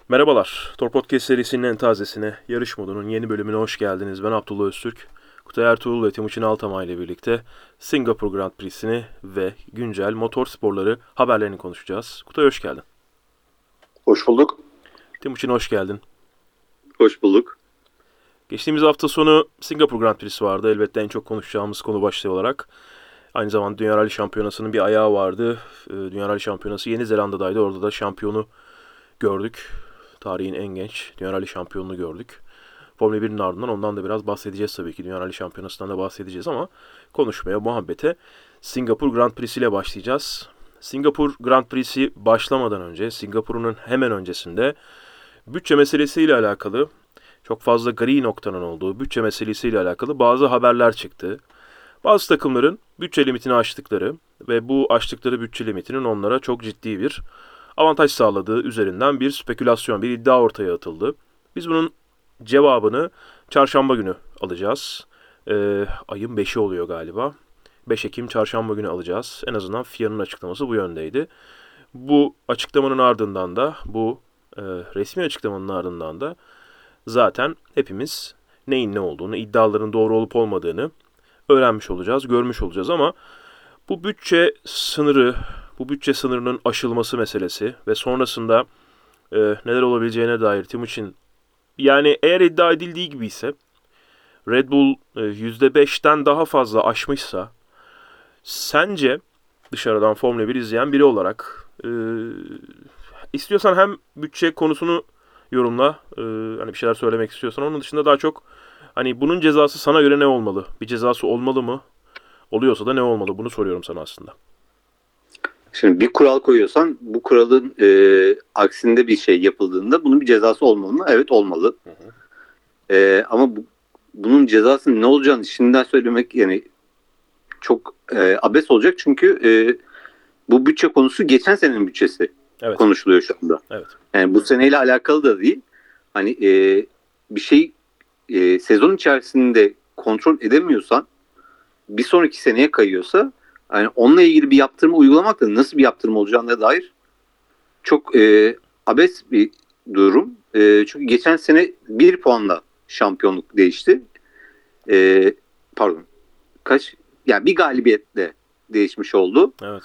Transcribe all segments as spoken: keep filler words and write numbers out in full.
Merhabalar, Tor Podcast serisinin en tazesine, yarış modunun yeni bölümüne hoş geldiniz. Ben Abdullah Öztürk, Kutay Ertuğrul ve Timuçin Altamay ile birlikte Singapur Grand Prix'sini ve güncel motor sporları haberlerini konuşacağız. Kutay hoş geldin. Hoş bulduk. Timuçin hoş geldin. Hoş bulduk. Geçtiğimiz hafta sonu Singapur Grand Prix'si vardı. Elbette en çok konuşacağımız konu başlığı olarak. Aynı zamanda Dünya Rally Şampiyonası'nın bir ayağı vardı. Dünya Rally Şampiyonası Yeni Zelanda'daydı. Orada da şampiyonu gördük. Tarihin en genç Dünya Rally şampiyonunu gördük. Formula bir'in ardından ondan da biraz bahsedeceğiz tabii ki. Dünya Rally Şampiyonası'ndan da bahsedeceğiz ama konuşmaya, muhabbete Singapur Grand Prix'si ile başlayacağız. Singapur Grand Prix'si başlamadan önce, Singapur'un hemen öncesinde bütçe meselesiyle alakalı, çok fazla gri noktanın olduğu bütçe meselesiyle alakalı bazı haberler çıktı. Bazı takımların bütçe limitini aştıkları ve bu aştıkları bütçe limitinin onlara çok ciddi bir avantaj sağladığı üzerinden bir spekülasyon, bir iddia ortaya atıldı. Biz bunun cevabını çarşamba günü alacağız. Ee, ayın beşi oluyor galiba. beş Ekim çarşamba günü alacağız. En azından F I A'nın açıklaması bu yöndeydi. Bu açıklamanın ardından da, bu e, resmi açıklamanın ardından da zaten hepimiz neyin ne olduğunu, iddiaların doğru olup olmadığını öğrenmiş olacağız, görmüş olacağız ama bu bütçe sınırı, bu bütçe sınırının aşılması meselesi ve sonrasında e, neler olabileceğine dair Timuçin, yani eğer iddia edildiği gibi ise Red Bull e, yüzde beşten daha fazla aşmışsa sence dışarıdan Formula bir izleyen biri olarak e, istiyorsan hem bütçe konusunu yorumla, e, hani bir şeyler söylemek istiyorsan, onun dışında daha çok hani bunun cezası sana göre ne olmalı? Bir cezası olmalı mı? Oluyorsa da ne olmalı? Bunu soruyorum sana aslında. Şimdi bir kural koyuyorsan bu kuralın e, aksinde bir şey yapıldığında bunun bir cezası olmalı mı? Evet, olmalı. Hı hı. E, ama bu, bunun cezasının ne olacağını şimdiden söylemek yani çok e, abes olacak. Çünkü e, bu bütçe konusu geçen senenin bütçesi evet. konuşuluyor şu anda. Evet. Yani bu seneyle alakalı da değil. Hani e, bir şey e, sezon içerisinde kontrol edemiyorsan bir sonraki seneye kayıyorsa yani onunla ilgili bir yaptırımı uygulamak da nasıl bir yaptırım olacağına dair çok e, abes bir durum. E, çünkü geçen sene bir puanla şampiyonluk değişti. E, pardon. Kaç? Yani bir galibiyetle değişmiş oldu. Evet.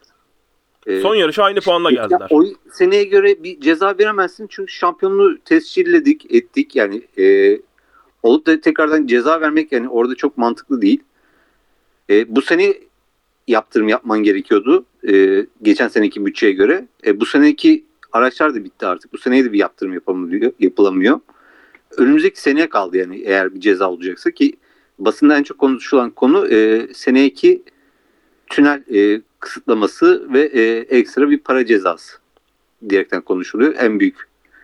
E, Son yarışa aynı puanla geldiler. O seneye göre bir ceza veremezsin çünkü şampiyonluğu tescilledik, ettik. Yani e, olup da tekrardan ceza vermek yani orada çok mantıklı değil. E, bu sene yaptırım yapman gerekiyordu. E, geçen seneki bütçeye göre. E, bu seneki araçlar da bitti artık. Bu seneye de bir yaptırım yapamıyor, yapılamıyor. Önümüzdeki seneye kaldı yani eğer bir ceza olacaksa ki basında en çok konuşulan konu e, seneki tünel e, kısıtlaması ve e, ekstra bir para cezası diyerekten konuşuluyor. En büyük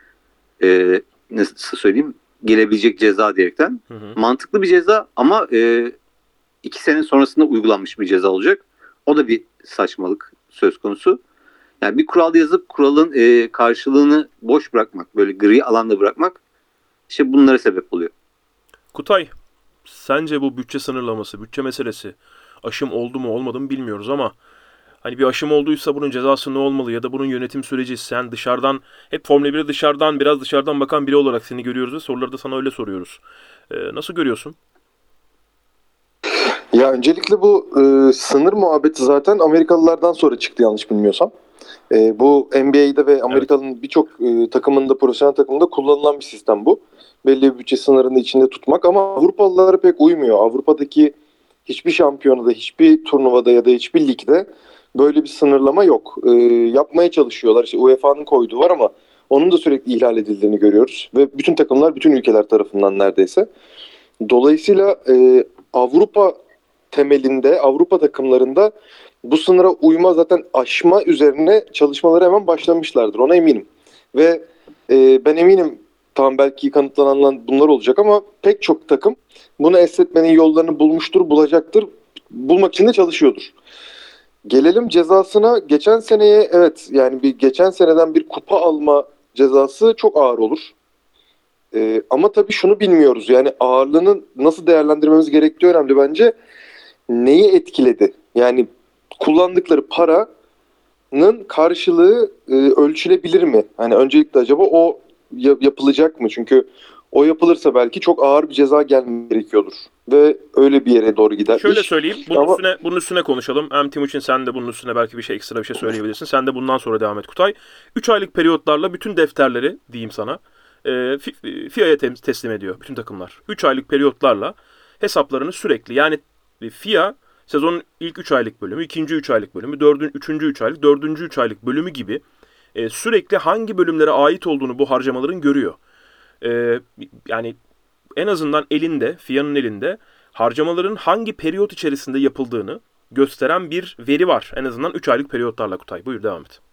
e, nasıl söyleyeyim gelebilecek ceza diyerekten. Hı hı. Mantıklı bir ceza ama e, iki sene sonrasında uygulanmış bir ceza olacak. O da bir saçmalık söz konusu. Yani bir kural yazıp kuralın e, karşılığını boş bırakmak, böyle gri alanda bırakmak işte bunlara sebep oluyor. Kutay, sence bu bütçe sınırlaması, bütçe meselesi aşım oldu mu olmadı mı bilmiyoruz ama hani bir aşım olduysa bunun cezası ne olmalı ya da bunun yönetim süreci, sen dışarıdan, hep Formula bire dışarıdan, biraz dışarıdan bakan biri olarak seni görüyoruz ve soruları da sana öyle soruyoruz. Ee, nasıl görüyorsun? Ya öncelikle bu e, sınır muhabbeti zaten Amerikalılardan sonra çıktı yanlış bilmiyorsam. E, bu N B A'de ve Amerika'nın evet. birçok e, takımında, profesyonel takımında kullanılan bir sistem bu. Belli bir bütçe sınırını içinde tutmak ama Avrupalılara pek uymuyor. Avrupa'daki hiçbir şampiyonada, hiçbir turnuvada ya da hiçbir ligde böyle bir sınırlama yok. E, yapmaya çalışıyorlar. İşte U E F A'nın koyduğu var ama onun da sürekli ihlal edildiğini görüyoruz. Ve bütün takımlar, bütün ülkeler tarafından neredeyse. Dolayısıyla e, Avrupa temelinde, Avrupa takımlarında bu sınıra uyma, zaten aşma üzerine çalışmaları hemen başlamışlardır. Ona eminim. Ve e, ben eminim, tamam belki kanıtlanan bunlar olacak ama pek çok takım bunu esnetmenin yollarını bulmuştur, bulacaktır. Bulmak için de çalışıyordur. Gelelim cezasına. Geçen seneye evet yani bir geçen seneden bir kupa alma cezası çok ağır olur. Ee, ama tabii şunu bilmiyoruz. Yani ağırlığını nasıl değerlendirmemiz gerektiği önemli bence. Neyi etkiledi? Yani kullandıkları paranın karşılığı e, ölçülebilir mi? Hani öncelikle acaba o ya- yapılacak mı? Çünkü o yapılırsa belki çok ağır bir ceza gelmesi gerekiyordur. Ve öyle bir yere doğru gider Şöyle iş. söyleyeyim. Bunun Ama üstüne bunun üstüne konuşalım. Hem Timuçin sen de bunun üstüne belki bir şey ekstra bir şey söyleyebilirsin. Sen de bundan sonra devam et Kutay. üç aylık periyotlarla bütün defterleri diyeyim sana e, Fi- F I A'ya tem- teslim ediyor bütün takımlar. üç aylık periyotlarla hesaplarını sürekli yani e, F I A sezonun ilk üç aylık bölümü, ikinci üç aylık bölümü, dördüncü üçüncü üç aylık, dördüncü üç aylık bölümü gibi e, sürekli hangi bölümlere ait olduğunu bu harcamaların görüyor. E, yani en azından elinde, F I A'nın elinde harcamaların hangi periyot içerisinde yapıldığını gösteren bir veri var. En azından üç aylık periyotlarla Kutay. Buyur devam et.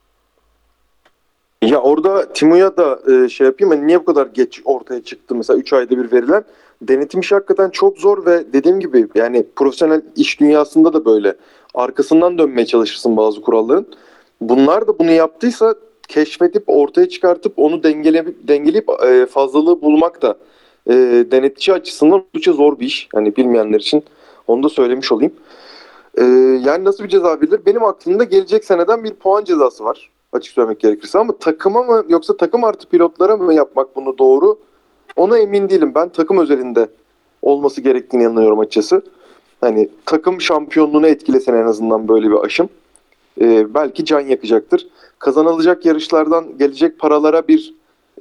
ya orada Timu'ya da e, şey yapayım. Hani niye bu kadar geç ortaya çıktı mesela üç ayda bir verilen? Denetim işi hakikaten çok zor ve dediğim gibi yani profesyonel iş dünyasında da böyle. Arkasından dönmeye çalışırsın bazı kuralların. Bunlar da bunu yaptıysa keşfedip ortaya çıkartıp onu dengeleyip, dengeleyip e, fazlalığı bulmak da e, denetçi açısından oldukça zor bir iş. Yani bilmeyenler için onu da söylemiş olayım. E, yani nasıl bir ceza verilir? Benim aklımda gelecek seneden bir puan cezası var. Açık söylemek gerekirse ama takıma mı yoksa takım artı pilotlara mı yapmak bunu doğru? Ona emin değilim. Ben takım özelinde olması gerektiğini inanıyorum açıkçası. Hani takım şampiyonluğunu etkilesen en azından böyle bir aşım. Ee, belki can yakacaktır. Kazanılacak yarışlardan gelecek paralara bir e,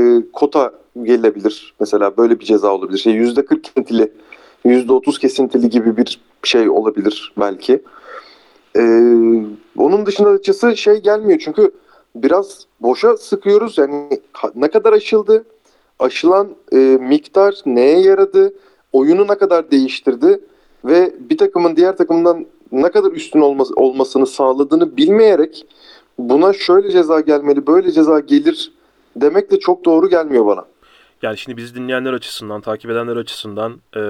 kota gelebilir. Mesela böyle bir ceza olabilir. Şey, yüzde kırk kesintili, yüzde otuz kesintili gibi bir şey olabilir belki. Ee, onun dışında açıkçası şey gelmiyor çünkü biraz boşa sıkıyoruz. Yani ne kadar aşıldı? Aşılan e, miktar neye yaradı? Oyunu ne kadar değiştirdi? Ve bir takımın diğer takımdan ne kadar üstün olması, olmasını sağladığını bilmeyerek buna şöyle ceza gelmeli, böyle ceza gelir demek de çok doğru gelmiyor bana. Yani şimdi bizi dinleyenler açısından, takip edenler açısından e,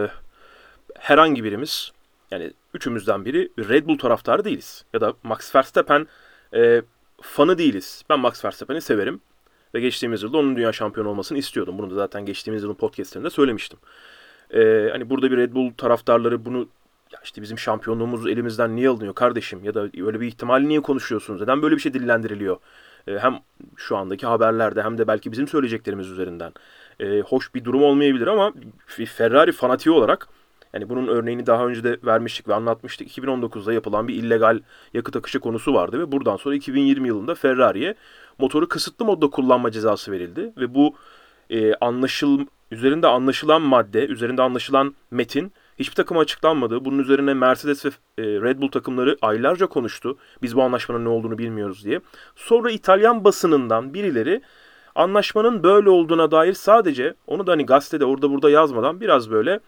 herhangi birimiz yani üçümüzden biri Red Bull taraftarı değiliz. Ya da Max Verstappen e, fanı değiliz. Ben Max Verstappen'i severim. Ve geçtiğimiz yılda onun dünya şampiyonu olmasını istiyordum. Bunu da zaten geçtiğimiz yılın podcastlerinde söylemiştim. Ee, hani burada bir Red Bull taraftarları bunu ya işte bizim şampiyonluğumuz elimizden niye alınıyor kardeşim ya da öyle bir ihtimali niye konuşuyorsunuz? Neden böyle bir şey dillendiriliyor? Ee, hem şu andaki haberlerde hem de belki bizim söyleyeceklerimiz üzerinden. Ee, hoş bir durum olmayabilir ama bir Ferrari fanatiği olarak yani bunun örneğini daha önce de vermiştik ve anlatmıştık. iki bin on dokuzda yapılan bir illegal yakıt akışı konusu vardı ve buradan sonra iki bin yirmi yılında Ferrari'ye motoru kısıtlı modda kullanma cezası verildi ve bu e, anlaşıl üzerinde anlaşılan madde, üzerinde anlaşılan metin hiçbir takıma açıklanmadı. Bunun üzerine Mercedes ve e, Red Bull takımları aylarca konuştu. Biz bu anlaşmanın ne olduğunu bilmiyoruz diye. Sonra İtalyan basınından birileri anlaşmanın böyle olduğuna dair sadece onu da hani gazetede orada burada yazmadan biraz böyle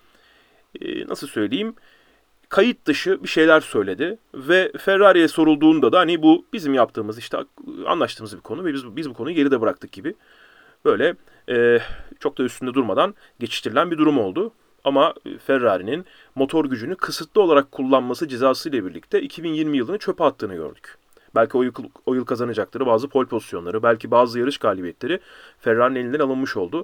e, nasıl söyleyeyim kayıt dışı bir şeyler söyledi ve Ferrari'ye sorulduğunda da hani bu bizim yaptığımız işte anlaştığımız bir konu ve biz biz bu konuyu geride bıraktık gibi böyle e, çok da üstünde durmadan geçiştirilen bir durum oldu. Ama Ferrari'nin motor gücünü kısıtlı olarak kullanması cezası ile birlikte iki bin yirmi yılını çöpe attığını gördük. Belki o yıl, o yıl kazanacakları bazı pole pozisyonları, belki bazı yarış galibiyetleri Ferrari'nin elinden alınmış oldu.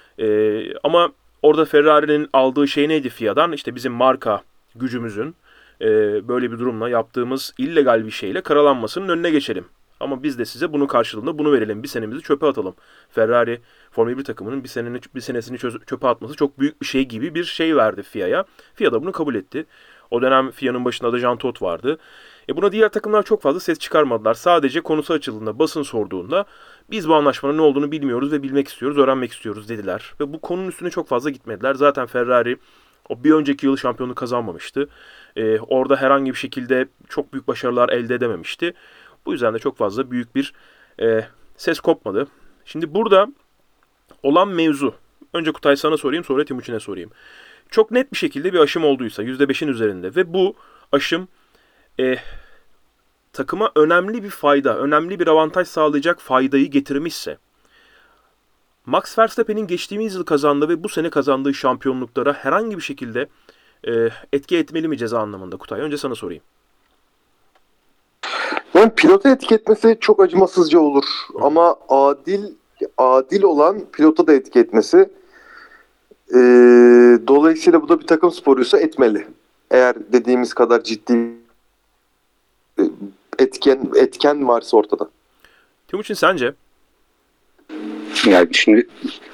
E, ama orada Ferrari'nin aldığı şey neydi F I A'dan? İşte bizim marka gücümüzün e, böyle bir durumla yaptığımız illegal bir şeyle karalanmasının önüne geçelim. Ama biz de size bunun karşılığında bunu verelim. Bir senemizi çöpe atalım. Ferrari Formula bir takımının bir, seneni, bir senesini çöpe atması çok büyük bir şey gibi bir şey verdi F I A'ya. F I A da bunu kabul etti. O dönem F I A'nın başında da Jean Todt vardı. E buna diğer takımlar çok fazla ses çıkarmadılar. Sadece konusu açıldığında, basın sorduğunda biz bu anlaşmanın ne olduğunu bilmiyoruz ve bilmek istiyoruz, öğrenmek istiyoruz dediler. Ve bu konunun üstüne çok fazla gitmediler. Zaten Ferrari o bir önceki yıl şampiyonluğu kazanmamıştı. Ee, orada herhangi bir şekilde çok büyük başarılar elde edememişti. Bu yüzden de çok fazla büyük bir e, ses kopmadı. Şimdi burada olan mevzu. Önce Kutay sana sorayım, sonra Timuçin'e sorayım. Çok net bir şekilde bir aşım olduysa yüzde beşin üzerinde ve bu aşım e, takıma önemli bir fayda, önemli bir avantaj sağlayacak faydayı getirmişse Max Verstappen'in geçtiğimiz yıl kazandığı ve bu sene kazandığı şampiyonluklara herhangi bir şekilde e, etki etmeli mi ceza anlamında Kutay? Önce sana sorayım. Yani pilota etki etmesi çok acımasızca olur. Hı. Ama adil adil olan pilota da etki etmesi e, dolayısıyla bu da bir takım sporuysa etmeli. Eğer dediğimiz kadar ciddi etken etken varsa ortada. Timuçin sence? Yani şimdi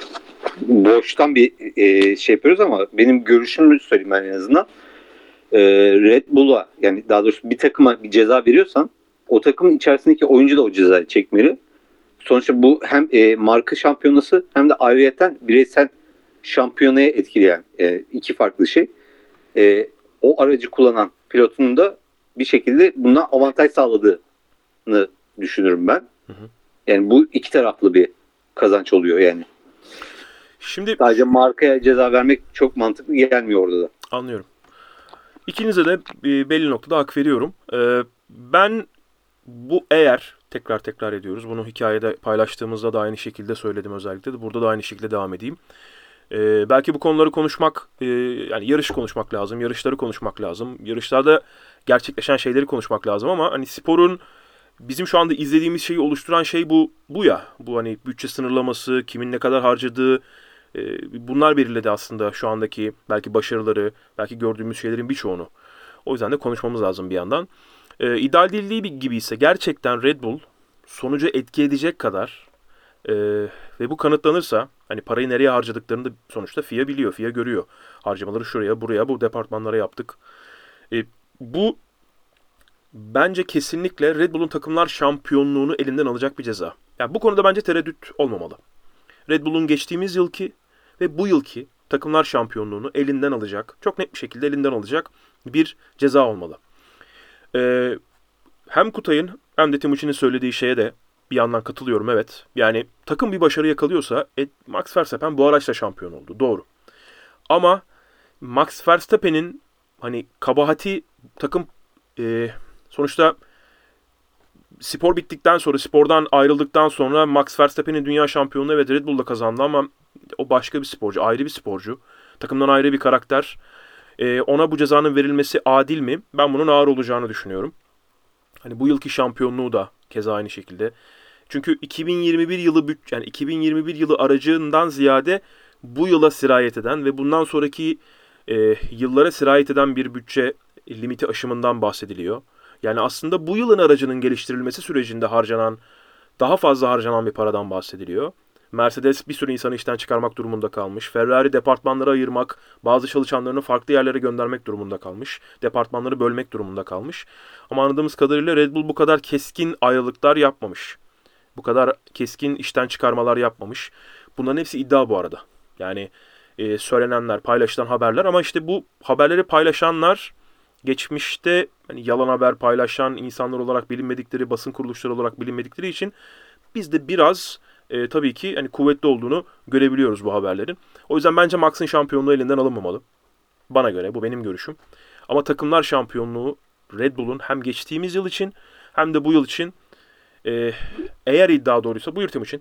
boştan bir e, şey yapıyoruz ama benim görüşümü söyleyeyim ben en azından. E, Red Bull'a yani daha doğrusu bir takıma bir ceza veriyorsan o takımın içerisindeki oyuncu da o cezayı çekmeli. Sonuçta bu hem e, marka şampiyonası hem de ayrıyeten bireysel şampiyonaya etkileyen e, iki farklı şey. E, o aracı kullanan pilotun da bir şekilde bundan avantaj sağladığını düşünürüm ben. Hı hı. Yani bu iki taraflı bir kazanç oluyor yani. Şimdi sadece markaya ceza vermek çok mantıklı gelmiyor orada da. Anlıyorum. İkinize de belli noktada hak veriyorum. Ee, ben bu eğer tekrar tekrar ediyoruz. Bunu hikayede paylaştığımızda da aynı şekilde söyledim özellikle de. Burada da aynı şekilde devam edeyim. Ee, belki bu konuları konuşmak, e, yani yarış konuşmak lazım, yarışları konuşmak lazım. Yarışlarda gerçekleşen şeyleri konuşmak lazım ama hani sporun bizim şu anda izlediğimiz şeyi oluşturan şey bu bu ya. Bu hani bütçe sınırlaması, kimin ne kadar harcadığı, e, bunlar belirledi aslında şu andaki belki başarıları, belki gördüğümüz şeylerin birçoğunu. O yüzden de konuşmamız lazım bir yandan. E, ideal değil gibi ise gerçekten Red Bull sonucu etki edecek kadar e, ve bu kanıtlanırsa hani parayı nereye harcadıklarını da sonuçta F I A biliyor, F I A görüyor. Harcamaları şuraya, buraya, bu departmanlara yaptık. E, bu bence kesinlikle Red Bull'un takımlar şampiyonluğunu elinden alacak bir ceza. Yani bu konuda bence tereddüt olmamalı. Red Bull'un geçtiğimiz yılki ve bu yılki takımlar şampiyonluğunu elinden alacak, çok net bir şekilde elinden alacak bir ceza olmalı. Ee, hem Kutay'ın hem de Timuçin'in söylediği şeye de bir yandan katılıyorum, evet. Yani takım bir başarı yakalıyorsa e, Max Verstappen bu araçla şampiyon oldu, doğru. Ama Max Verstappen'in hani kabahati takım e, sonuçta spor bittikten sonra, spordan ayrıldıktan sonra Max Verstappen'in dünya şampiyonluğu evet Red Bull'da kazandı ama o başka bir sporcu, ayrı bir sporcu. Takımdan ayrı bir karakter. Ee, ona bu cezanın verilmesi adil mi? Ben bunun ağır olacağını düşünüyorum. Hani bu yılki şampiyonluğu da keza aynı şekilde. Çünkü iki bin yirmi bir yılı büt yani iki bin yirmi bir yılı aracından ziyade bu yıla sirayet eden ve bundan sonraki e, yıllara sirayet eden bir bütçe limiti aşımından bahsediliyor. Yani aslında bu yılın aracının geliştirilmesi sürecinde harcanan, daha fazla harcanan bir paradan bahsediliyor. Mercedes bir sürü insanı işten çıkarmak durumunda kalmış. Ferrari departmanlara ayırmak, bazı çalışanlarını farklı yerlere göndermek durumunda kalmış. Departmanları bölmek durumunda kalmış. Ama anladığımız kadarıyla Red Bull bu kadar keskin ayrılıklar yapmamış. Bu kadar keskin işten çıkarmalar yapmamış. Bunların hepsi iddia bu arada. Yani e, söylenenler, paylaşılan haberler ama işte bu haberleri paylaşanlar geçmişte hani yalan haber paylaşan insanlar olarak bilinmedikleri, basın kuruluşları olarak bilinmedikleri için biz de biraz e, tabii ki hani kuvvetli olduğunu görebiliyoruz bu haberlerin. O yüzden bence Max'ın şampiyonluğu elinden alınmamalı. Bana göre bu benim görüşüm. Ama takımlar şampiyonluğu Red Bull'un hem geçtiğimiz yıl için hem de bu yıl için e, eğer iddia doğruysa buyur Timuçin.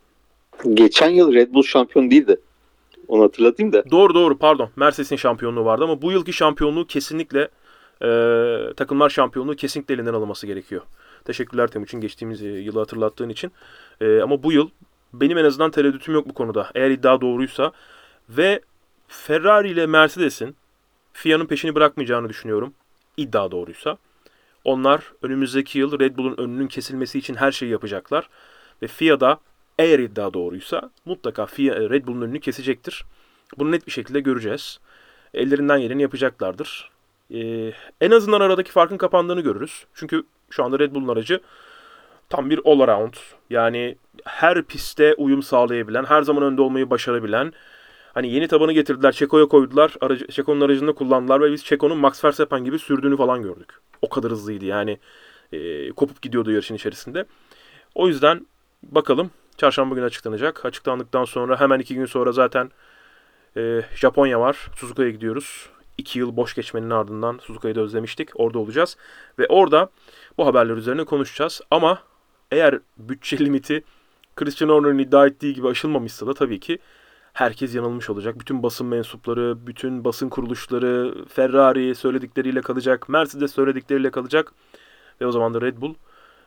Geçen yıl Red Bull şampiyon değildi. Onu hatırlatayım da. Doğru doğru pardon. Mercedes'in şampiyonluğu vardı ama bu yılki şampiyonluğu kesinlikle e, takımlar şampiyonluğu kesinlikle elinden alınması gerekiyor. Teşekkürler Timuçin geçtiğimiz yılı hatırlattığın için. E, ama bu yıl benim en azından tereddütüm yok bu konuda. Eğer iddia doğruysa ve Ferrari ile Mercedes'in F I A'nın peşini bırakmayacağını düşünüyorum. İddia doğruysa. Onlar önümüzdeki yıl Red Bull'un önünün kesilmesi için her şeyi yapacaklar. Ve F I A da eğer iddia doğruysa mutlaka F I A Red Bull'un önünü kesecektir. Bunu net bir şekilde göreceğiz. Ellerinden geleni yapacaklardır. Ee, en azından aradaki farkın kapandığını görürüz. Çünkü şu anda Red Bull'un aracı tam bir all around. Yani her pistte uyum sağlayabilen, her zaman önde olmayı başarabilen. Hani yeni tabanı getirdiler, Checo'ya koydular. Aracı, Checo'nun aracında kullandılar ve biz Checo'nun Max Verstappen gibi sürdüğünü falan gördük. O kadar hızlıydı yani. E, kopup gidiyordu yarışın içerisinde. O yüzden bakalım. Çarşamba günü açıklanacak. Açıklandıktan sonra hemen iki gün sonra zaten e, Japonya var. Suzuka'ya gidiyoruz. İki yıl boş geçmenin ardından Suzuka'yı da özlemiştik. Orada olacağız. Ve orada bu haberler üzerine konuşacağız. Ama eğer bütçe limiti Christian Horner'ın iddia ettiği gibi aşılmamışsa da tabii ki herkes yanılmış olacak. Bütün basın mensupları, bütün basın kuruluşları, Ferrari söyledikleriyle kalacak. Mercedes söyledikleriyle kalacak. Ve o zaman da Red Bull.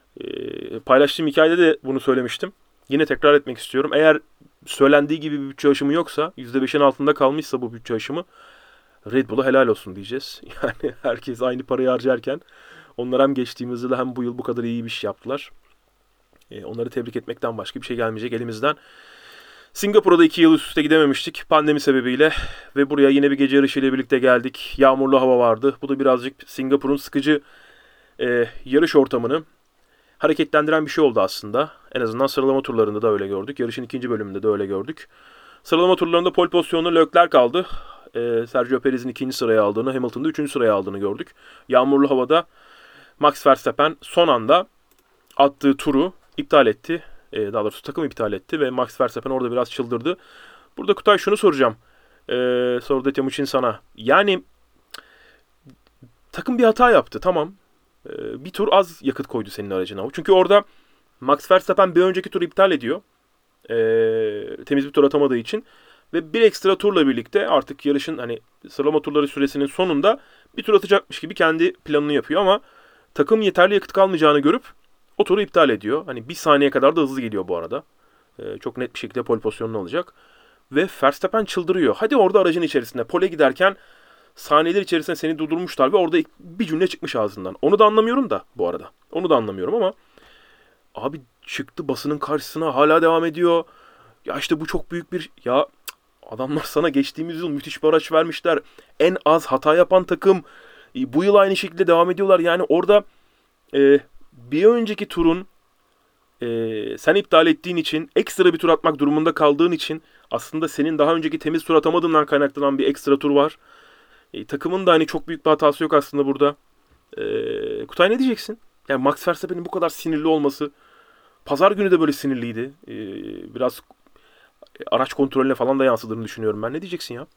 E, paylaştığım hikayede de bunu söylemiştim. Yine tekrar etmek istiyorum. Eğer söylendiği gibi bir bütçe aşımı yoksa, yüzde beşin altında kalmışsa bu bütçe aşımı Red Bull'a helal olsun diyeceğiz. Yani herkes aynı parayı harcarken onlar hem geçtiğimiz yıl hem bu yıl bu kadar iyi bir iş yaptılar. E, onları tebrik etmekten başka bir şey gelmeyecek elimizden. Singapur'a da iki yıl üst üste gidememiştik pandemi sebebiyle ve buraya yine bir gece yarışıyla birlikte geldik. Yağmurlu hava vardı. Bu da birazcık Singapur'un sıkıcı e, yarış ortamını hareketlendiren bir şey oldu aslında. En azından sıralama turlarında da öyle gördük. Yarışın ikinci bölümünde de öyle gördük. Sıralama turlarında pole pozisyonunda Leclerc kaldı. E, Sergio Perez'in ikinci sıraya aldığını, Hamilton'da üçüncü sıraya aldığını gördük. Yağmurlu havada Max Verstappen son anda attığı turu iptal etti. E, daha doğrusu takım iptal etti ve Max Verstappen orada biraz çıldırdı. Burada Kutay şunu soracağım. E, soruda Timuçin sana. Yani takım bir hata yaptı, tamam. E, bir tur az yakıt koydu senin aracına. Çünkü orada Max Verstappen bir önceki turu iptal ediyor. E, temiz bir tur atamadığı için. Ve bir ekstra turla birlikte artık yarışın hani sıralama turları süresinin sonunda bir tur atacakmış gibi kendi planını yapıyor ama takım yeterli yakıt kalmayacağını görüp o turu iptal ediyor. Hani bir saniye kadar da hızlı geliyor bu arada. Ee, çok net bir şekilde pole pozisyonunu alacak. Ve Verstappen çıldırıyor. Hadi orada aracın içerisinde pole giderken saniyeler içerisinde seni durdurmuşlar ve orada bir cümle çıkmış ağzından. Onu da anlamıyorum da bu arada. Onu da anlamıyorum ama abi çıktı basının karşısına hala devam ediyor. Ya işte bu çok büyük bir... Ya adamlar sana geçtiğimiz yıl müthiş bir araç vermişler. En az hata yapan takım. E, bu yıl aynı şekilde devam ediyorlar. Yani orada e, bir önceki turun e, sen iptal ettiğin için, ekstra bir tur atmak durumunda kaldığın için aslında senin daha önceki temiz tur atamadığından kaynaklanan bir ekstra tur var. E, takımın da hani çok büyük bir hatası yok aslında burada. E, Kutay ne diyeceksin? Yani Max Verstappen'in bu kadar sinirli olması. Pazar günü de böyle sinirliydi. E, biraz araç kontrolüne falan da yansıdığını düşünüyorum ben. Ne diyeceksin ya?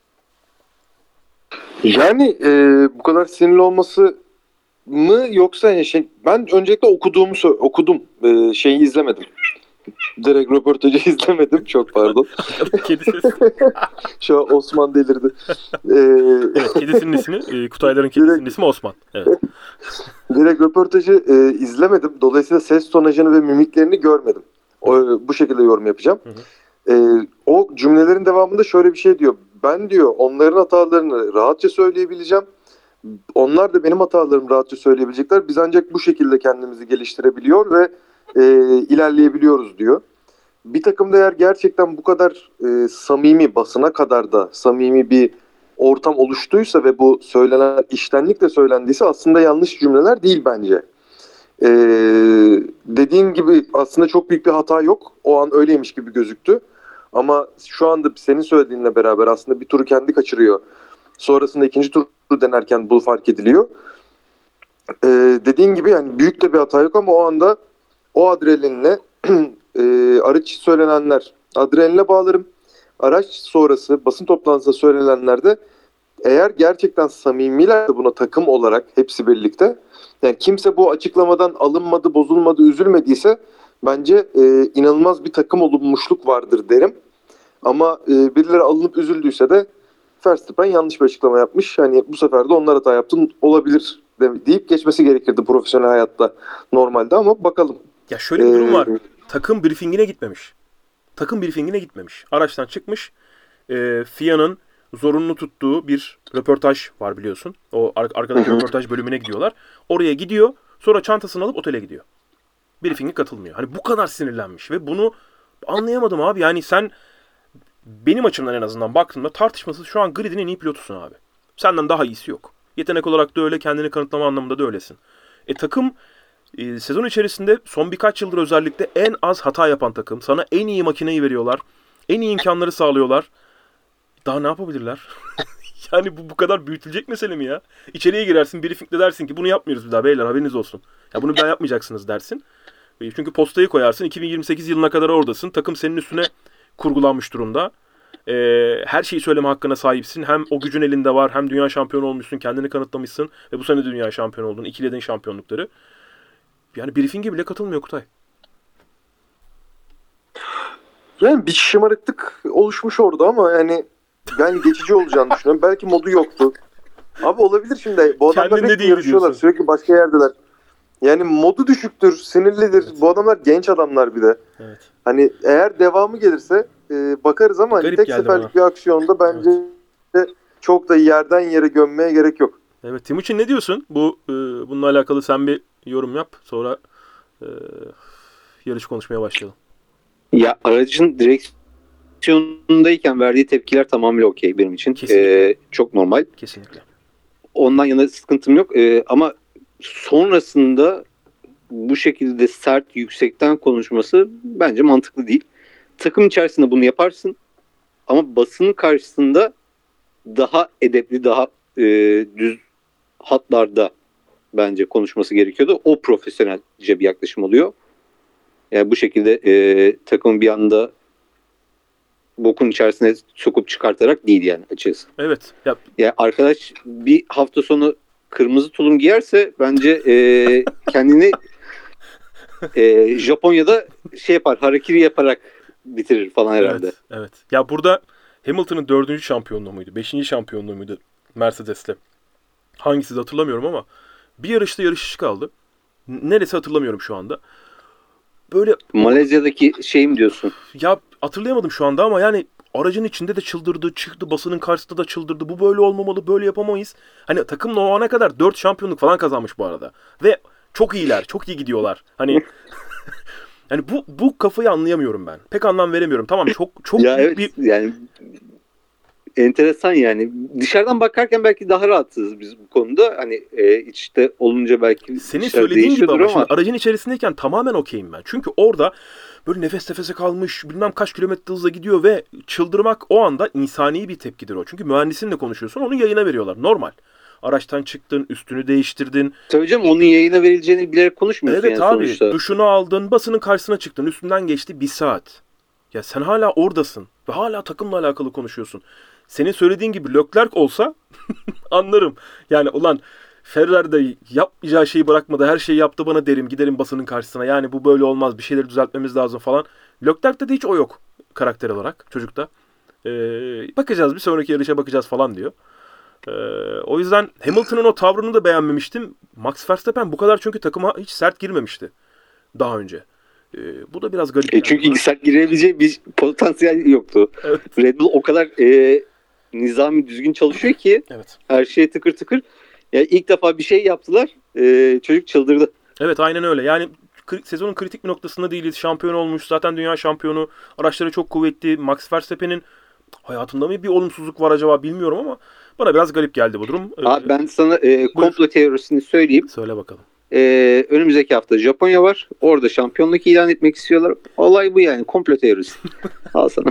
Yani e, bu kadar sinirli olması mı yoksa yani şey, ben öncelikle okuduğumu sö- okudum. E, şeyi izlemedim. Direkt röportajı izlemedim. Çok pardon. Kedi sesi. Şu an Osman delirdi. E, Evet, kedisinin ismi, e, Kutayların kedisinin Direkt- ismi Osman. Evet. Direkt röportajı e, izlemedim. Dolayısıyla ses tonajını ve mimiklerini görmedim. O, bu şekilde yorum yapacağım. Hı hı. E, o cümlelerin devamında şöyle bir şey diyor. Ben diyor onların hatalarını rahatça söyleyebileceğim. Onlar da benim hatalarımı rahatça söyleyebilecekler. Biz ancak bu şekilde kendimizi geliştirebiliyor ve e, ilerleyebiliyoruz diyor. Bir takımda eğer gerçekten bu kadar e, samimi, basına kadar da samimi bir ortam oluştuysa ve bu söylenen içtenlikle söylendiyse aslında yanlış cümleler değil bence. E, dediğin gibi aslında çok büyük bir hata yok. O an öyleymiş gibi gözüktü. Ama şu anda senin söylediğinle beraber aslında bir turu kendi kaçırıyor. Sonrasında ikinci turu denerken bu fark ediliyor. Ee, dediğin gibi yani büyük de bir hata yok ama o anda o adrenalinle e, araç söylenenler adrenaline bağlarım. Araç sonrası basın toplantısında söylenenler de eğer gerçekten samimiler buna takım olarak hepsi birlikte yani kimse bu açıklamadan alınmadı, bozulmadı, üzülmediyse bence e, inanılmaz bir takım olunmuşluk vardır derim. Ama e, birileri alınıp üzüldüyse de Verstappen yanlış bir açıklama yapmış. Hani bu sefer de onlar hata yaptın olabilir de, deyip geçmesi gerekirdi profesyonel hayatta normalde ama bakalım. Ya şöyle bir durum Ee, var. Takım briefingine gitmemiş. Takım briefingine gitmemiş. Araçtan çıkmış. E, F I A'nın zorunlu tuttuğu bir röportaj var biliyorsun. O ar- arkadaki röportaj bölümüne gidiyorlar. Oraya gidiyor. Sonra çantasını alıp otele gidiyor. Briefing'e katılmıyor. Hani bu kadar sinirlenmiş ve bunu anlayamadım abi. Yani sen benim açımdan en azından baktığımda tartışmasız şu an gridin en iyi pilotusun abi. Senden daha iyisi yok. Yetenek olarak da öyle, kendini kanıtlama anlamında da öylesin. E takım e, sezon içerisinde son birkaç yıldır özellikle en az hata yapan takım. Sana en iyi makineyi veriyorlar. En iyi imkanları sağlıyorlar. Daha ne yapabilirler? Yani bu bu kadar büyütülecek mesele mi ya? İçeriye girersin, briefingde dersin ki bunu yapmıyoruz bir daha beyler haberiniz olsun. Ya bunu bir daha yapmayacaksınız dersin. E, çünkü postayı koyarsın. iki bin yirmi sekiz yılına kadar oradasın. Takım senin üstüne kurgulanmış durumda. Ee, her şeyi söyleme hakkına sahipsin. Hem o gücün elinde var, hem dünya şampiyonu olmuşsun, kendini kanıtlamışsın ve bu sene de dünya şampiyonu oldun. İkiledin şampiyonlukları. Yani briefing'e bile katılmıyor Kutay. Yani bir şımarıklık oluşmuş orada ama yani ben geçici olacağını düşünüyorum. Belki modu yoktu. Abi olabilir şimdi. Bu adamlar Kendinde hep değil yarışıyorlar. diyorsun. Sürekli başka yerdeler. Yani modu düşüktür, sinirlidir. Evet. Bu adamlar genç adamlar bir de. Evet. Hani eğer devamı gelirse e, bakarız ama hani Garip tek geldi seferlik bana. bir aksiyonda bence çok da yerden yere gömmeye gerek yok. Evet. Timuçin ne diyorsun? Bu e, bununla alakalı sen bir yorum yap. Sonra e, yarış konuşmaya başlayalım. Ya aracın pozisyonundayken verdiği tepkiler tamamıyla okey benim için. Kesinlikle. Ee, çok normal. Kesinlikle. Ondan yana sıkıntım yok. Ee, ama sonrasında bu şekilde sert, yüksekten konuşması bence mantıklı değil. Takım içerisinde bunu yaparsın ama basının karşısında daha edepli, daha e, düz hatlarda bence konuşması gerekiyordu. O profesyonelce bir yaklaşım oluyor. Yani bu şekilde e, takımın bir anda bokun içerisine sokup çıkartarak değil yani açıkçası. Evet. Ya, Yani arkadaş bir hafta sonu kırmızı tulum giyerse bence e, kendini e, Japonya'da şey yapar, harakiri yaparak bitirir falan herhalde. evet, evet. Ya burada Hamilton'ın dördüncü şampiyonluğu muydu? Beşinci şampiyonluğu muydu Mercedes'le? Hangisi de hatırlamıyorum ama bir yarışta yarış dışı kaldı. N- Neresi hatırlamıyorum şu anda. Böyle Malezya'daki şey mi diyorsun? ya hatırlayamadım şu anda ama yani aracın içinde de çıldırdı, çıktı basının karşısında da çıldırdı. Bu böyle olmamalı, böyle yapamayız. Hani takımla o ana kadar dört şampiyonluk falan kazanmış bu arada. Ve çok iyiler, çok iyi gidiyorlar. Hani yani bu bu kafayı anlayamıyorum ben. Pek anlam veremiyorum. Tamam çok çok Ya büyük evet bir yani enteresan yani. Dışarıdan bakarken belki daha rahatsız biz bu konuda. Hani e, içte olunca belki senin işler söylediğin gibi değişiyordur ama, şimdi ama aracın içerisindeyken tamamen okeyim ben. Çünkü orada böyle nefes nefese kalmış, bilmem kaç kilometre hızla gidiyor ve çıldırmak o anda insani bir tepkidir o. Çünkü mühendisinle konuşuyorsun, onu yayına veriyorlar. Normal. Araçtan çıktın, üstünü değiştirdin. tabii canım onun yayına verileceğini bilerek konuşmuyorsun Evet yani abi, sonuçta. duşunu aldın, basının karşısına çıktın, üstünden geçti bir saat. Ya sen hala oradasın ve hala takımla alakalı konuşuyorsun. Senin söylediğin gibi Leclerc olsa anlarım. Yani ulan Ferrari de yapmayacağı şeyi bırakmadı, her şeyi yaptı bana derim, giderim basının karşısına. Yani bu böyle olmaz, bir şeyleri düzeltmemiz lazım falan. Leclerc'te de hiç o yok karakter olarak çocukta. Ee, bakacağız, bir sonraki yarışa bakacağız falan diyor. Ee, o yüzden Hamilton'ın o tavrını da beğenmemiştim. Max Verstappen bu kadar çünkü takıma hiç sert girmemişti daha önce. Ee, bu da biraz garip. E geldi çünkü bana. sert girebileceği bir potansiyel yoktu. Evet. Red Bull o kadar e, nizami düzgün çalışıyor ki Evet. her şey tıkır tıkır. Ya ilk defa bir şey yaptılar. E, çocuk çıldırdı. Evet aynen öyle. Yani kri- sezonun kritik bir noktasında değiliz. Şampiyon olmuş. Zaten dünya şampiyonu. Araçları çok kuvvetli. Max Verstappen'in hayatında mı bir olumsuzluk var acaba bilmiyorum ama bana biraz garip geldi bu durum. Ee, Abi ben sana e, komplo teorisini söyleyeyim. Söyle bakalım. E, önümüzdeki hafta Japonya var. Orada şampiyonluk ilan etmek istiyorlar. Olay bu yani. Komplo teorisi. Al sana.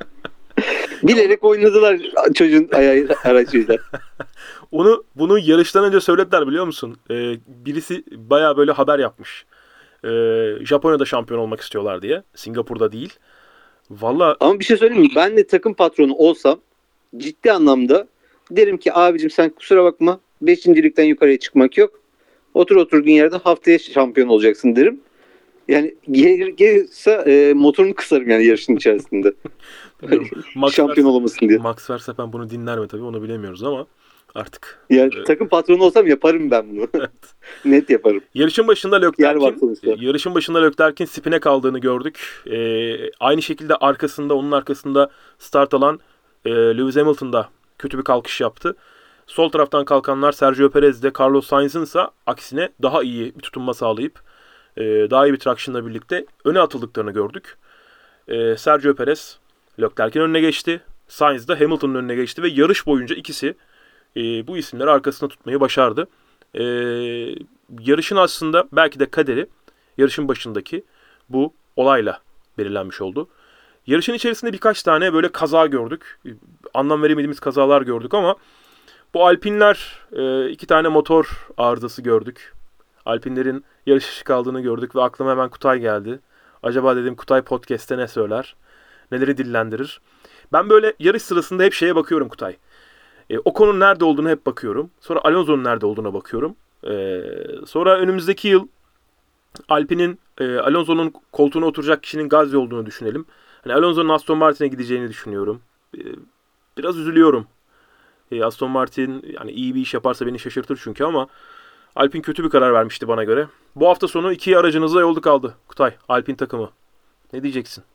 Bilerek oynadılar çocuğun ayağı aracıyla. Onu bunu yarıştan önce söylediler biliyor musun? Ee, birisi bayağı böyle haber yapmış. Ee, Japonya'da şampiyon olmak istiyorlar diye. Singapur'da değil. Valla Ama bir şey söyleyeyim mi? Ben de takım patronu olsam ciddi anlamda derim ki abicim sen kusura bakma beşincilikten yukarıya çıkmak yok. Otur oturduğun yerde haftaya şampiyon olacaksın derim. Yani gerekirse e, motorunu kısarım yani yarışın içerisinde. Max, Şampiyon olamasın diye. Max Verstappen bunu dinler mi tabii onu bilemiyoruz ama artık. Yani Evet. takım patronu olsam yaparım ben bunu. Net yaparım. Yarışın başında Yer var Leclerc'in sonuçta. yarışın başında Leclerc'in spine kaldığını gördük. Ee, aynı şekilde arkasında onun arkasında start alan e, Lewis Hamilton da kötü bir kalkış yaptı. Sol taraftan kalkanlar Sergio Perez de Carlos Sainz'ın ise aksine daha iyi bir tutunma sağlayıp e, daha iyi bir traction'la birlikte öne atıldıklarını gördük. E, Sergio Perez Leclerc'in önüne geçti. Sainz de Hamilton'ın önüne geçti ve yarış boyunca ikisi e, bu isimleri arkasında tutmayı başardı. E, yarışın aslında belki de kaderi yarışın başındaki bu olayla belirlenmiş oldu. Yarışın içerisinde birkaç tane böyle kaza gördük. Anlam veremediğimiz kazalar gördük ama bu Alpinler e, iki tane motor arızası gördük. Alpinlerin yarış dışı kaldığını gördük ve aklıma hemen Kutay geldi. Acaba dedim Kutay podcast'te ne söyler? Neleri dillendirir? Ben böyle yarış sırasında hep şeye bakıyorum Kutay. E, Ocon'un nerede olduğunu hep bakıyorum. Sonra Alonso'nun nerede olduğuna bakıyorum. E, sonra önümüzdeki yıl Alpine'in, e, Alonso'nun koltuğuna oturacak kişinin Gasly olduğunu düşünelim. Hani Alonso'nun Aston Martin'e gideceğini düşünüyorum. E, biraz üzülüyorum. E, Aston Martin yani iyi bir iş yaparsa beni şaşırtır çünkü ama Alpine kötü bir karar vermişti bana göre. Bu hafta sonu iki aracınızla yolda kaldı Kutay. Alpine takımı. Ne diyeceksin?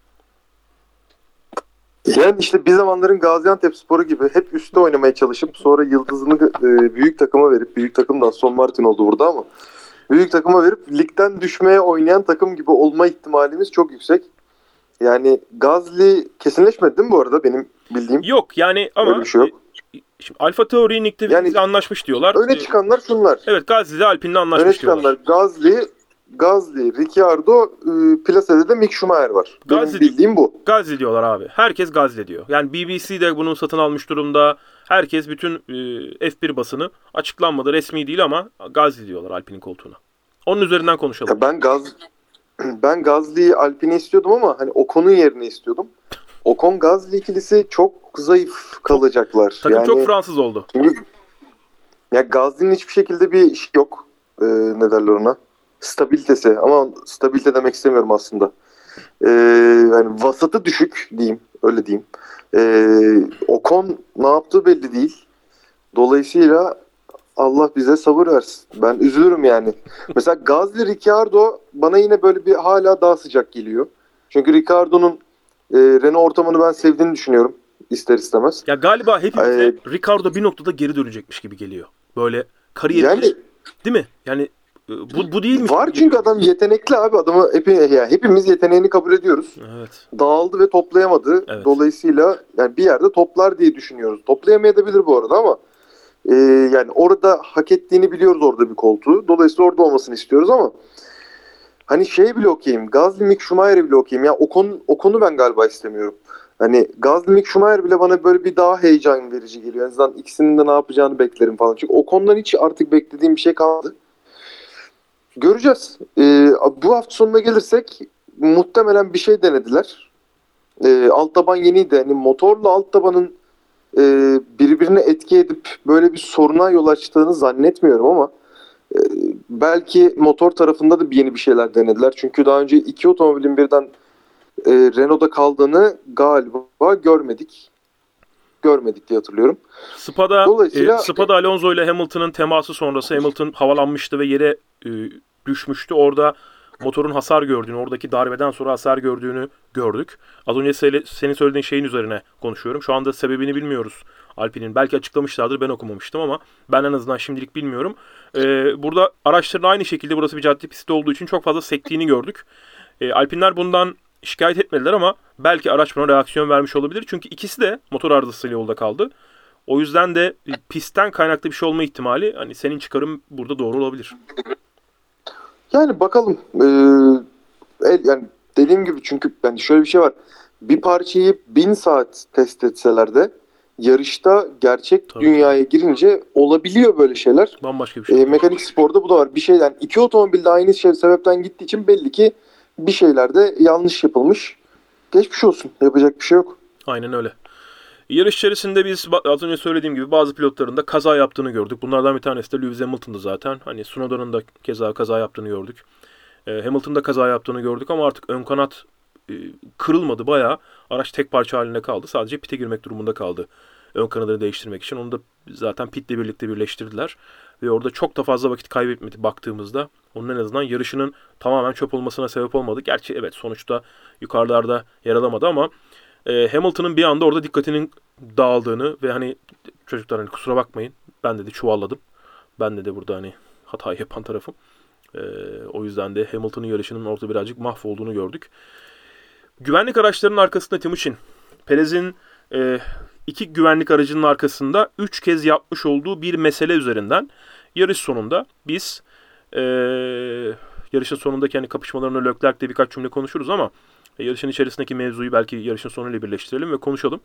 Yani işte bir zamanların Gaziantepspor'u gibi hep üstte oynamaya çalışıp sonra yıldızını e, büyük takıma verip, büyük takım da Aston Martin oldu burada ama büyük takıma verip ligden düşmeye oynayan takım gibi olma ihtimalimiz çok yüksek. Yani Gasly kesinleşmedi değil mi bu arada benim bildiğim? Yok yani ama Öyle bir şey yok. e, şimdi Alfa Tauri Nick'te Yani anlaşmış diyorlar. Öne E, çıkanlar şunlar. Evet, Gasly de Alpine'le Öne anlaşmış çıkanlar diyorlar. Gasly, Gasly, Ricciardo, e, Place'de de Mick Schumacher var. Benim Gasly- bildiğim bu. Gasly diyorlar abi. Herkes Gasly diyor. Yani B B C de bunu satın almış durumda. Herkes bütün e, F bir basını açıklanmadı, resmi değil ama Gasly diyorlar Alpine'in koltuğuna. Onun üzerinden konuşalım. Ya ben Gaz ben Gasly'yi Alpine istiyordum ama hani Ocon'un yerine istiyordum. Ocon Gasly ikilisi çok zayıf kalacaklar. Takım yani, çok Fransız oldu. Çünkü ya Gasly'nin hiçbir şekilde bir şey yok. Ee, ne derler ona? Stabilitesi. Ama stabilite demek istemiyorum aslında. Ee, yani vasatı düşük diyeyim. Öyle diyeyim. Ee, Ocon ne yaptığı belli değil. Dolayısıyla Allah bize sabır versin. Ben üzülürüm yani. Mesela Gasly, Ricciardo bana yine böyle bir hala daha sıcak geliyor. Çünkü Ricciardo'nun e, Renault ortamını ben sevdiğini düşünüyorum. İster istemez. Ya galiba hepimize Ee, Ricardo bir noktada geri dönecekmiş gibi geliyor. Böyle kariyerinde Yani değil mi? Yani e, bu, bu değilmiş. var gibi çünkü geliyor. adam yetenekli abi. Adamı hepi, ya hepimiz yeteneğini kabul ediyoruz. Evet. Dağıldı ve toplayamadı. Evet. Dolayısıyla yani bir yerde toplar diye düşünüyoruz. Toplayamayabilir bu arada ama e, yani orada hak ettiğini biliyoruz orada bir koltuğu. Dolayısıyla orada olmasını istiyoruz ama hani şey bile okeyim. Gasly, Mick Schumacher'ı bile okeyim. Ya o konu, o konu ben galiba istemiyorum. Hani Gasly, Mick Schumacher bile bana böyle bir daha heyecan verici geliyor. En azından ikisinin de ne yapacağını beklerim falan. Çünkü o konudan hiç artık beklediğim bir şey kalmadı. Göreceğiz. Ee, bu hafta sonuna gelirsek muhtemelen bir şey denediler. Ee, alt taban yeniydi. Yani motorla alt tabanın e, birbirine etki edip böyle bir soruna yol açtığını zannetmiyorum ama e, belki motor tarafında da bir yeni bir şeyler denediler. Çünkü daha önce iki otomobilin birden e, Renault'da kaldığını galiba görmedik. Görmedik diye hatırlıyorum. Spa'da, Dolayısıyla- e, Spa'da Alonso ile Hamilton'ın teması sonrası Hamilton havalanmıştı ve yere e, düşmüştü. Orada motorun hasar gördüğünü, oradaki darbeden sonra hasar gördüğünü gördük. Az önce se- senin söylediğin şeyin üzerine konuşuyorum. Şu anda sebebini bilmiyoruz Alpine'in. Belki açıklamışlardır, ben okumamıştım ama ben en azından şimdilik bilmiyorum. E, burada araçların aynı şekilde, burası bir cadde pisti olduğu için çok fazla sektiğini gördük. E, Alpinler bundan şikayet etmediler ama belki araç buna reaksiyon vermiş olabilir. Çünkü ikisi de motor arızasıyla yolda kaldı. O yüzden de pistten kaynaklı bir şey olma ihtimali, hani senin çıkarım burada doğru olabilir. Yani bakalım. Ee, el- yani dediğim gibi çünkü yani şöyle bir şey var. Bir parçayı bin saat test etseler de yarışta gerçek Tabii. dünyaya girince olabiliyor böyle şeyler. Bambaşka bir şey. Ee, mekanik sporda bu da var. Bir şeyden iki otomobil de aynı şey sebepten gittiği için belli ki bir şeylerde yanlış yapılmış. Geçmiş olsun. Yapacak bir şey yok. Aynen öyle. Yarış içerisinde biz ba- az önce söylediğim gibi bazı pilotların da kaza yaptığını gördük. Bunlardan bir tanesi de Lewis Hamilton'dı zaten. Hani Tsunoda'nın da keza kaza yaptığını gördük. E, Hamilton'ın da kaza yaptığını gördük ama artık ön kanat e, kırılmadı bayağı. Araç tek parça halinde kaldı. Sadece pite girmek durumunda kaldı. Ön kanadını değiştirmek için. Onu da zaten pitle birlikte birleştirdiler. Ve orada çok da fazla vakit kaybetmedi baktığımızda. Onun en azından yarışının tamamen çöp olmasına sebep olmadı. Gerçi evet, sonuçta yukarılarda yer alamadı ama e, Hamilton'ın bir anda orada dikkatinin dağıldığını ve hani çocuklar hani kusura bakmayın, ben dedi çuvalladım. Ben de burada hani hata yapan tarafım. E, o yüzden de Hamilton'ın yarışının orada birazcık mahvolduğunu gördük. Güvenlik araçlarının arkasında Timuçin, Perez'in e, iki güvenlik aracının arkasında üç kez yapmış olduğu bir mesele üzerinden yarış sonunda biz e, yarışın sonundaki hani kapışmalarını Leclerc'le birkaç cümle konuşuruz ama e, yarışın içerisindeki mevzuyu belki yarışın sonuyla birleştirelim ve konuşalım.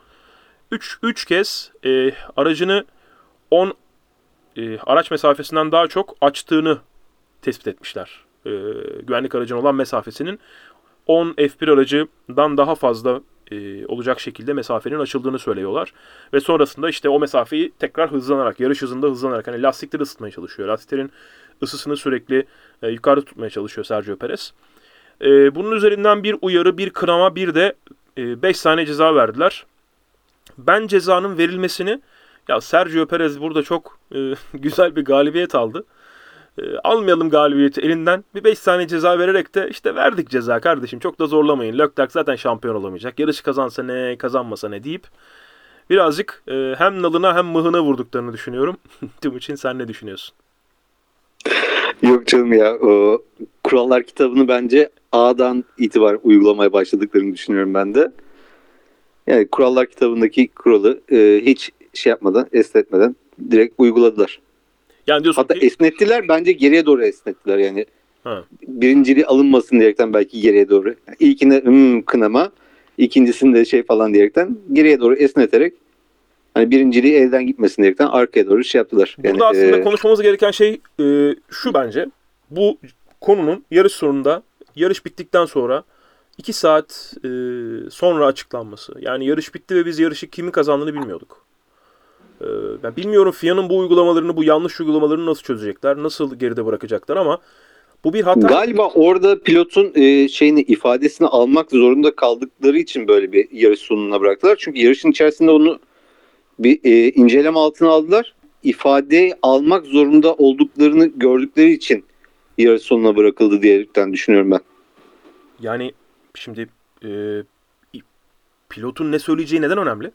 üç kez e, aracını on e, araç mesafesinden daha çok açtığını tespit etmişler. E, güvenlik aracının olan mesafesinin on F bir aracından daha fazla e, olacak şekilde mesafenin açıldığını söylüyorlar. Ve sonrasında işte o mesafeyi tekrar hızlanarak, yarış hızında hızlanarak, hani lastikleri ısıtmaya çalışıyor. Lastiklerin ısısını sürekli e, yukarıda tutmaya çalışıyor Sergio Perez. E, bunun üzerinden bir uyarı, bir kınama, bir de beş tane ceza verdiler. Ben cezanın verilmesini, ya Sergio Perez burada çok e, güzel bir galibiyet aldı. E, almayalım galibiyeti elinden. Bir beş tane ceza vererek de işte verdik ceza kardeşim, çok da zorlamayın. Leclerc zaten şampiyon olamayacak. Yarışı kazansa ne, kazanmasa ne deyip birazcık e, hem nalına hem mıhına vurduklarını düşünüyorum. Timuçin, sen ne düşünüyorsun? Yok canım ya, o kurallar kitabını bence A'dan itibaren uygulamaya başladıklarını düşünüyorum ben de. Yani kurallar kitabındaki kuralı e, hiç şey yapmadan, esnetmeden direkt uyguladılar. Yani diyorsun Hatta ki... esnettiler, bence geriye doğru esnettiler yani. Ha. Birinciliği alınmasın diyerekten belki geriye doğru. Yani İlkinde hmm, kınama, ikincisinde şey falan diyerekten geriye doğru esneterek hani birinciliği elden gitmesin diyerekten arkaya doğru şey yaptılar. Burada Yani, aslında e, konuşmamız gereken şey e, şu bence. Bu konunun yarış sonunda, yarış bittikten sonra iki saat e, sonra açıklanması. Yani yarış bitti ve biz yarışı kimin kazandığını bilmiyorduk. E, ben bilmiyorum F I A'nın bu uygulamalarını, bu yanlış uygulamalarını nasıl çözecekler, nasıl geride bırakacaklar ama bu bir hata. Galiba orada pilotun e, şeyini ifadesini almak zorunda kaldıkları için böyle bir yarış sonuna bıraktılar. Çünkü yarışın içerisinde onu bir e, inceleme altına aldılar. İfade almak zorunda olduklarını gördükleri için yarış sonuna bırakıldı diyerekten düşünüyorum ben. Yani şimdi e, pilotun ne söyleyeceği neden önemli?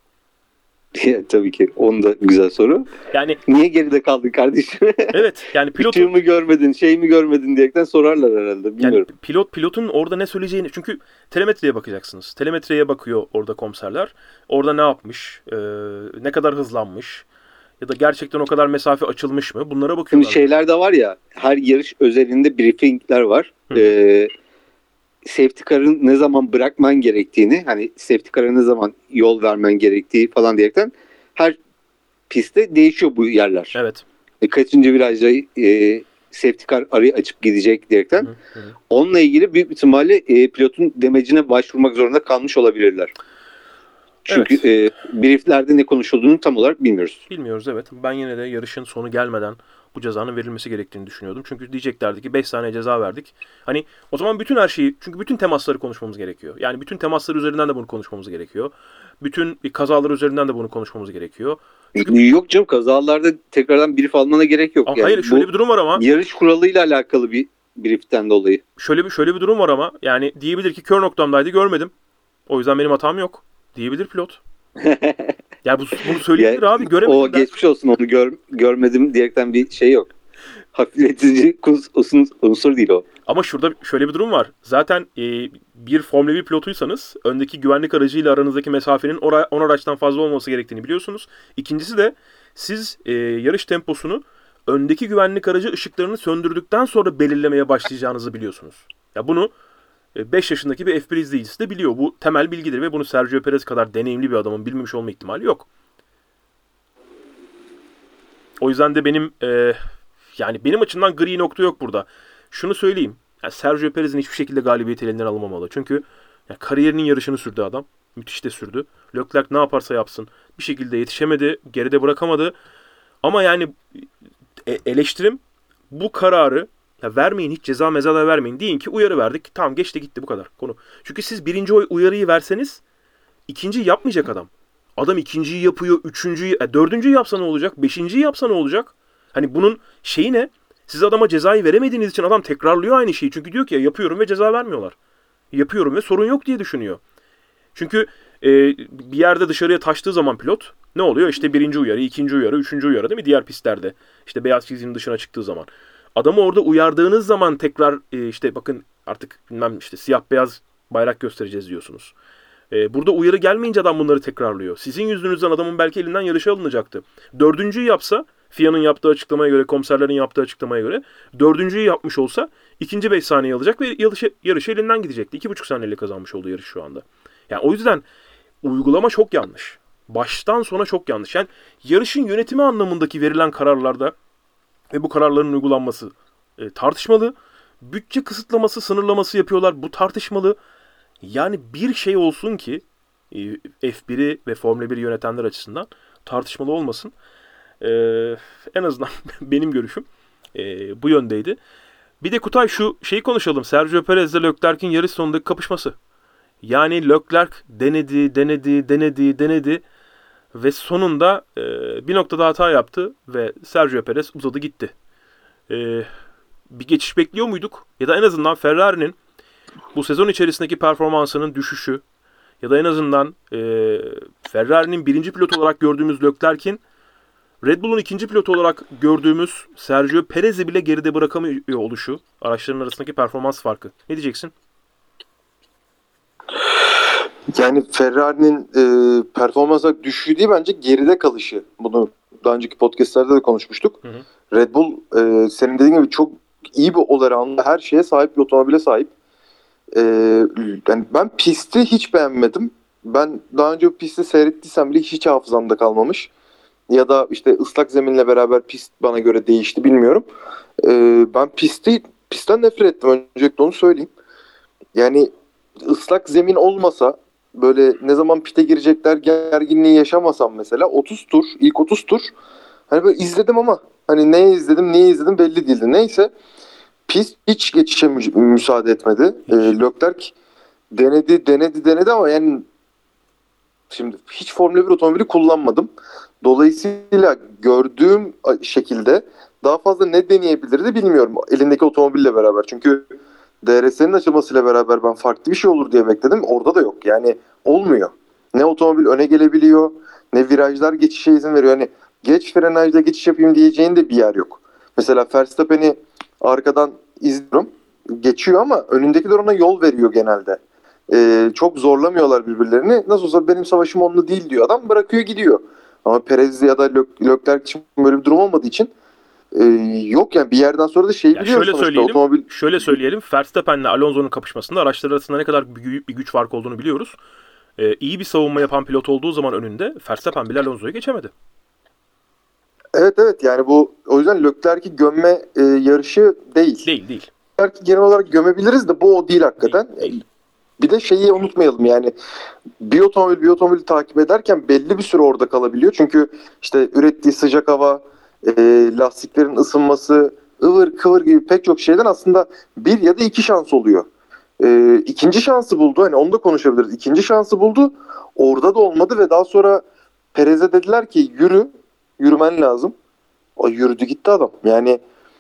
Tabii ki. Onun da güzel soru. Yani niye geride kaldın kardeşim? evet yani pilot Işığı mı görmedin, şey mi görmedin diyerekten sorarlar herhalde. Bilmiyorum. Yani pilot pilotun orada ne söyleyeceğini, çünkü telemetreye bakacaksınız. Telemetreye bakıyor orada komiserler. Orada ne yapmış, e, ne kadar hızlanmış ya da gerçekten o kadar mesafe açılmış mı? Bunlara bakıyorlar. Şimdi şeyler de var ya, her yarış özelinde briefingler var. Hı. Ee, safety car'ın ne zaman bırakman gerektiğini, hani safety car'a ne zaman yol vermen gerektiği falan diyerekten her pistte değişiyor bu yerler. Evet. E, kaçıncı virajda e, safety car arayı açıp gidecek diyerekten. Hı hı. Onunla ilgili büyük ihtimalle e, pilotun demecine başvurmak zorunda kalmış olabilirler. Çünkü Evet. e, brieflerde ne konuşulduğunu tam olarak bilmiyoruz. Bilmiyoruz, evet. Ben yine de yarışın sonu gelmeden bu cezanın verilmesi gerektiğini düşünüyordum. Çünkü diyeceklerdi ki beş saniye ceza verdik. Hani o zaman bütün her şeyi, çünkü bütün temasları konuşmamız gerekiyor. Yani bütün temaslar üzerinden de bunu konuşmamız gerekiyor. Bütün kazalar üzerinden de bunu konuşmamız gerekiyor. Çünkü... Yok canım, kazalarda tekrardan brief almana gerek yok. Aa, Yani hayır, şöyle bir durum var ama. Yarış kuralıyla alakalı bir brieften dolayı. Şöyle bir şöyle bir durum var ama. Yani diyebilir ki kör noktamdaydı, görmedim. O yüzden benim hatam yok. Diyebilir pilot. Ya bu, bunu söyleyebilir Yani, abi, göremedim o ben. geçmiş olsun, onu gör, görmedim diyerekten bir şey yok. Hafifletici unsur, unsur değil o. Ama şurada şöyle bir durum var. Zaten e, bir Formula bir pilotuysanız öndeki güvenlik aracıyla aranızdaki mesafenin on araçtan fazla olması gerektiğini biliyorsunuz. İkincisi de siz e, yarış temposunu öndeki güvenlik aracı ışıklarını söndürdükten sonra belirlemeye başlayacağınızı biliyorsunuz. Ya bunu beş yaşındaki bir F bir izleyicisi de biliyor. Bu temel bilgidir ve bunu Sergio Perez kadar deneyimli bir adamın bilmemiş olma ihtimali yok. O yüzden de benim e, yani benim açımdan gri nokta yok burada. Şunu söyleyeyim. Yani Sergio Perez'in hiçbir şekilde galibiyet elinden alınmamalı. Çünkü yani kariyerinin yarışını sürdü adam. Müthiş de sürdü. Leclerc ne yaparsa yapsın bir şekilde yetişemedi. Geride bırakamadı. Ama yani e, eleştirim bu kararı ya vermeyin, hiç ceza meza da vermeyin. Deyin ki uyarı verdik. Tamam, geçti gitti, bu kadar konu. Çünkü siz birinci uyarıyı verseniz ikinciyi yapmayacak adam. Adam ikinciyi yapıyor, üçüncüyü, e, dördüncüyü yapsa ne olacak? Beşinciyi yapsa ne olacak? Hani bunun şeyi ne? Siz adama cezayı veremediğiniz için adam tekrarlıyor aynı şeyi. Çünkü diyor ki ya yapıyorum ve ceza vermiyorlar. Yapıyorum ve sorun yok diye düşünüyor. Çünkü e, bir yerde dışarıya taştığı zaman pilot ne oluyor? İşte birinci uyarı, ikinci uyarı, üçüncü uyarı değil mi? Diğer pistlerde. İşte beyaz çizginin dışına çıktığı zaman. Adamı orada uyardığınız zaman tekrar e, işte bakın artık bilmem işte siyah beyaz bayrak göstereceğiz diyorsunuz. E, burada uyarı gelmeyince adam bunları tekrarlıyor. Sizin yüzünüzden adamın belki elinden yarışı alınacaktı. Dördüncüyü yapsa, F I A'nın yaptığı açıklamaya göre, komiserlerin yaptığı açıklamaya göre dördüncüyü yapmış olsa ikinci beş saniye alacak ve yarışı, yarışı elinden gidecekti. İki buçuk saniyeyle kazanmış olduğu yarış şu anda. Yani o yüzden uygulama çok yanlış. Baştan sona çok yanlış. Yani yarışın yönetimi anlamındaki verilen kararlarda ve bu kararların uygulanması e, tartışmalı. Bütçe kısıtlaması, sınırlaması yapıyorlar. Bu tartışmalı. Yani bir şey olsun ki e, F biri ve Formula bir yönetenler açısından tartışmalı olmasın. E, en azından benim görüşüm e, bu yöndeydi. Bir de Kutay şu şeyi konuşalım. Sergio Perez ile Leclerc'in yarış sonundaki kapışması. Yani Leclerc denedi, denedi, denedi, denedi ve sonunda e, bir noktada hata yaptı ve Sergio Perez uzadı gitti. E, bir geçiş bekliyor muyduk? Ya da en azından Ferrari'nin bu sezon içerisindeki performansının düşüşü ya da en azından e, Ferrari'nin birinci pilot olarak gördüğümüz Leclerc'in Red Bull'un ikinci pilotu olarak gördüğümüz Sergio Perez'i bile geride bırakamıyor oluşu, araçların arasındaki performans farkı. Ne diyeceksin? Yani Ferrari'nin e, performans olarak düşüşü değil, bence geride kalışı. Bunu daha önceki podcastlerde de konuşmuştuk. Hı hı. Red Bull e, senin dediğin gibi çok iyi bir all-around, her şeye sahip bir otomobile sahip. E, yani ben pisti hiç beğenmedim. Ben daha önce bu pisti seyrettiysem bile hiç hafızamda kalmamış. Ya da işte ıslak zeminle beraber pist bana göre değişti, bilmiyorum. E, ben pisti pistten nefret ettim. Öncelikle onu söyleyeyim. Yani ıslak zemin olmasa, böyle ne zaman pite girecekler gerginliği yaşamasam mesela, otuz tur, ilk otuz tur hani böyle izledim ama hani neye izledim, niye izledim belli değildi. Neyse, pist hiç geçişe mü- müsaade etmedi. E, Leclerc denedi, denedi, denedi ama yani şimdi hiç Formula bir otomobili kullanmadım. Dolayısıyla gördüğüm şekilde daha fazla ne deneyebilirdi bilmiyorum elindeki otomobille beraber. Çünkü D R S'nin açılmasıyla beraber ben farklı bir şey olur diye bekledim. Orada da yok. Yani olmuyor. Ne otomobil öne gelebiliyor, ne virajlar geçişe izin veriyor. Yani geç frenajla geçiş yapayım diyeceğin de bir yer yok. Mesela Verstappen'i arkadan izliyorum. Geçiyor ama önündeki de ona yol veriyor genelde. Ee, çok zorlamıyorlar birbirlerini. Nasıl olsa benim savaşım onunla değil diyor adam. Bırakıyor gidiyor. Ama Perez ya da Leclerc için böyle bir durum olmadığı için e, yok yani bir yerden sonra da şey ya biliyoruz şöyle sonuçta söyleyelim, otomobil. Şöyle söyleyelim. Verstappen'le Alonso'nun kapışmasında araçlar arasında ne kadar büyük bir güç farkı olduğunu biliyoruz. Ee, iyi bir savunma yapan pilot olduğu zaman önünde Verstappen bile Alonso'yu geçemedi. Evet evet, yani bu o yüzden Leclerc'i gömme e, yarışı değil. Değil değil. Leclerc'i genel olarak gömebiliriz de bu o değil hakikaten. Değil, değil. Bir de şeyi unutmayalım, yani bir otomobil bir otomobili takip ederken belli bir süre orada kalabiliyor. Çünkü işte ürettiği sıcak hava, e, lastiklerin ısınması, ıvır kıvır gibi pek çok şeyden aslında bir ya da iki şans oluyor. E, ikinci şansı buldu, hani onu da konuşabiliriz. İkinci şansı buldu, orada da olmadı ve daha sonra Perez'e dediler ki yürü, yürümen lazım. O yürüdü gitti adam. Yani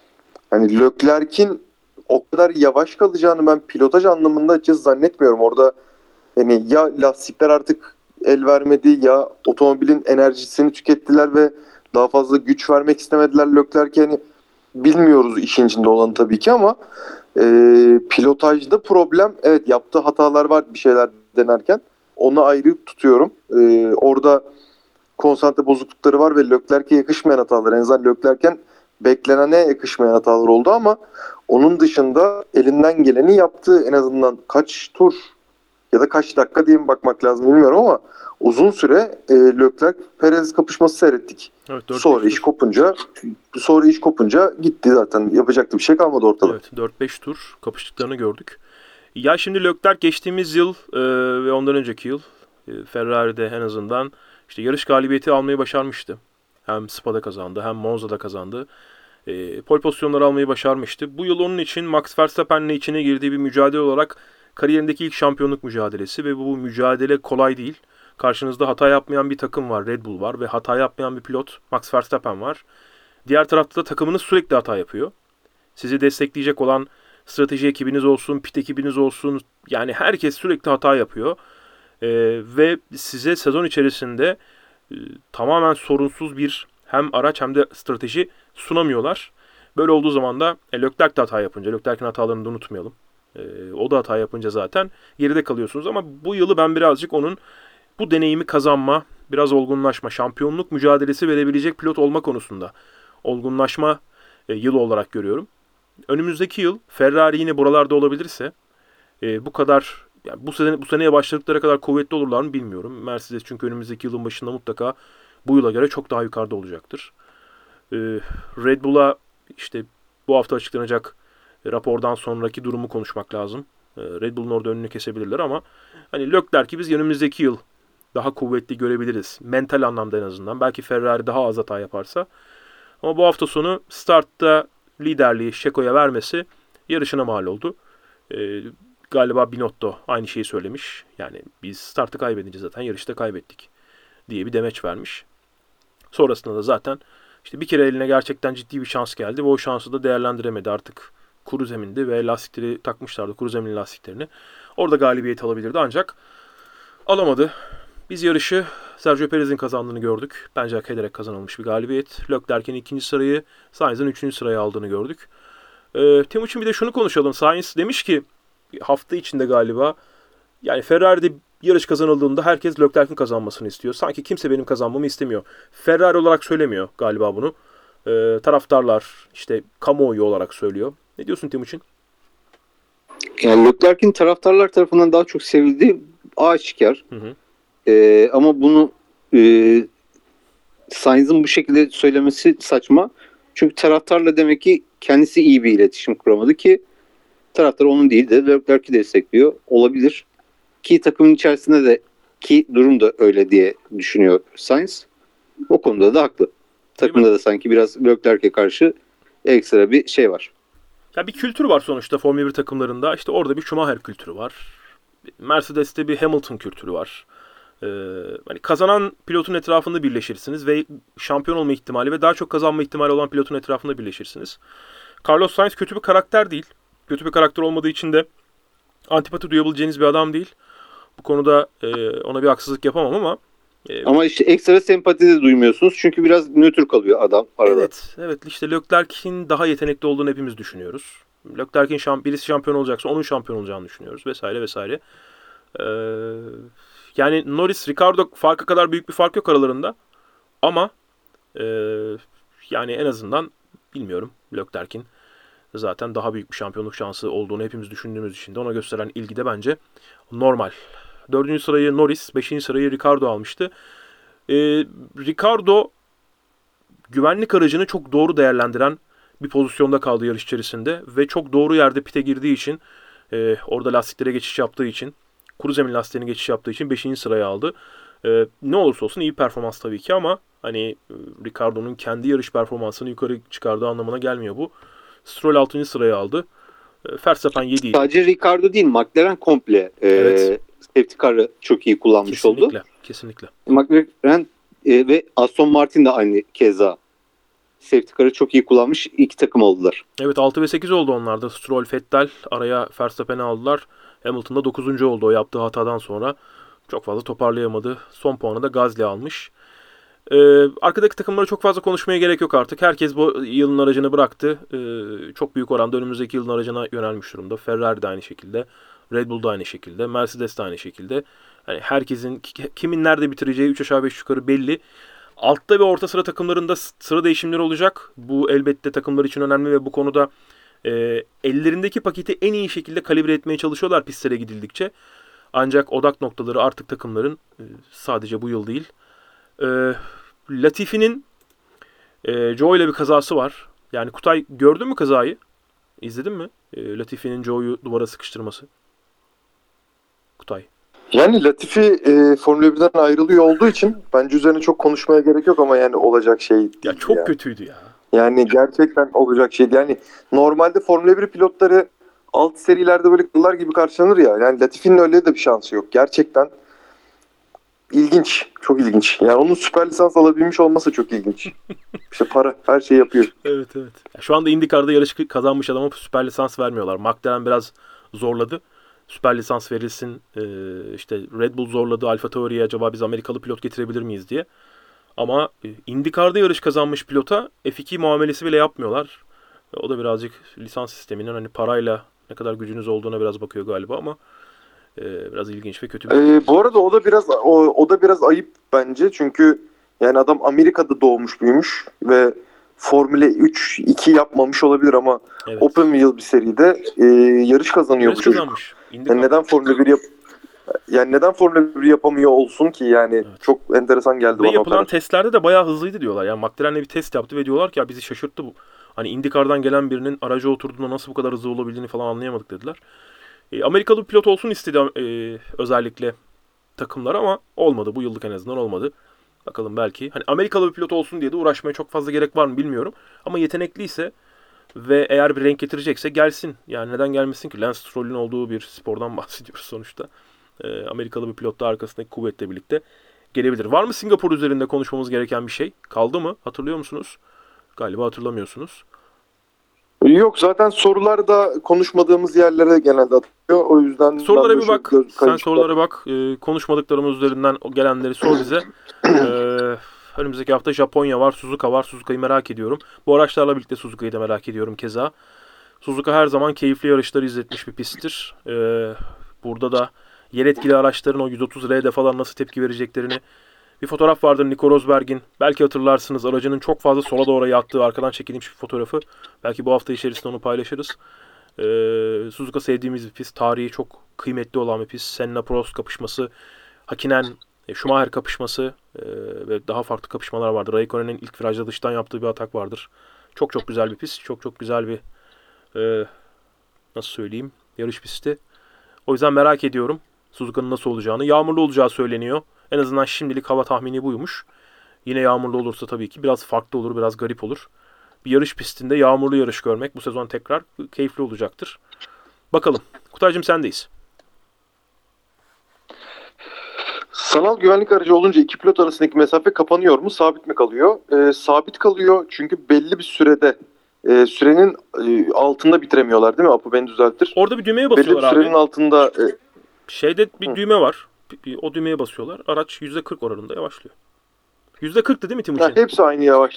hani Leclerc'in o kadar yavaş kalacağını ben pilotaj anlamında açıkçası zannetmiyorum. Orada yani ya lastikler artık el vermedi, ya otomobilin enerjisini tükettiler ve daha fazla güç vermek istemediler Leclerc'e. Yani bilmiyoruz işin içinde olanı tabii ki ama e, pilotajda problem, evet yaptığı hatalar var bir şeyler denerken. Onu ayrı tutuyorum. E, orada konsantre bozuklukları var ve Leclerc'e yakışmayan hatalar. En azından Leclerc'en beklenene yakışmayan hatalar oldu ama onun dışında elinden geleni yaptı. En azından kaç tur ya da kaç dakika diye mi bakmak lazım bilmiyorum ama uzun süre e, Leclerc-Perez kapışması seyrettik. Evet, sonra iş kopunca sonra iş kopunca gitti zaten. Yapacak da bir şey kalmadı ortada. Evet, dört beş tur kapıştıklarını gördük. Ya şimdi Leclerc geçtiğimiz yıl e, ve ondan önceki yıl e, Ferrari'de en azından işte yarış galibiyeti almayı başarmıştı. Hem Spa'da kazandı, hem Monza'da kazandı. E, pole pozisyonları almayı başarmıştı. Bu yıl onun için Max Verstappen'le içine girdiği bir mücadele olarak kariyerindeki ilk şampiyonluk mücadelesi ve bu mücadele kolay değil. Karşınızda hata yapmayan bir takım var, Red Bull var ve hata yapmayan bir pilot Max Verstappen var. Diğer tarafta da takımınız sürekli hata yapıyor. Sizi destekleyecek olan strateji ekibiniz olsun, pit ekibiniz olsun, yani herkes sürekli hata yapıyor. Ee, ve size sezon içerisinde e, tamamen sorunsuz bir hem araç hem de strateji sunamıyorlar. Böyle olduğu zaman da e, Leclerc de hata yapınca, Leclerc'in hatalarını da unutmayalım. E, o da hata yapınca zaten geride kalıyorsunuz. Ama bu yılı ben birazcık onun bu deneyimi kazanma, biraz olgunlaşma, şampiyonluk mücadelesi verebilecek pilot olma konusunda olgunlaşma e, yılı olarak görüyorum. Önümüzdeki yıl Ferrari yine buralarda olabilirse e, bu kadar yani bu sene bu seneye başladıkları kadar kuvvetli olurlar mı bilmiyorum. Mercedes çünkü önümüzdeki yılın başında mutlaka bu yıla göre çok daha yukarıda olacaktır. E, Red Bull'a işte bu hafta açıklanacak rapordan sonraki durumu konuşmak lazım. E, Red Bull'un orada önünü kesebilirler ama hani Leclerc'i biz önümüzdeki yıl daha kuvvetli görebiliriz. Mental anlamda en azından. Belki Ferrari daha az hata yaparsa. Ama bu hafta sonu startta liderliği Checo'ya vermesi yarışına mal oldu. Ee, galiba Binotto aynı şeyi söylemiş. Yani biz startı kaybedince zaten yarışta kaybettik diye bir demeç vermiş. Sonrasında da zaten işte bir kere eline gerçekten ciddi bir şans geldi ve o şansı da değerlendiremedi. Artık kuru zemindi ve lastikleri takmışlardı, kuru zemin lastiklerini. Orada galibiyet alabilirdi ancak alamadı. Biz yarışı Sergio Perez'in kazandığını gördük. Bence hak ederek kazanılmış bir galibiyet. Leclerc'in ikinci sırayı, Sainz'in üçüncü sırayı aldığını gördük. Ee, Timuçin bir de şunu konuşalım. Sainz demiş ki hafta içinde galiba yani Ferrari'de yarış kazanıldığında herkes Leclerc'in kazanmasını istiyor. Sanki kimse benim kazanmamı istemiyor. Ferrari olarak söylemiyor galiba bunu. Ee, taraftarlar işte kamuoyu olarak söylüyor. Ne diyorsun Timuçin? Yani Leclerc'in taraftarlar tarafından daha çok sevildiği aşikar. Hı hı. Ee, ama bunu e, Sainz'ın bu şekilde söylemesi saçma. Çünkü taraftarla demek ki kendisi iyi bir iletişim kuramadı ki taraftar onun değil de Leclerc'i destekliyor. Olabilir. Ki takımın içerisinde de ki durum da öyle diye düşünüyor Sainz. O konuda da haklı. Takımda da sanki biraz Leclerc'e karşı ekstra bir şey var. Ya bir kültür var sonuçta Formula bir takımlarında. İşte orada bir Schumacher kültürü var. Mercedes'te bir Hamilton kültürü var. Ee, hani kazanan pilotun etrafında birleşirsiniz ve şampiyon olma ihtimali ve daha çok kazanma ihtimali olan pilotun etrafında birleşirsiniz. Carlos Sainz kötü bir karakter değil. Kötü bir karakter olmadığı için de antipati duyabileceğiniz bir adam değil. Bu konuda e, ona bir haksızlık yapamam ama e, Ama işte ekstra sempati de duymuyorsunuz. Çünkü biraz nötr kalıyor adam arada. evet, evet işte Leclerc'in daha yetenekli olduğunu hepimiz düşünüyoruz. Leclerc'in şamp birisi şampiyon olacaksa onun şampiyon olacağını düşünüyoruz vesaire vesaire. Ee, yani Norris, Ricardo farka kadar büyük bir fark yok aralarında. Ama e, yani en azından bilmiyorum Leclerc'in zaten daha büyük bir şampiyonluk şansı olduğunu hepimiz düşündüğümüz için de ona gösteren ilgi de bence normal. Dördüncü sırayı Norris, beşinci sırayı Ricardo almıştı. Ee, Ricardo güvenlik aracını çok doğru değerlendiren bir pozisyonda kaldı yarış içerisinde ve çok doğru yerde pite girdiği için e, orada lastiklere geçiş yaptığı için kuru zemin lastiğine geçiş yaptığı için beşinci sırayı aldı. E, ne olursa olsun iyi performans tabii ki ama hani e, Ricardo'nun kendi yarış performansını yukarı çıkardığı anlamına gelmiyor bu. Stroll altıncı sırayı aldı. E, Verstappen yedi. Sadece Ricardo değil, McLaren komple e, Evet. safety car'ı çok iyi kullanmış Kesinlikle, oldu. kesinlikle. McLaren e, ve Aston Martin de aynı keza safety car'ı çok iyi kullanmış iki takım oldular. Evet altı ve sekiz oldu onlarda. Stroll, Vettel araya Verstappen'i aldılar. Hamilton da dokuzuncu oldu o yaptığı hatadan sonra. Çok fazla toparlayamadı. Son puanı da Gasly almış. Ee, arkadaki takımlara çok fazla konuşmaya gerek yok artık. Herkes bu yılın aracını bıraktı. Ee, çok büyük oranda önümüzdeki yılın aracına yönelmiş durumda. Ferrari de aynı şekilde. Red Bull da aynı şekilde. Mercedes de aynı şekilde. Yani herkesin kimin nerede bitireceği üç aşağı beş yukarı belli. Altta ve orta sıra takımlarında sıra değişimleri olacak. Bu elbette takımlar için önemli ve bu konuda e, ellerindeki paketi en iyi şekilde kalibre etmeye çalışıyorlar pistlere gidildikçe. Ancak odak noktaları artık takımların e, sadece bu yıl değil. E, Latifi'nin e, Joe ile bir kazası var. Yani Kutay gördün mü kazayı? İzledin mi? E, Latifi'nin Joe'yu duvara sıkıştırması. Kutay. Yani Latifi e, Formula birden ayrılıyor olduğu için bence üzerine çok konuşmaya gerek yok ama yani olacak şey değil. Ya çok ya. kötüydü ya. Yani gerçekten olacak şey değil. Yani normalde Formula bir pilotları alt serilerde böyle kıllar gibi karşılanır ya. Yani Latifi'nin öyle de bir şansı yok. Gerçekten ilginç. Çok ilginç. Yani onun süper lisans alabilmiş olması çok ilginç. İşte para. Her şeyi yapıyor. Evet evet. Ya şu anda IndyCar'da yarış kazanmış adama süper lisans vermiyorlar. McLaren biraz zorladı. Süper lisans verilsin. Ee, işte Red Bull zorladı. AlphaTauri'ye acaba biz Amerikalı pilot getirebilir miyiz diye. Ama e, IndyCar'da yarış kazanmış pilota F iki muamelesi bile yapmıyorlar. E, o da birazcık lisans sisteminin hani parayla ne kadar gücünüz olduğuna biraz bakıyor galiba ama e, biraz ilginç ve kötü bir Ee, bu arada o da biraz o, o da biraz ayıp bence. Çünkü yani adam Amerika'da doğmuş büyümüş ve Formula üç iki yapmamış olabilir ama evet. Open Wheel bir seride e, yarış kazanıyor yarış bu çocuk. kazanmış. Yani neden Formula bir yap yani neden Formula bir yapamıyor olsun ki yani Evet. çok enteresan geldi Ve bana o yapılan taraf. testlerde de bayağı hızlıydı diyorlar. Yani McLaren'le bir test yaptı ve diyorlar ki ya bizi şaşırttı bu. Hani IndyCar'dan gelen birinin araca oturduğunda nasıl bu kadar hızlı olabildiğini falan anlayamadık dediler. E, Amerikalı bir pilot olsun istedi e, özellikle takımlar ama olmadı. Bu yıllık en azından olmadı. Bakalım belki. Hani Amerikalı bir pilot olsun diye de uğraşmaya çok fazla gerek var mı bilmiyorum. Ama yetenekliyse ve eğer bir renk getirecekse gelsin. Yani neden gelmesin ki? Lance Stroll'ün olduğu bir spordan bahsediyoruz sonuçta. E, Amerikalı bir pilot da arkasındaki kuvvetle birlikte gelebilir. Var mı Singapur üzerinde konuşmamız gereken bir şey? Kaldı mı? Hatırlıyor musunuz? Galiba hatırlamıyorsunuz. Yok, zaten sorular da konuşmadığımız yerlere genelde atıyor. O yüzden Sorulara ben de bir şu bak. göz- Sen kayışta- sorulara bak. Ee, konuşmadıklarımız üzerinden o gelenleri sor bize. Ee, önümüzdeki hafta Japonya var, Suzuka var. Suzuka'yı merak ediyorum. Bu araçlarla birlikte Suzuka'yı da merak ediyorum keza. Suzuka her zaman keyifli yarışları izletmiş bir pisttir. Ee, burada da yer etkili araçların o yüz otuz R'de falan nasıl tepki vereceklerini. Bir fotoğraf vardır Nico Rosberg'in. Belki hatırlarsınız, aracının çok fazla sola doğru yattığı arkadan çekilmiş bir fotoğrafı. Belki bu hafta içerisinde onu paylaşırız. Ee, Suzuka sevdiğimiz bir pist. Tarihi çok kıymetli olan bir pist. Senna-Prost kapışması, Hakkinen-Schumacher kapışması e, ve daha farklı kapışmalar vardır. Raikkonen'in ilk virajda dıştan yaptığı bir atak vardır. Çok çok güzel bir pist. Çok çok güzel bir e, nasıl söyleyeyim, yarış pisti. O yüzden merak ediyorum Suzuka'nın nasıl olacağını. Yağmurlu olacağı söyleniyor. En azından şimdilik hava tahmini buymuş. Yine yağmurlu olursa tabii ki biraz farklı olur, biraz garip olur. Bir yarış pistinde yağmurlu yarış görmek bu sezon tekrar keyifli olacaktır. Bakalım. Kutaycığım sendeyiz. Sanal güvenlik aracı olunca iki pilot arasındaki mesafe kapanıyor mu? Sabit mi kalıyor? Ee, sabit kalıyor çünkü belli bir sürede e, sürenin e, altında bitiremiyorlar değil mi? Apo beni düzeltir. Orada bir düğmeye Belli bir basıyorlar sürenin abi. altında e, Şeyde bir Hı. düğme var. Bir- O düğmeye basıyorlar. Araç yüzde kırk oranında yavaşlıyor. yüzde kırktı değil mi ha, Timuçin? hepsi aynı yavaş.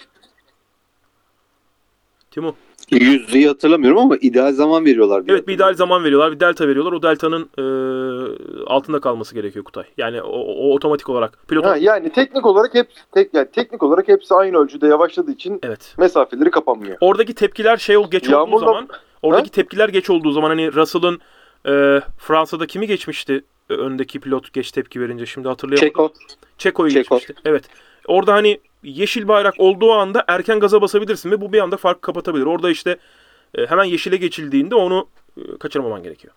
Timu. Yüzdeyi hatırlamıyorum ama ideal zaman veriyorlar diyor. Evet, bir ideal zaman veriyorlar. Bir delta veriyorlar. O deltanın e, altında kalması gerekiyor Kutay. Yani o, o otomatik olarak. Pilot Ha, yani teknik olarak hep tek yani teknik olarak hepsi aynı ölçüde yavaşladığı için evet. mesafeleri kapanmıyor. Oradaki tepkiler şey ol geç olduğu Yağmurla- zaman oradaki Ha? tepkiler geç olduğu zaman hani Russell'ın e, Fransa'da kimi geçmişti? E, öndeki pilot geç tepki verince şimdi hatırlayamadım. Çeko. Çeko'yu Çeko. geçmişti. Evet. Orada hani yeşil bayrak olduğu anda erken gaza basabilirsin ve bu bir anda farkı kapatabilir. Orada işte e, hemen yeşile geçildiğinde onu e, kaçırmaman gerekiyor.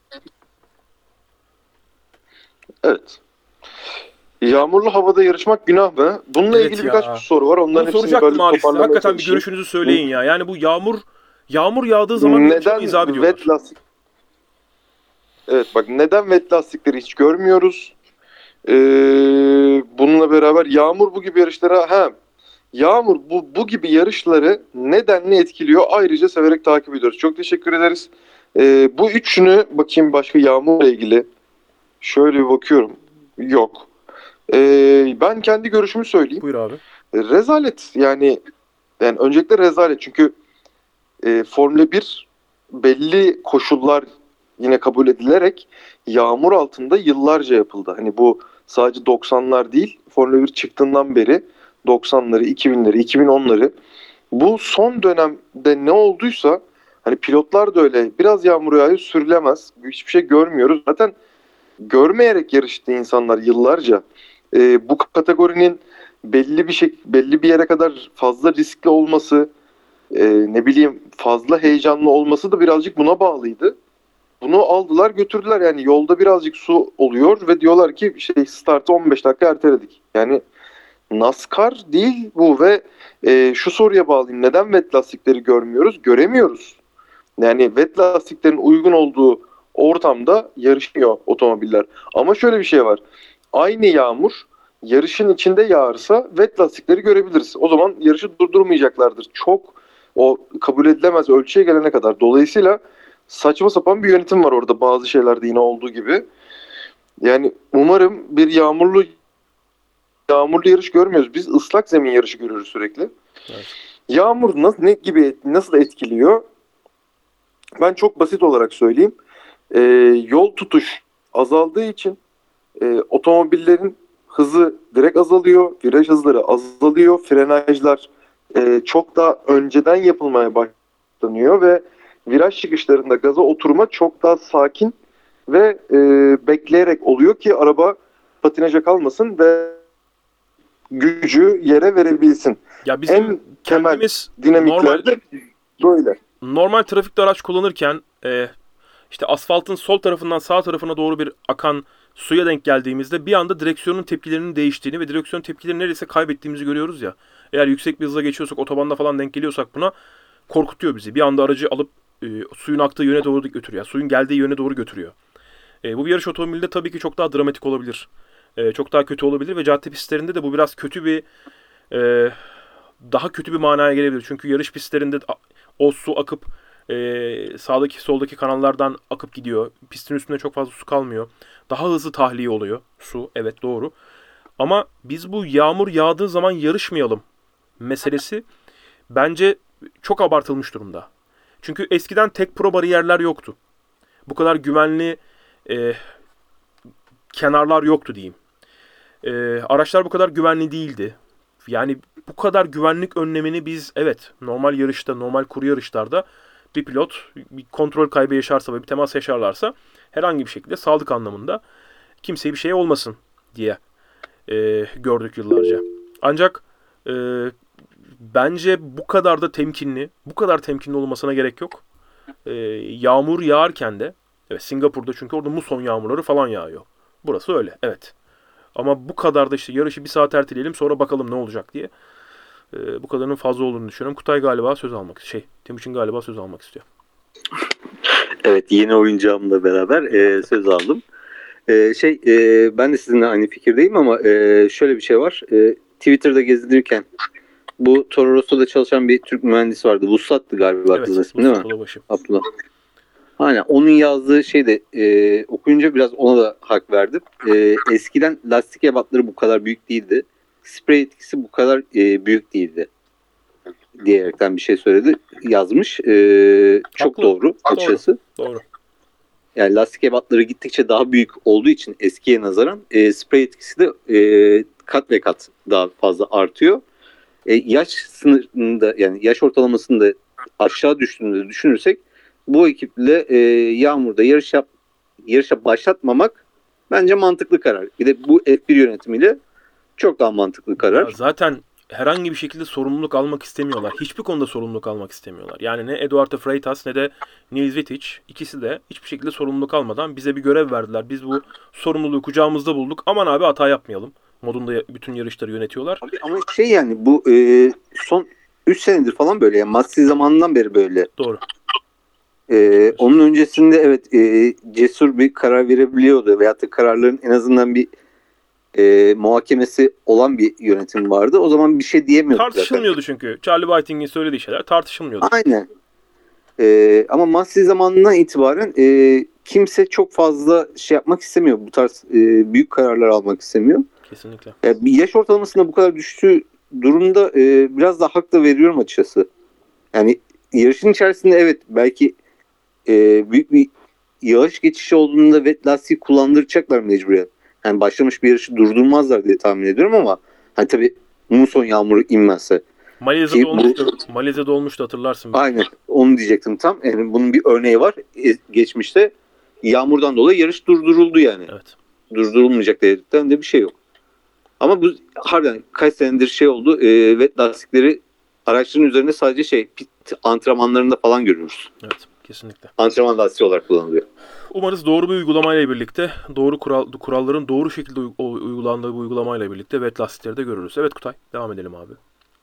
Evet. Yağmurlu havada yarışmak günah mı? Bununla Evet ilgili ya. birkaç soru var. Onların Bunu hepsini soracaktım böyle abi size. toparlamaya Hakikaten bir çalışayım. görüşünüzü söyleyin ya. Yani bu yağmur yağmur yağdığı zaman Neden izah ediyorlar. wet lastik? Evet bak, neden wet lastikleri hiç görmüyoruz? Ee, bununla beraber yağmur bu gibi yarışlara ha yağmur bu bu gibi yarışları nedenle etkiliyor? Ayrıca severek takip ediyoruz. Çok teşekkür ederiz. Ee, bu üçünü bakayım başka yağmurla ilgili. Şöyle bir bakıyorum. Yok. Ee, ben kendi görüşümü söyleyeyim. Buyur abi. Rezalet yani yani öncelikle rezalet çünkü e, Formula bir belli koşullar yine kabul edilerek yağmur altında yıllarca yapıldı. Hani bu sadece doksanlar değil, Formula bir çıktığından beri doksanları, iki binleri, iki bin onları bu son dönemde ne olduysa hani pilotlar da öyle biraz yağmur yağıyor sürülemez. Hiçbir şey görmüyoruz. Zaten görmeyerek yarıştı insanlar yıllarca. E, bu kategorinin belli bir şey belli bir yere kadar fazla riskli olması, e, ne bileyim fazla heyecanlı olması da birazcık buna bağlıydı. Bunu aldılar götürdüler yani yolda birazcık su oluyor ve diyorlar ki şey startı on beş dakika erteledik. Yani NASCAR değil bu ve e, şu soruya bağlayayım, neden wet lastikleri görmüyoruz? Göremiyoruz. Yani wet lastiklerin uygun olduğu ortamda yarışmıyor otomobiller. Ama şöyle bir şey var. Aynı yağmur yarışın içinde yağarsa wet lastikleri görebiliriz. O zaman yarışı durdurmayacaklardır. Çok o kabul edilemez ölçüye gelene kadar. Dolayısıyla saçma sapan bir yönetim var orada bazı şeylerde yine olduğu gibi. Yani umarım bir yağmurlu yağmurlu yarış görmüyoruz. Biz ıslak zemin yarışı görüyoruz sürekli. Evet. Yağmur nasıl ne gibi nasıl etkiliyor? Ben çok basit olarak söyleyeyim. Ee, yol tutuş azaldığı için e, otomobillerin hızı direkt azalıyor, viraj hızları azalıyor, frenajlar e, çok daha önceden yapılmaya başlanıyor ve viraj çıkışlarında gaza oturma çok daha sakin ve e, bekleyerek oluyor ki araba patinaja kalmasın ve gücü yere verebilsin. Ya bizim En temel kendimiz dinamiklerde böyle. normal trafikte araç kullanırken e, işte asfaltın sol tarafından sağ tarafına doğru bir akan suya denk geldiğimizde bir anda direksiyonun tepkilerinin değiştiğini ve direksiyon tepkileri neredeyse kaybettiğimizi görüyoruz ya. Eğer yüksek bir hızla geçiyorsak, otobanda falan denk geliyorsak buna korkutuyor bizi. Bir anda aracı alıp e, suyun aktığı yöne doğru götürüyor. Yani suyun geldiği yöne doğru götürüyor. E, bu bir yarış otomobilinde tabii ki çok daha dramatik olabilir. E, çok daha kötü olabilir ve cadde pistlerinde de bu biraz kötü bir e, daha kötü bir manaya gelebilir. Çünkü yarış pistlerinde o su akıp Ee, sağdaki soldaki kanallardan akıp gidiyor. Pistin üstünde çok fazla su kalmıyor. Daha hızlı tahliye oluyor su. Evet, doğru. Ama biz bu yağmur yağdığı zaman yarışmayalım meselesi bence çok abartılmış durumda. Çünkü eskiden tek pro bariyerler yoktu. Bu kadar güvenli e, kenarlar yoktu diyeyim. E, araçlar bu kadar güvenli değildi. Yani bu kadar güvenlik önlemini biz, evet, normal yarışta, normal kuru yarışlarda bir pilot bir kontrol kaybı yaşarsa ve bir temas yaşarlarsa herhangi bir şekilde sağlık anlamında kimseye bir şey olmasın diye e, gördük yıllarca. Ancak e, bence bu kadar da temkinli, bu kadar temkinli olmasına gerek yok. E, yağmur yağarken de, evet, Singapur'da çünkü orada muson yağmurları falan yağıyor. Burası öyle, evet. Ama bu kadar da işte yarışı bir saat erteleyelim sonra bakalım ne olacak diye. E, bu kadarının fazla olduğunu düşünüyorum. Kutay galiba söz almak, şey, Timuçin galiba söz almak istiyor. Evet, yeni oyuncağımla beraber e, söz aldım. E, şey, e, ben de sizinle aynı fikirdeyim ama e, şöyle bir şey var. E, Twitter'da gezinirken bu Toro Rosso'da çalışan bir Türk mühendis vardı. Vuslat'tı galiba Evet, kızın ismi, değil mi? Kolabaşı. Abdullah. Aynen, onun yazdığı şeyde e, okuyunca biraz ona da hak verdim. E, eskiden lastik ebatları bu kadar büyük değildi. Sprey etkisi bu kadar e, büyük değildi diyerekten bir şey söyledi. Yazmış. E, çok Haklı. doğru açıkçası. Doğru. Yani lastik ebatları gittikçe daha büyük olduğu için eskiye nazaran e, sprey etkisi de e, kat ve kat daha fazla artıyor. E, yaş sınırında, yani yaş ortalamasını da aşağı düştüğünü düşünürsek bu ekiple e, yağmurda yarış yap, yarışa başlatmamak bence mantıklı karar. Bir de bu F bir yönetimiyle çok daha mantıklı karar. Ya zaten herhangi bir şekilde sorumluluk almak istemiyorlar. Hiçbir konuda sorumluluk almak istemiyorlar. Yani ne Eduardo Freitas ne de Niels Wittich, ikisi de hiçbir şekilde sorumluluk almadan bize bir görev verdiler. Biz bu sorumluluğu kucağımızda bulduk. Aman abi hata yapmayalım modunda bütün yarışları yönetiyorlar. Abi ama şey, yani bu e, son üç senedir falan böyle. Yani Massi zamanından beri böyle. Doğru. Ee, onun öncesinde evet e, cesur bir karar verebiliyordu veyahut da kararların en azından bir e, muhakemesi olan bir yönetim vardı. O zaman bir şey diyemiyorduk Tartışılmıyordu zaten. çünkü. Charlie Whiting'in söylediği şeyler tartışılmıyordu. Aynen. Ee, ama Massi zamanından itibaren e, kimse çok fazla şey yapmak istemiyor. Bu tarz e, büyük kararlar almak istemiyor. Kesinlikle. Yani bir yaş ortalamasında bu kadar düştüğü durumda e, biraz daha hak da veriyorum açıkçası. Yani yarışın içerisinde evet belki e, büyük bir yağış geçişi olduğunda wet lastiği kullandıracaklar mecburen. Yani başlamış bir yarışı durdurmazlar diye tahmin ediyorum ama hani tabii muson yağmuru inmezse. Malezya'da Ki bu- olmuştu. Malezya'da olmuştu, hatırlarsın. Aynen, onu diyecektim tam. Yani bunun bir örneği var. E, geçmişte yağmurdan dolayı yarış durduruldu yani. Evet. Durdurulmayacak dedikten de bir şey yok. Ama bu harbiden kaç senedir şey oldu. E, wet lastikleri araçların üzerinde sadece şey pit antrenmanlarında falan görüyoruz. Evet. Kesinlikle. Antrenman lastiği olarak kullanılıyor. Umarız doğru bir uygulamayla birlikte, doğru kural, kuralların doğru şekilde uy- uygulandığı bu uygulamayla birlikte wet lastikleri de görürüz. Evet Kutay, devam edelim abi.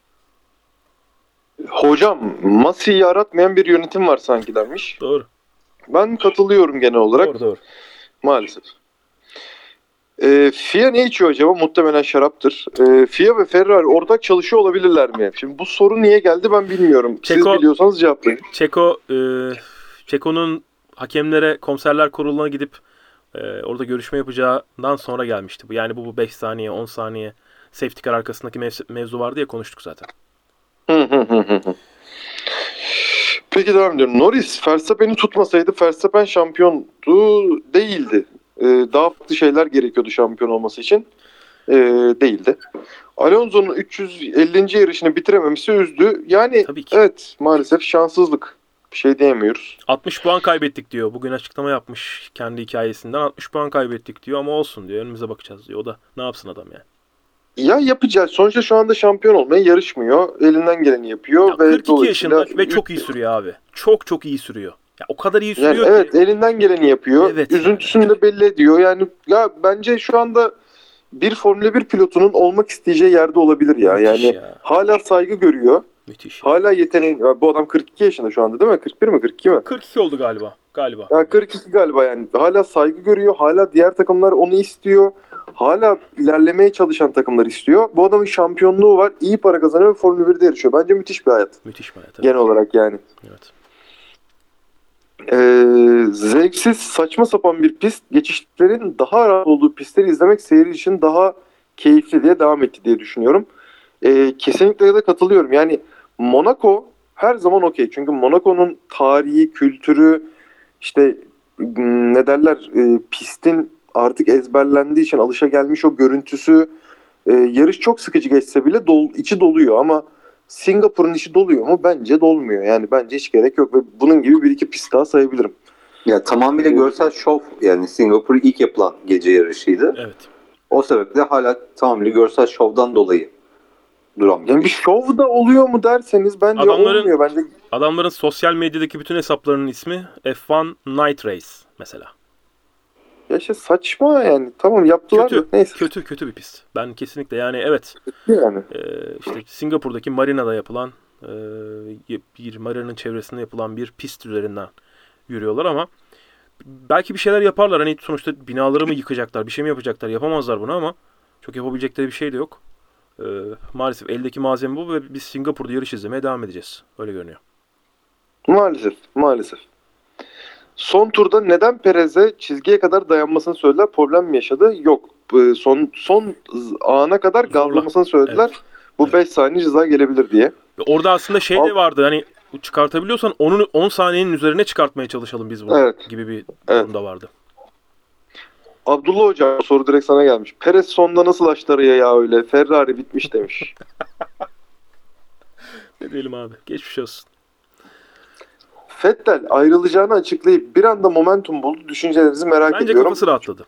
Hocam Massi'yi aratmayan bir yönetim var sanki denmiş. Doğru. Ben katılıyorum genel olarak. Doğru doğru. Maalesef. Ee, F I A ne içiyor acaba? Muhtemelen şaraptır. Ee, F I A ve Ferrari ortak çalışıyor olabilirler mi? Şimdi bu soru niye geldi ben bilmiyorum. Çeko- Siz biliyorsanız cevaplayın. Çeko, e, Çeko'nun hakemlere, komiserler kuruluna gidip e, orada görüşme yapacağından sonra gelmişti bu. Yani bu bu beş saniye, on saniye safety car arkasındaki mev- mevzu vardı ya, konuştuk zaten. Hı hı hı hı hı. Peki devam ediyorum. Norris Verstappen'i tutmasaydı Verstappen şampiyondu değildi. Ee, daha farklı şeyler gerekiyordu şampiyon olması için. Ee, değildi. Alonso'nun üç yüz ellinci yarışını bitirememesi üzdü. Yani Tabii ki. evet, maalesef şanssızlık. Bir şey diyemiyoruz. altmış puan kaybettik diyor. Bugün açıklama yapmış kendi hikayesinden. altmış puan kaybettik diyor ama olsun diyor. Önümüze bakacağız diyor. O da ne yapsın adam yani. Ya yapacağız. Sonuçta şu anda şampiyon olmaya yarışmıyor. Elinden geleni yapıyor. Ya ve kırk iki dolayısıyla yaşında ve çok iyi sürüyor abi. Çok çok iyi sürüyor. Ya o kadar iyi Yani sürüyor evet, ki. elinden geleni yapıyor. Evet. Üzüntüsünü de belli ediyor. Yani ya bence şu anda bir Formula bir pilotunun olmak isteyeceği yerde olabilir ya. Müthiş Yani ya. hala saygı görüyor. Müthiş. Hala yeteneği. Ya bu adam kırk iki yaşında şu anda değil mi? kırk bir mi? kırk iki mi? kırk iki oldu galiba. Galiba. Ya kırk iki galiba yani. Hala saygı görüyor. Hala diğer takımlar onu istiyor. Hala ilerlemeye çalışan takımlar istiyor. Bu adamın şampiyonluğu var. İyi para kazanıyor ve Formula birde yarışıyor. Bence müthiş bir hayat. Müthiş bir hayat. Evet. Genel olarak yani. Evet. Ee, zevksiz, saçma sapan bir pist. Geçişlerin daha rahat olduğu pistleri izlemek seyir için daha keyifli diye devam etti diye düşünüyorum. Ee, kesinlikle de katılıyorum. Yani Monaco her zaman okey. Çünkü Monaco'nun tarihi, kültürü, işte m, ne derler, e, pistin artık ezberlendiği için alışagelmiş o görüntüsü, e, yarış çok sıkıcı geçse bile dol, içi doluyor ama Singapur'un içi doluyor mu? Bence dolmuyor. Yani bence hiç gerek yok ve bunun gibi bir iki pist daha sayabilirim. Ya tamamıyla görsel şov, yani Singapur ilk yapılan gece yarışıydı. Evet. O sebeple hala tamamıyla görsel şovdan dolayı duran bir Yani bir şov da oluyor mu derseniz bence Adamların- olmuyor. Bence Adamların sosyal medyadaki bütün hesaplarının ismi F bir Night Race mesela. ya işte saçma yani. Tamam yaptılar Kötü, da neyse. kötü, kötü bir pist. Ben kesinlikle yani evet Yani. e, işte Singapur'daki marinada yapılan e, bir marinanın çevresinde yapılan bir pist üzerinden yürüyorlar ama belki bir şeyler yaparlar. Hani sonuçta binaları mı yıkacaklar, bir şey mi yapacaklar? Yapamazlar bunu ama çok yapabilecekleri bir şey de yok. E, maalesef eldeki malzeme bu ve biz Singapur'da yarış izlemeye devam edeceğiz. Öyle görünüyor. Maalesef, maalesef. Son turda neden Perez'e çizgiye kadar dayanmasını söylediler? Problem mi yaşadı? Yok. Ee, Son son z- ana kadar Zorla. gazlamasını söylediler. Evet. Bu Evet. beş saniye ceza gelebilir diye. Ve orada aslında şey Al- de vardı hani çıkartabiliyorsan onun on saniyenin üzerine çıkartmaya çalışalım biz bunu Evet. gibi bir Evet. durum da vardı. Abdullah Hocam soru direkt sana gelmiş. Perez sonda nasıl açtı araya ya öyle? Ferrari bitmiş demiş. Ne diyelim abi? Geçmiş olsun. Vettel ayrılacağını açıklayıp bir anda momentum buldu. Düşüncelerinizi merak Bence ediyorum. kafası rahatladı.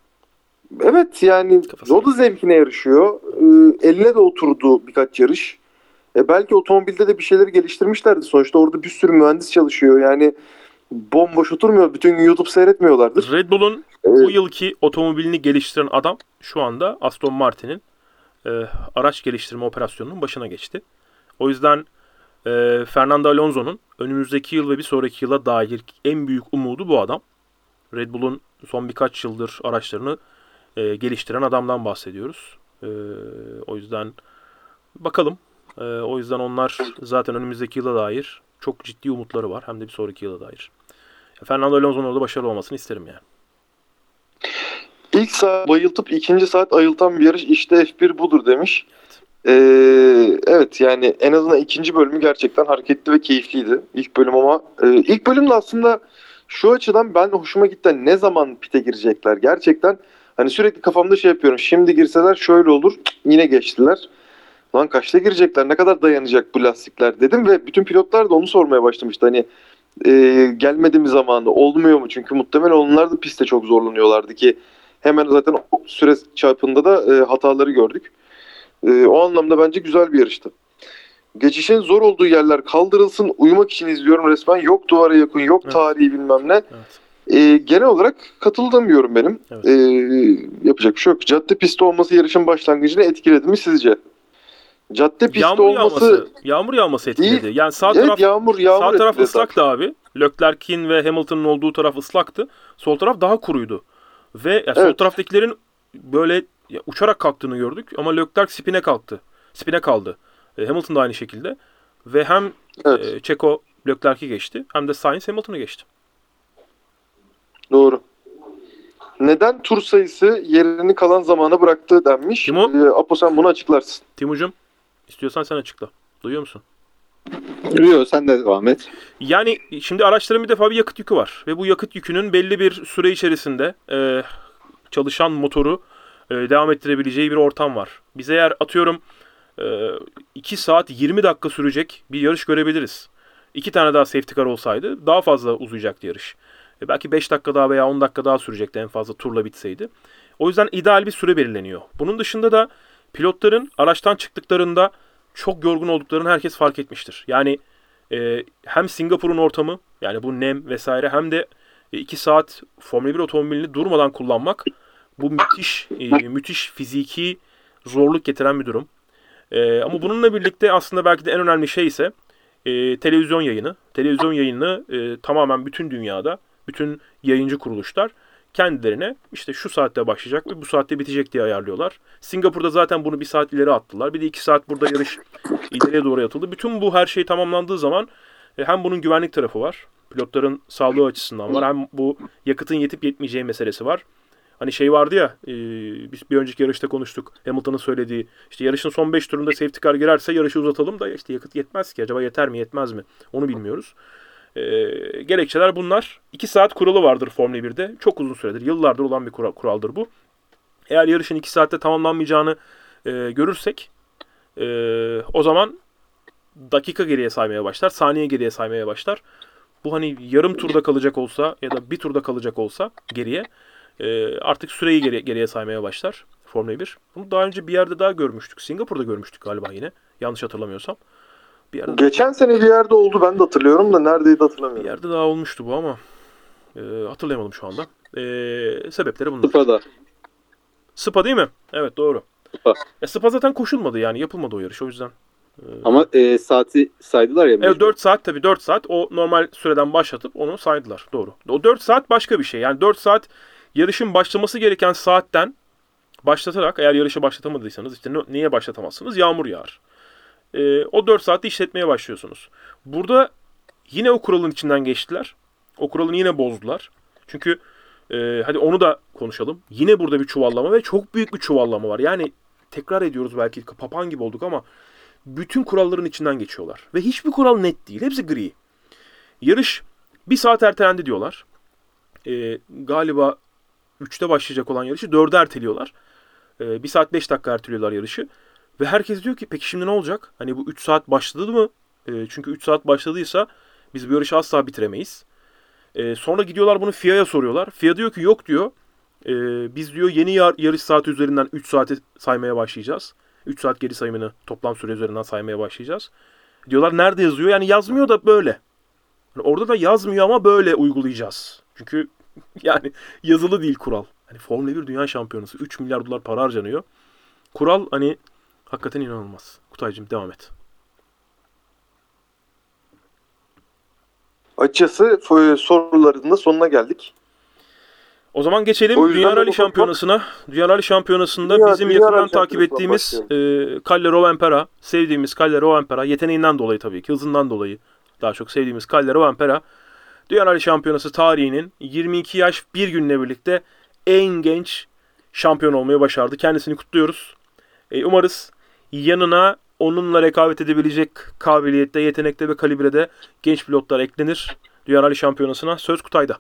Evet yani Kafası o da zevkine yarışıyor. Ee, eline de oturdu birkaç yarış. E belki otomobilde de bir şeyleri geliştirmişlerdi. Sonuçta orada bir sürü mühendis çalışıyor. Yani bomboş oturmuyor. Bütün gün YouTube seyretmiyorlardır. Red Bull'un bu yılki otomobilini geliştiren adam şu anda Aston Martin'in e, araç geliştirme operasyonunun başına geçti. O yüzden e, Fernando Alonso'nun önümüzdeki yıl ve bir sonraki yıla dair en büyük umudu bu adam. Red Bull'un son birkaç yıldır araçlarını e, geliştiren adamdan bahsediyoruz. E, o yüzden bakalım. E, o yüzden onlar zaten önümüzdeki yıla dair çok ciddi umutları var. Hem de bir sonraki yıla dair. Fernando Alonso'nun orada başarılı olmasını isterim yani. İlk saat bayıltıp ikinci saat ayıltan bir yarış. İşte F bir budur demiş. Ee, evet yani en azından ikinci bölümü gerçekten hareketli ve keyifliydi. İlk bölüm ama e, ilk bölüm de aslında şu açıdan ben hoşuma gitti. Ne zaman pite girecekler? Gerçekten hani sürekli kafamda şey yapıyorum. Şimdi girseler şöyle olur. Cık, yine geçtiler. Lan kaçta girecekler? Ne kadar dayanacak bu lastikler dedim ve bütün pilotlar da onu sormaya başlamıştı. Hani e, gelmedi mi zamanı? Olmuyor mu? Çünkü muhtemelen onlar da pistte çok zorlanıyorlardı ki hemen zaten o süre çarpında da e, hataları gördük. E, o anlamda bence güzel bir yarıştı. Geçişin zor olduğu yerler kaldırılsın. Uyumak için izliyorum resmen. Yok duvara yakın, yok Evet. tarihi bilmem ne. Evet. E, genel olarak katıldığım benim. Evet. E, yapacak bir şey yok. Cadde pisti olması yarışın başlangıcını etkiledi mi sizce? Cadde pisti Yağmur olması... yağması, yağmur yağması etkiledi. Değil. Yani sağ Evet taraf yağmur yağmur sağ taraf etkiledi ıslaktı abi. Leclerc'in ve Hamilton'ın olduğu taraf ıslaktı. Sol taraf daha kuruydu. Ve ya, sol Evet. taraftakilerin böyle ya, uçarak kalktığını gördük ama Leclerc spine kalktı. Spine kaldı. E, Hamilton da aynı şekilde. Ve hem Evet. e, Checo Leclerc'i geçti hem de Sainz Hamilton'ı geçti. Doğru. Neden tur sayısı yerini kalan zamana bıraktı denmiş. Kim o? Ee, Apo sen bunu açıklarsın. Timucum istiyorsan sen açıkla. Duyuyor musun? Yok, sen de devam et. Yani şimdi araçların bir defa bir yakıt yükü var. Ve bu yakıt yükünün belli bir süre içerisinde e, çalışan motoru e, devam ettirebileceği bir ortam var. Biz eğer atıyorum e, iki saat yirmi dakika sürecek bir yarış görebiliriz. iki tane daha safety car olsaydı daha fazla uzayacaktı yarış. E, belki beş dakika daha veya on dakika daha sürecekti en fazla turla bitseydi. O yüzden ideal bir süre belirleniyor. Bunun dışında da pilotların araçtan çıktıklarında çok yorgun olduklarını herkes fark etmiştir. Yani e, hem Singapur'un ortamı yani bu nem vesaire hem de iki saat Formula bir otomobilini durmadan kullanmak bu müthiş e, müthiş fiziki zorluk getiren bir durum. E, ama bununla birlikte aslında belki de en önemli şey ise e, televizyon yayını. Televizyon yayını e, tamamen bütün dünyada bütün yayıncı kuruluşlar kendilerine işte şu saatte başlayacak ve bu saatte bitecek diye ayarlıyorlar. Singapur'da zaten bunu bir saat ileri attılar. Bir de iki saat burada yarış ileriye doğru atıldı. Bütün bu her şey tamamlandığı zaman e, hem bunun güvenlik tarafı var. Pilotların sağlığı açısından var. Hem bu yakıtın yetip yetmeyeceği meselesi var. Hani şey vardı ya, e, biz bir önceki yarışta konuştuk. Hamilton'ın söylediği, işte yarışın son beş turunda safety car girerse yarışı uzatalım da işte yakıt yetmez ki. Acaba yeter mi yetmez mi? Onu bilmiyoruz. E, gerekçeler bunlar. iki saat kuralı vardır Formula birde. Çok uzun süredir, yıllardır olan bir kural, kuraldır bu. Eğer yarışın iki saatte tamamlanmayacağını e, görürsek e, o zaman dakika geriye saymaya başlar, saniye geriye saymaya başlar. Bu hani yarım turda kalacak olsa ya da bir turda kalacak olsa geriye e, artık süreyi geri, geriye saymaya başlar Formula bir. Bunu daha önce bir yerde daha görmüştük. Singapur'da görmüştük galiba yine. Yanlış hatırlamıyorsam. Bir yerde, Geçen sene bir yerde oldu, ben de hatırlıyorum da neredeydi bir hatırlamıyorum. yerde daha olmuştu bu ama e, hatırlayamadım şu anda. E, sebepleri bunlar. Kupa'da. Spa değil mi? Evet, doğru. Spa. E, Spa zaten koşulmadı yani. Yapılmadı o yarış o yüzden. Ama e, saati saydılar ya. Evet, mecbur. dört saat tabii, dört saat o normal süreden başlatıp onu saydılar. Doğru. O dört saat başka bir şey. Yani dört saat yarışın başlaması gereken saatten başlatarak, eğer yarışı başlatamadıysanız işte ne- niye başlatamazsınız? Yağmur yağar. Ee, o dört saatte işletmeye başlıyorsunuz. Burada yine o kuralın içinden geçtiler. O kuralını yine bozdular. Çünkü e, hadi onu da konuşalım. Yine burada bir çuvallama ve çok büyük bir çuvallama var. Yani tekrar ediyoruz, belki papan gibi olduk ama bütün kuralların içinden geçiyorlar. Ve hiçbir kural net değil. Hepsi gri. Yarış bir saat ertelendi diyorlar. Ee, galiba üçte başlayacak olan yarışı dörde erteliyorlar. Ee, bir saat beş dakika erteliyorlar yarışı. Ve herkes diyor ki peki şimdi ne olacak? Hani bu üç saat başladı mı? Ee, çünkü üç saat başladıysa biz bu yarışı asla bitiremeyiz. Ee, sonra gidiyorlar bunu F I A'ya soruyorlar. F I A diyor ki yok diyor. Ee, biz diyor yeni yar- yarış saati üzerinden üç saate saymaya başlayacağız. üç saat geri sayımını toplam süre üzerinden saymaya başlayacağız. Diyorlar nerede yazıyor? Yani yazmıyor da böyle. Yani orada da yazmıyor ama böyle uygulayacağız. Çünkü yani yazılı değil kural. Hani Formula bir dünya şampiyonası. üç milyar dolar para harcanıyor. Kural hani hakikaten inanılmaz. Kutaycığım devam et. Açıkçası f- soruların da sonuna geldik. O zaman geçelim O yüzden Dünya de Rally ufak Şampiyonası'na. Dünya Rally Şampiyonası'nda Dünya- bizim Dünya yakından Rally takip Şampiyonası'ndan ettiğimiz e, Calle Rovanpera, sevdiğimiz Calle Rovanpera, yeteneğinden dolayı tabii ki, hızından dolayı daha çok sevdiğimiz Calle Rovanpera, Dünya Rally Şampiyonası tarihinin yirmi iki yaş bir günle birlikte en genç şampiyon olmayı başardı. Kendisini kutluyoruz. E, umarız yanına onunla rekabet edebilecek kabiliyette, yetenekte ve kalibrede genç pilotlar eklenir Dünya Rally Şampiyonası'na. Söz Kutay'da.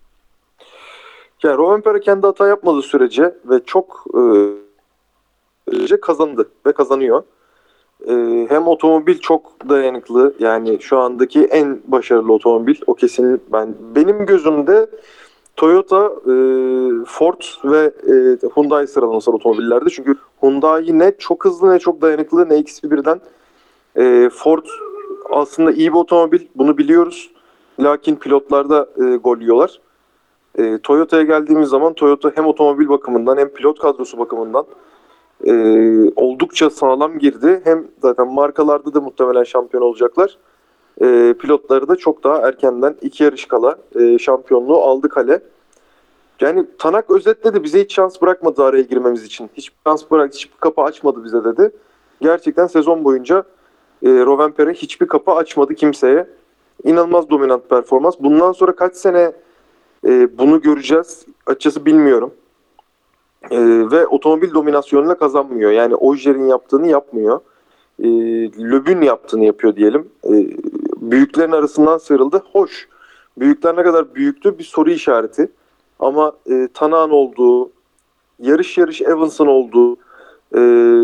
Ya Rovanpera kendi hata yapmadığı sürece ve çok e, sürece kazandı ve kazanıyor. E, hem otomobil çok dayanıklı, yani şu andaki en başarılı otomobil o kesin. Ben benim gözümde Toyota, e, Ford ve e, Hyundai sıralaması otomobillerde. Çünkü Hyundai ne çok hızlı ne çok dayanıklı, ne ikisi birden. E, Ford aslında iyi bir otomobil, bunu biliyoruz. Lakin pilotlarda e, gol yiyorlar. E, Toyota'ya geldiğimiz zaman Toyota hem otomobil bakımından hem pilot kadrosu bakımından e, oldukça sağlam girdi. Hem zaten markalarda da muhtemelen şampiyon olacaklar. E, pilotları da çok daha erkenden iki yarış kala e, şampiyonluğu aldı kale. Yani Tanak özetledi, bize hiç şans bırakmadı araya girmemiz için. Hiç şans bırak, hiçbir kapı açmadı bize dedi. Gerçekten sezon boyunca e, Rovanpera hiçbir kapı açmadı kimseye. İnanılmaz dominant performans. Bundan sonra kaç sene e, bunu göreceğiz açıkçası bilmiyorum. E, ve otomobil dominasyonuyla kazanmıyor. Yani Ože'nin yaptığını yapmıyor. E, Loeb'ün yaptığını yapıyor diyelim. E, büyüklerin arasından sıyrıldı. Hoş. Büyükler ne kadar büyüktü bir soru işareti. Ama e, Tanak'ın olduğu, yarış yarış Evans'ın olduğu, e,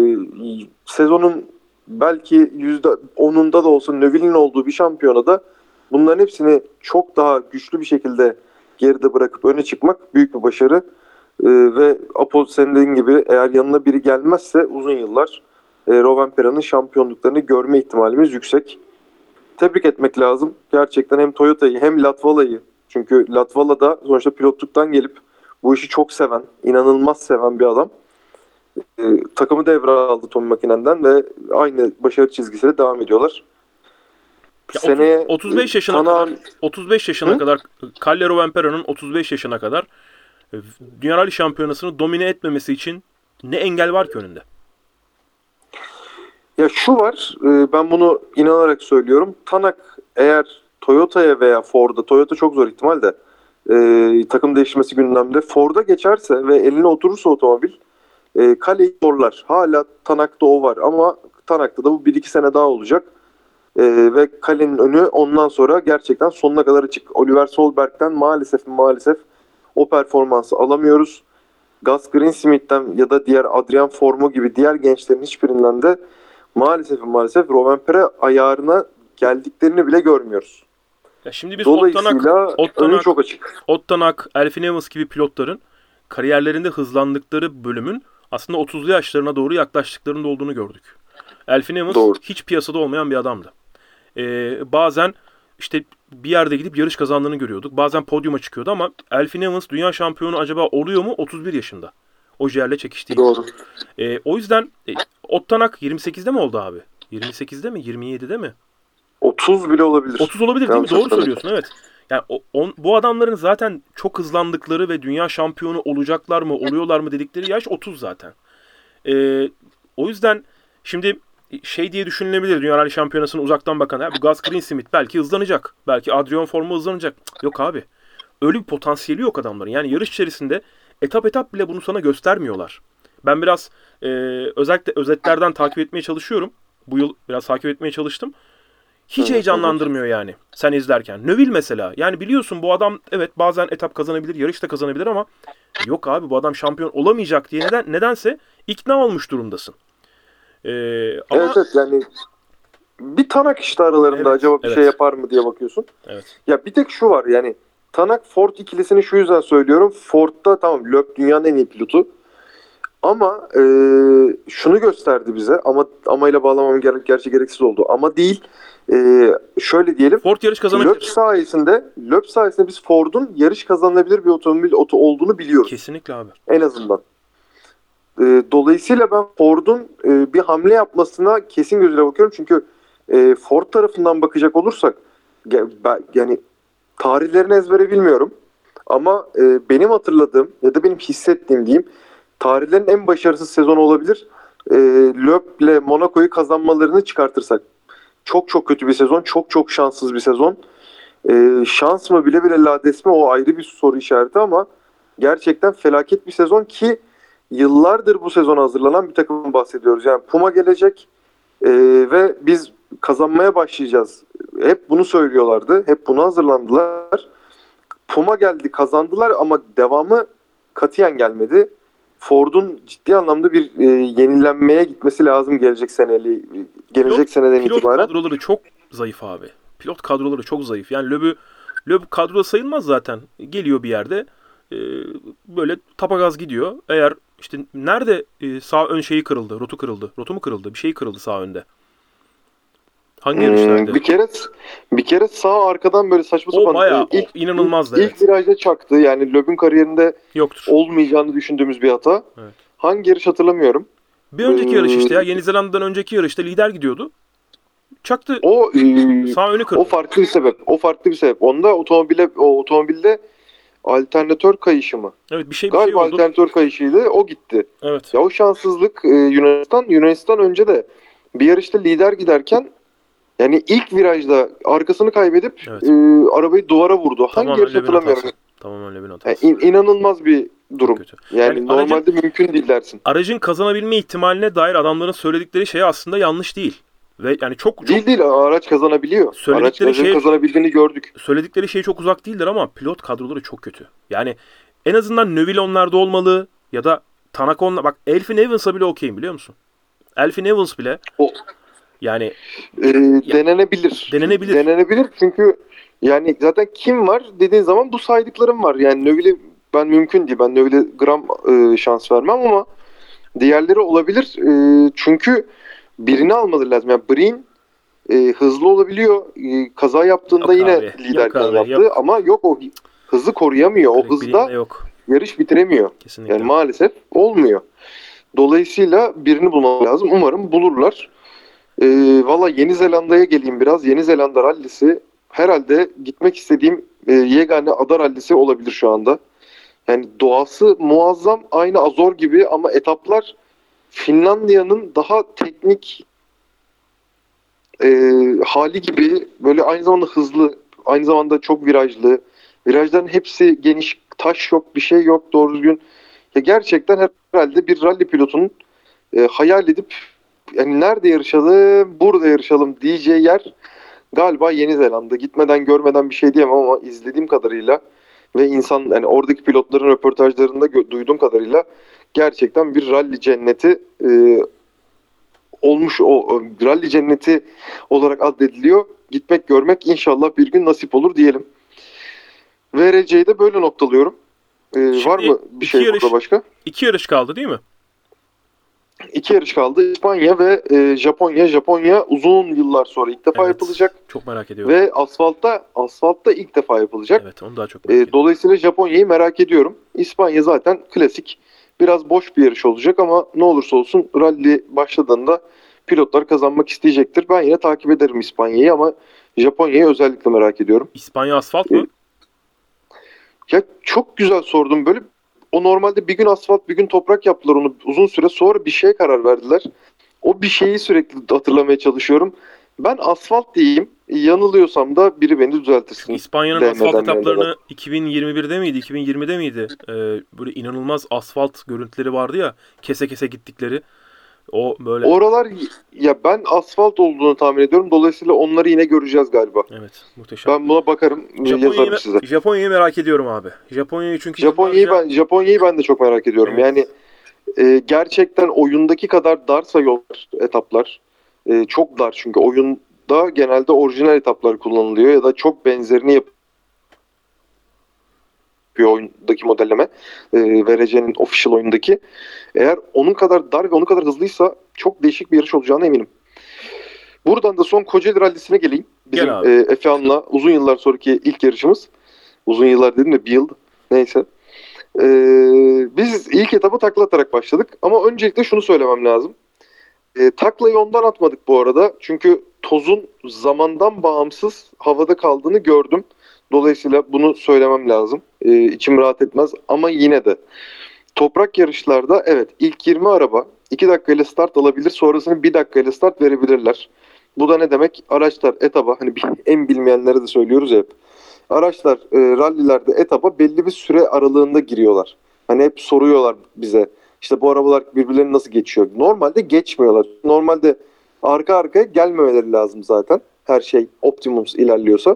sezonun belki yüzde onunda da olsa Neville'in olduğu bir şampiyonada bunların hepsini çok daha güçlü bir şekilde geride bırakıp öne çıkmak büyük bir başarı. E, ve Apo senin dediğin gibi eğer yanına biri gelmezse uzun yıllar e, Rovanpera'nın şampiyonluklarını görme ihtimalimiz yüksek. Tebrik etmek lazım. Gerçekten hem Toyota'yı hem Latvala'yı, çünkü Latvala da sonuçta pilotluktan gelip bu işi çok seven, inanılmaz seven bir adam. E, takımı devraldı Tommy Mäkinen'den ve aynı başarı çizgisiyle devam ediyorlar. Ya Seneye otuz, otuz beş yaşına Tanak- kadar otuz beş yaşına Hı? kadar Calle Rovanpera'nın otuz beş yaşına kadar e, Dünya Rally Şampiyonası'nı domine etmemesi için ne engel var ki önünde? Ya şu var, e, ben bunu inanarak söylüyorum. Tanak eğer Toyota'ya veya Ford'a, Toyota çok zor ihtimal de e, takım değişmesi gündemde. Ford'a geçerse ve eline oturursa otomobil e, kaleyi zorlar. Hala Tanak'ta o var ama Tanak'ta da bu bir iki sene daha olacak. E, ve kalenin önü ondan sonra gerçekten sonuna kadar açık. Oliver Solberg'den maalesef maalesef o performansı alamıyoruz. Gus Greensmith'ten ya da diğer Adrian Formo gibi diğer gençlerin hiçbirinden de maalesef maalesef Rovanperä ayarına geldiklerini bile görmüyoruz. Ya şimdi biz Dolayısıyla Ottanak, önü Ottanak, çok açık. Ottanak, Elfyn Evans gibi pilotların kariyerlerinde hızlandıkları bölümün aslında otuzlu yaşlarına doğru yaklaştıklarında olduğunu gördük. Elfyn Evans Doğru. hiç piyasada olmayan bir adamdı. Ee, bazen işte bir yerde gidip yarış kazandığını görüyorduk. Bazen podyuma çıkıyordu ama Elfyn Evans dünya şampiyonu acaba oluyor mu? otuz bir yaşında. Ojer'le çekiştiği. Doğru. Ee, o yüzden e, Ottanak yirmi sekizde mi oldu abi? yirmi sekizde mi? yirmi yedide mi? otuz bile olabilir. otuz olabilir değil mi? Yanlış Doğru hatırlamıyorum. söylüyorsun, evet. Yani o, on, bu adamların zaten çok hızlandıkları ve dünya şampiyonu olacaklar mı, oluyorlar mı dedikleri yaş otuz zaten. Ee, o yüzden şimdi şey diye düşünülebilir Dünya Rally Şampiyonası'nı uzaktan bakan. Ya, bu Gus Greensmith belki hızlanacak. Belki Adrian Formo hızlanacak. Cık, yok abi. Öyle bir potansiyeli yok adamların. Yani yarış içerisinde etap etap bile bunu sana göstermiyorlar. Ben biraz e, özellikle özetlerden takip etmeye çalışıyorum. Bu yıl biraz takip etmeye çalıştım. Hiç Hı, heyecanlandırmıyor yani sen izlerken. Neville mesela. Yani biliyorsun bu adam evet bazen etap kazanabilir, yarış da kazanabilir ama yok abi bu adam şampiyon olamayacak diye neden nedense ikna olmuş durumdasın. Ee, ama Evet evet yani bir Tanak işte aralarında Evet, acaba bir evet. şey yapar mı diye bakıyorsun. evet. Ya bir tek şu var yani Tanak Ford ikilisini şu yüzden söylüyorum. Ford'da tamam Loeb dünyanın en iyi pilotu. Ama e, şunu gösterdi bize ama amayla bağlamam gerek, gerçi gereksiz oldu. Ama değil e, şöyle diyelim. Ford yarış Loeb kazanabilir. sayesinde Loeb sayesinde biz Ford'un yarış kazanılabilir bir otomobil oto olduğunu biliyoruz. Kesinlikle abi. En azından. E, dolayısıyla ben Ford'un e, bir hamle yapmasına kesin gözüyle bakıyorum. Çünkü e, Ford tarafından bakacak olursak ge- ben, yani tarihlerini ezbere bilmiyorum. Ama e, benim hatırladığım ya da benim hissettiğim diyeyim tarihlerin en başarısız sezonu olabilir. E, Loeb'le Monaco'yu kazanmalarını çıkartırsak. Çok çok kötü bir sezon. Çok çok şanssız bir sezon. E, şans mı bile bile lades mi o ayrı bir soru işareti ama gerçekten felaket bir sezon ki yıllardır bu sezon hazırlanan bir takımdan bahsediyoruz. Yani Puma gelecek e, ve biz kazanmaya başlayacağız. Hep bunu söylüyorlardı. Hep buna hazırlandılar. Puma geldi kazandılar ama devamı katiyen gelmedi. Ford'un ciddi anlamda bir e, yenilenmeye gitmesi lazım gelecek seneli gelecek Pilot- seneden Pilot itibaren. kadroları çok zayıf abi. Pilot kadroları çok zayıf. Yani Loeb'ü Loeb kadroda sayılmaz zaten. Geliyor bir yerde e, böyle tapagaz gidiyor. Eğer işte nerede e, sağ ön şeyi kırıldı, rotu kırıldı. Rotu mu kırıldı? Bir şey kırıldı sağ önde. Hangi Hmm, yarışlarda? bir kere bir kere sağ arkadan böyle saçma O sapan bayağı e, ilk o inanılmazdı, ilk evet. virajda çaktı. Yani Loeb'ün kariyerinde Yoktur. olmayacağını düşündüğümüz bir hata. Evet. Hangi yarış hatırlamıyorum. Bir önceki Ee, yarış işte ya Yeni Zelanda'dan önceki yarışta lider gidiyordu. Çaktı. O e, Sağ önü kırdı. o farklı bir sebep. O farklı bir sebep. Onda otomobile o otomobilde alternatör kayışı mı? Evet bir şey bir şey Galiba oldu. alternatör kayışıydı. O gitti. Evet. Ya o şanssızlık e, Yunanistan Yunanistan önce de bir yarışta lider giderken yani ilk virajda arkasını kaybedip Evet. e, arabayı duvara vurdu. Hangi Tamamen yarış Loeb'ün hatırlamıyorum. hatası. Tamamen Loeb'ün Yani hatası. in- inanılmaz bir durum. Kötü. Yani, Yani normalde aracın- mümkün değil dersin. Aracın kazanabilme ihtimaline dair adamların söyledikleri şey aslında yanlış değil. Ve yani çok çok Değil değil araç kazanabiliyor. Araç Söyledikleri aracın şey- kazanabildiğini gördük. söyledikleri şey çok uzak değildir ama pilot kadroları çok kötü. Yani en azından Neville onlarda olmalı ya da Tanaka onlarda. Bak Elfyn Evans'a bile okeyim biliyor musun? Elfyn Evans bile O yani e, denenebilir. denenebilir. Denenebilir çünkü yani zaten kim var dediğin zaman bu saydıklarım var. Yani Neville'i ben mümkün değil. Ben Neville'e gram e, şans vermem ama diğerleri olabilir. E, çünkü birini almaları lazım. Yani Breen e, hızlı olabiliyor. E, kaza yaptığında Yok yine abi, liderken yok abi, yaptı yok. ama yok o hızı koruyamıyor. O Greg hızda Breen'de yok. yarış bitiremiyor. Kesinlikle. Yani maalesef olmuyor. Dolayısıyla birini bulmak lazım. Umarım bulurlar. Ee, Valla Yeni Zelanda'ya geleyim biraz. Yeni Zelanda rallisi herhalde gitmek istediğim e, yegane ada rallisi olabilir şu anda. Yani doğası muazzam. Aynı Azor gibi ama etaplar Finlandiya'nın daha teknik e, hali gibi böyle aynı zamanda hızlı Aynı zamanda çok virajlı. Virajların hepsi geniş. Taş yok, bir şey yok doğru düzgün. Ya gerçekten herhalde bir rally pilotunun e, hayal edip yani nerede yarışalım, burada yarışalım diyeceği yer galiba Yeni Zelanda. Gitmeden görmeden bir şey diyemem ama izlediğim kadarıyla ve insan yani oradaki pilotların röportajlarında gö- duyduğum kadarıyla gerçekten bir rally cenneti e, olmuş, o, o rally cenneti olarak addediliyor. Gitmek görmek inşallah bir gün nasip olur diyelim. V R C'yi de böyle noktalıyorum. E, var mı bir şey yarış, burada başka? İki yarış kaldı değil mi? İki yarış kaldı. İspanya ve e, Japonya. Japonya uzun yıllar sonra ilk defa Evet, yapılacak. Çok merak ediyorum. Ve asfaltta asfaltta ilk defa yapılacak. Evet, onu daha çok merak E, ediyorum. dolayısıyla Japonya'yı merak ediyorum. İspanya zaten klasik. Biraz boş bir yarış olacak ama ne olursa olsun rally başladığında pilotlar kazanmak isteyecektir. Ben yine takip ederim İspanya'yı ama Japonya'yı özellikle merak ediyorum. İspanya asfalt mı? Ya çok güzel sordum. Böyle o normalde bir gün asfalt bir gün toprak yaptılar onu uzun süre, sonra bir şeye karar verdiler. O bir şeyi sürekli hatırlamaya çalışıyorum. Ben asfalt diyeyim. Yanılıyorsam da biri beni düzeltirsin. İspanya'nın Demeden asfalt demeden. etaplarını iki bin yirmi birde miydi, iki bin yirmide miydi? Ee, böyle inanılmaz asfalt görüntüleri vardı ya. Kese kese gittikleri. O böyle... Oralar ya ben asfalt olduğunu tahmin ediyorum. Dolayısıyla onları yine göreceğiz galiba. Evet, muhteşem. Ben buna bakarım, yazarım Japonya'yı, size. Japonya'yı merak ediyorum abi. Japonya'yı çünkü Japonya'yı yıllarca- ben Japonya'yı ben de çok merak ediyorum. Evet. Yani e, gerçekten oyundaki kadar darsa yollar, etaplar. E, çok dar çünkü oyunda genelde orijinal etaplar kullanılıyor ya da çok benzerini yapıyor oyundaki modelleme. E, V R C'nin official oyundaki. Eğer onun kadar dar ve onun kadar hızlıysa çok değişik bir yarış olacağına eminim. Buradan da son Kocaeli Rally'sine geleyim. Bizim Gel abi. e, Efe Han'la uzun yıllar sonraki ilk yarışımız. Uzun yıllar dedim de bir yıl. Neyse. E, biz ilk etapı takla atarak başladık. Ama öncelikle şunu söylemem lazım. E, taklayı ondan atmadık bu arada. Çünkü tozun zamandan bağımsız havada kaldığını gördüm. Dolayısıyla bunu söylemem lazım. E, içim rahat etmez ama yine de. Toprak yarışlarda evet ilk yirmi araba iki dakikayla start alabilir. Sonrasını bir dakikayla start verebilirler. Bu da ne demek? Araçlar etaba, hani en bilmeyenlere de söylüyoruz ya hep. Araçlar e, rallilerde etaba belli bir süre aralığında giriyorlar. Hani hep soruyorlar bize. İşte bu arabalar birbirlerini nasıl geçiyor? Normalde geçmiyorlar. Normalde arka arkaya gelmemeleri lazım zaten. Her şey optimum ilerliyorsa.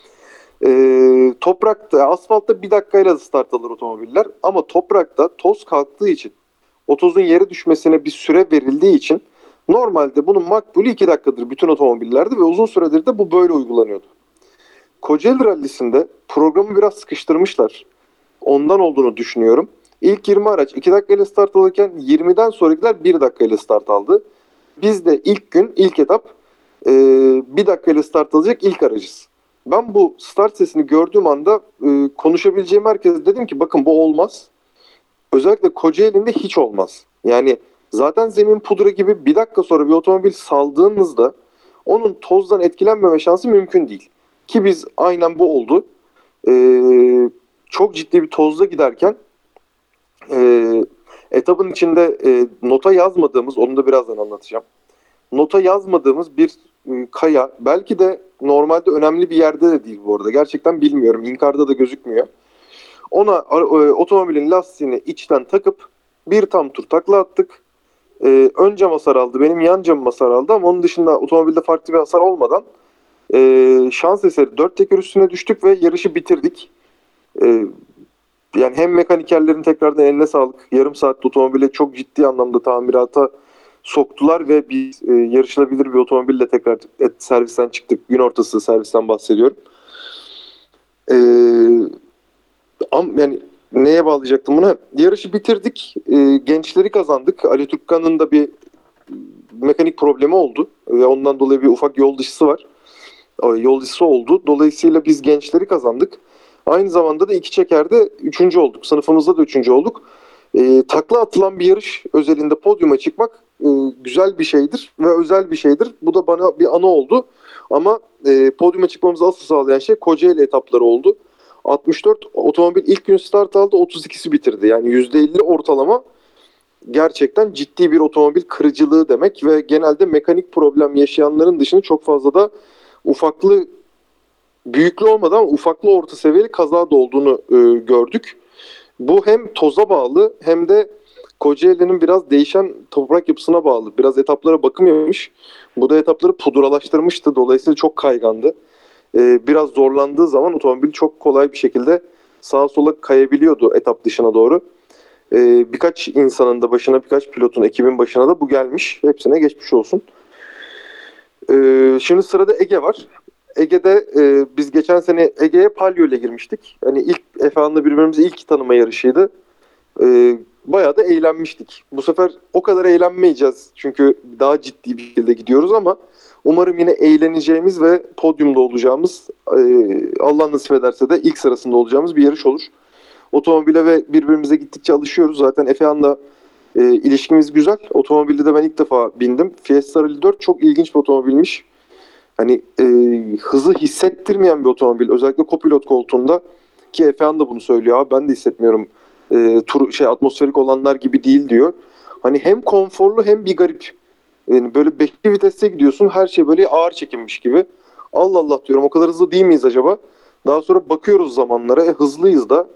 Ee, toprakta, asfaltta bir dakikayla start alır otomobiller. Ama toprakta toz kalktığı için, o tozun yere düşmesine bir süre verildiği için normalde bunun makbulü iki dakikadır bütün otomobillerde ve uzun süredir de bu böyle uygulanıyordu. Kocaeli Rally'sinde programı biraz sıkıştırmışlar. Ondan olduğunu düşünüyorum. İlk yirmi araç iki dakikayla start alırken yirmiden sonrakiler bir dakikayla start aldı. Biz de ilk gün, ilk etap e, bir dakikayla start alacak ilk aracız. Ben bu start sesini gördüğüm anda e, konuşabileceğim herkese dedim ki bakın bu olmaz. Özellikle Kocaeli'nde hiç olmaz. Yani zaten zemin pudra gibi, bir dakika sonra bir otomobil saldığınızda onun tozdan etkilenmeme şansı mümkün değil. Ki biz aynen bu oldu. Ee, çok ciddi bir tozda giderken e, etapın içinde e, nota yazmadığımız, onu da birazdan anlatacağım. Nota yazmadığımız bir e, kaya, belki de normalde önemli bir yerde de değil bu arada. Gerçekten bilmiyorum. İnkarda da gözükmüyor. Ona e, otomobilin lastiğini içten takıp bir tam tur takla attık. E, ön cam hasar aldı. Benim yan camım hasar aldı ama onun dışında otomobilde farklı bir hasar olmadan e, şans eseri dört teker üstüne düştük ve yarışı bitirdik. E, yani hem mekanikerlerin tekrardan eline sağlık. Yarım saatte otomobile çok ciddi anlamda tamirata soktular ve biz e, yarışılabilir bir otomobille tekrar et, servisten çıktık. Gün ortası servisten bahsediyorum. E, am, yani neye bağlayacaktım bunu? Yarışı bitirdik. E, gençleri kazandık. Ali Türkkan'ın da bir mekanik problemi oldu. Ve ondan dolayı bir ufak yol dışısı var. Yol dışısı oldu. Dolayısıyla biz gençleri kazandık. Aynı zamanda da iki çekerde üçüncü olduk. Sınıfımızda da üçüncü olduk. E, takla atılan bir yarış özelinde podyuma çıkmak e, güzel bir şeydir ve özel bir şeydir. Bu da bana bir anı oldu. Ama e, podyuma çıkmamızı asıl sağlayan şey Kocaeli etapları oldu. altmış dört otomobil ilk gün start aldı, otuz ikisi bitirdi. Yani yüzde elli ortalama gerçekten ciddi bir otomobil kırıcılığı demek ve genelde mekanik problem yaşayanların dışında çok fazla da ufaklı büyüklüğü olmadan ama ufaklı orta seviyeli kaza da olduğunu e, gördük. Bu hem toza bağlı hem de Kocaeli'nin biraz değişen toprak yapısına bağlı. Biraz etaplara bakım yapmış. Bu da etapları pudralaştırmıştı. Dolayısıyla çok kaygandı. Ee, biraz zorlandığı zaman otomobil çok kolay bir şekilde sağa sola kayabiliyordu etap dışına doğru. Ee, birkaç insanın da başına, birkaç pilotun, ekibin başına da bu gelmiş. Hepsine geçmiş olsun. Ee, şimdi sırada Ege var. Ege'de e, biz geçen sene Ege'ye Palio ile girmiştik. Hani ilk F I'nda birbirimizi ilk tanıma yarışıydı. Ee, bayağı da eğlenmiştik. Bu sefer o kadar eğlenmeyeceğiz. Çünkü daha ciddi bir şekilde gidiyoruz ama umarım yine eğleneceğimiz ve podyumda olacağımız, e, Allah nasip ederse de ilk sırasında olacağımız bir yarış olur. Otomobile ve birbirimize gittikçe alışıyoruz. Zaten F I'nla e, ilişkimiz güzel. Otomobilde de ben ilk defa bindim. Fiesta Rally dört çok ilginç bir otomobilmiş. Hani e, hızı hissettirmeyen bir otomobil. Özellikle kopilot koltuğunda, ki F N'da bunu söylüyor. Abi ben de hissetmiyorum. E, tur şey atmosferik olanlar gibi değil diyor. Hani hem konforlu hem bir garip. Yani böyle beşli viteste gidiyorsun. Her şey böyle ağır çekilmiş gibi. Allah Allah diyorum, o kadar hızlı değil miyiz acaba? Daha sonra bakıyoruz zamanlara. E, hızlıyız da.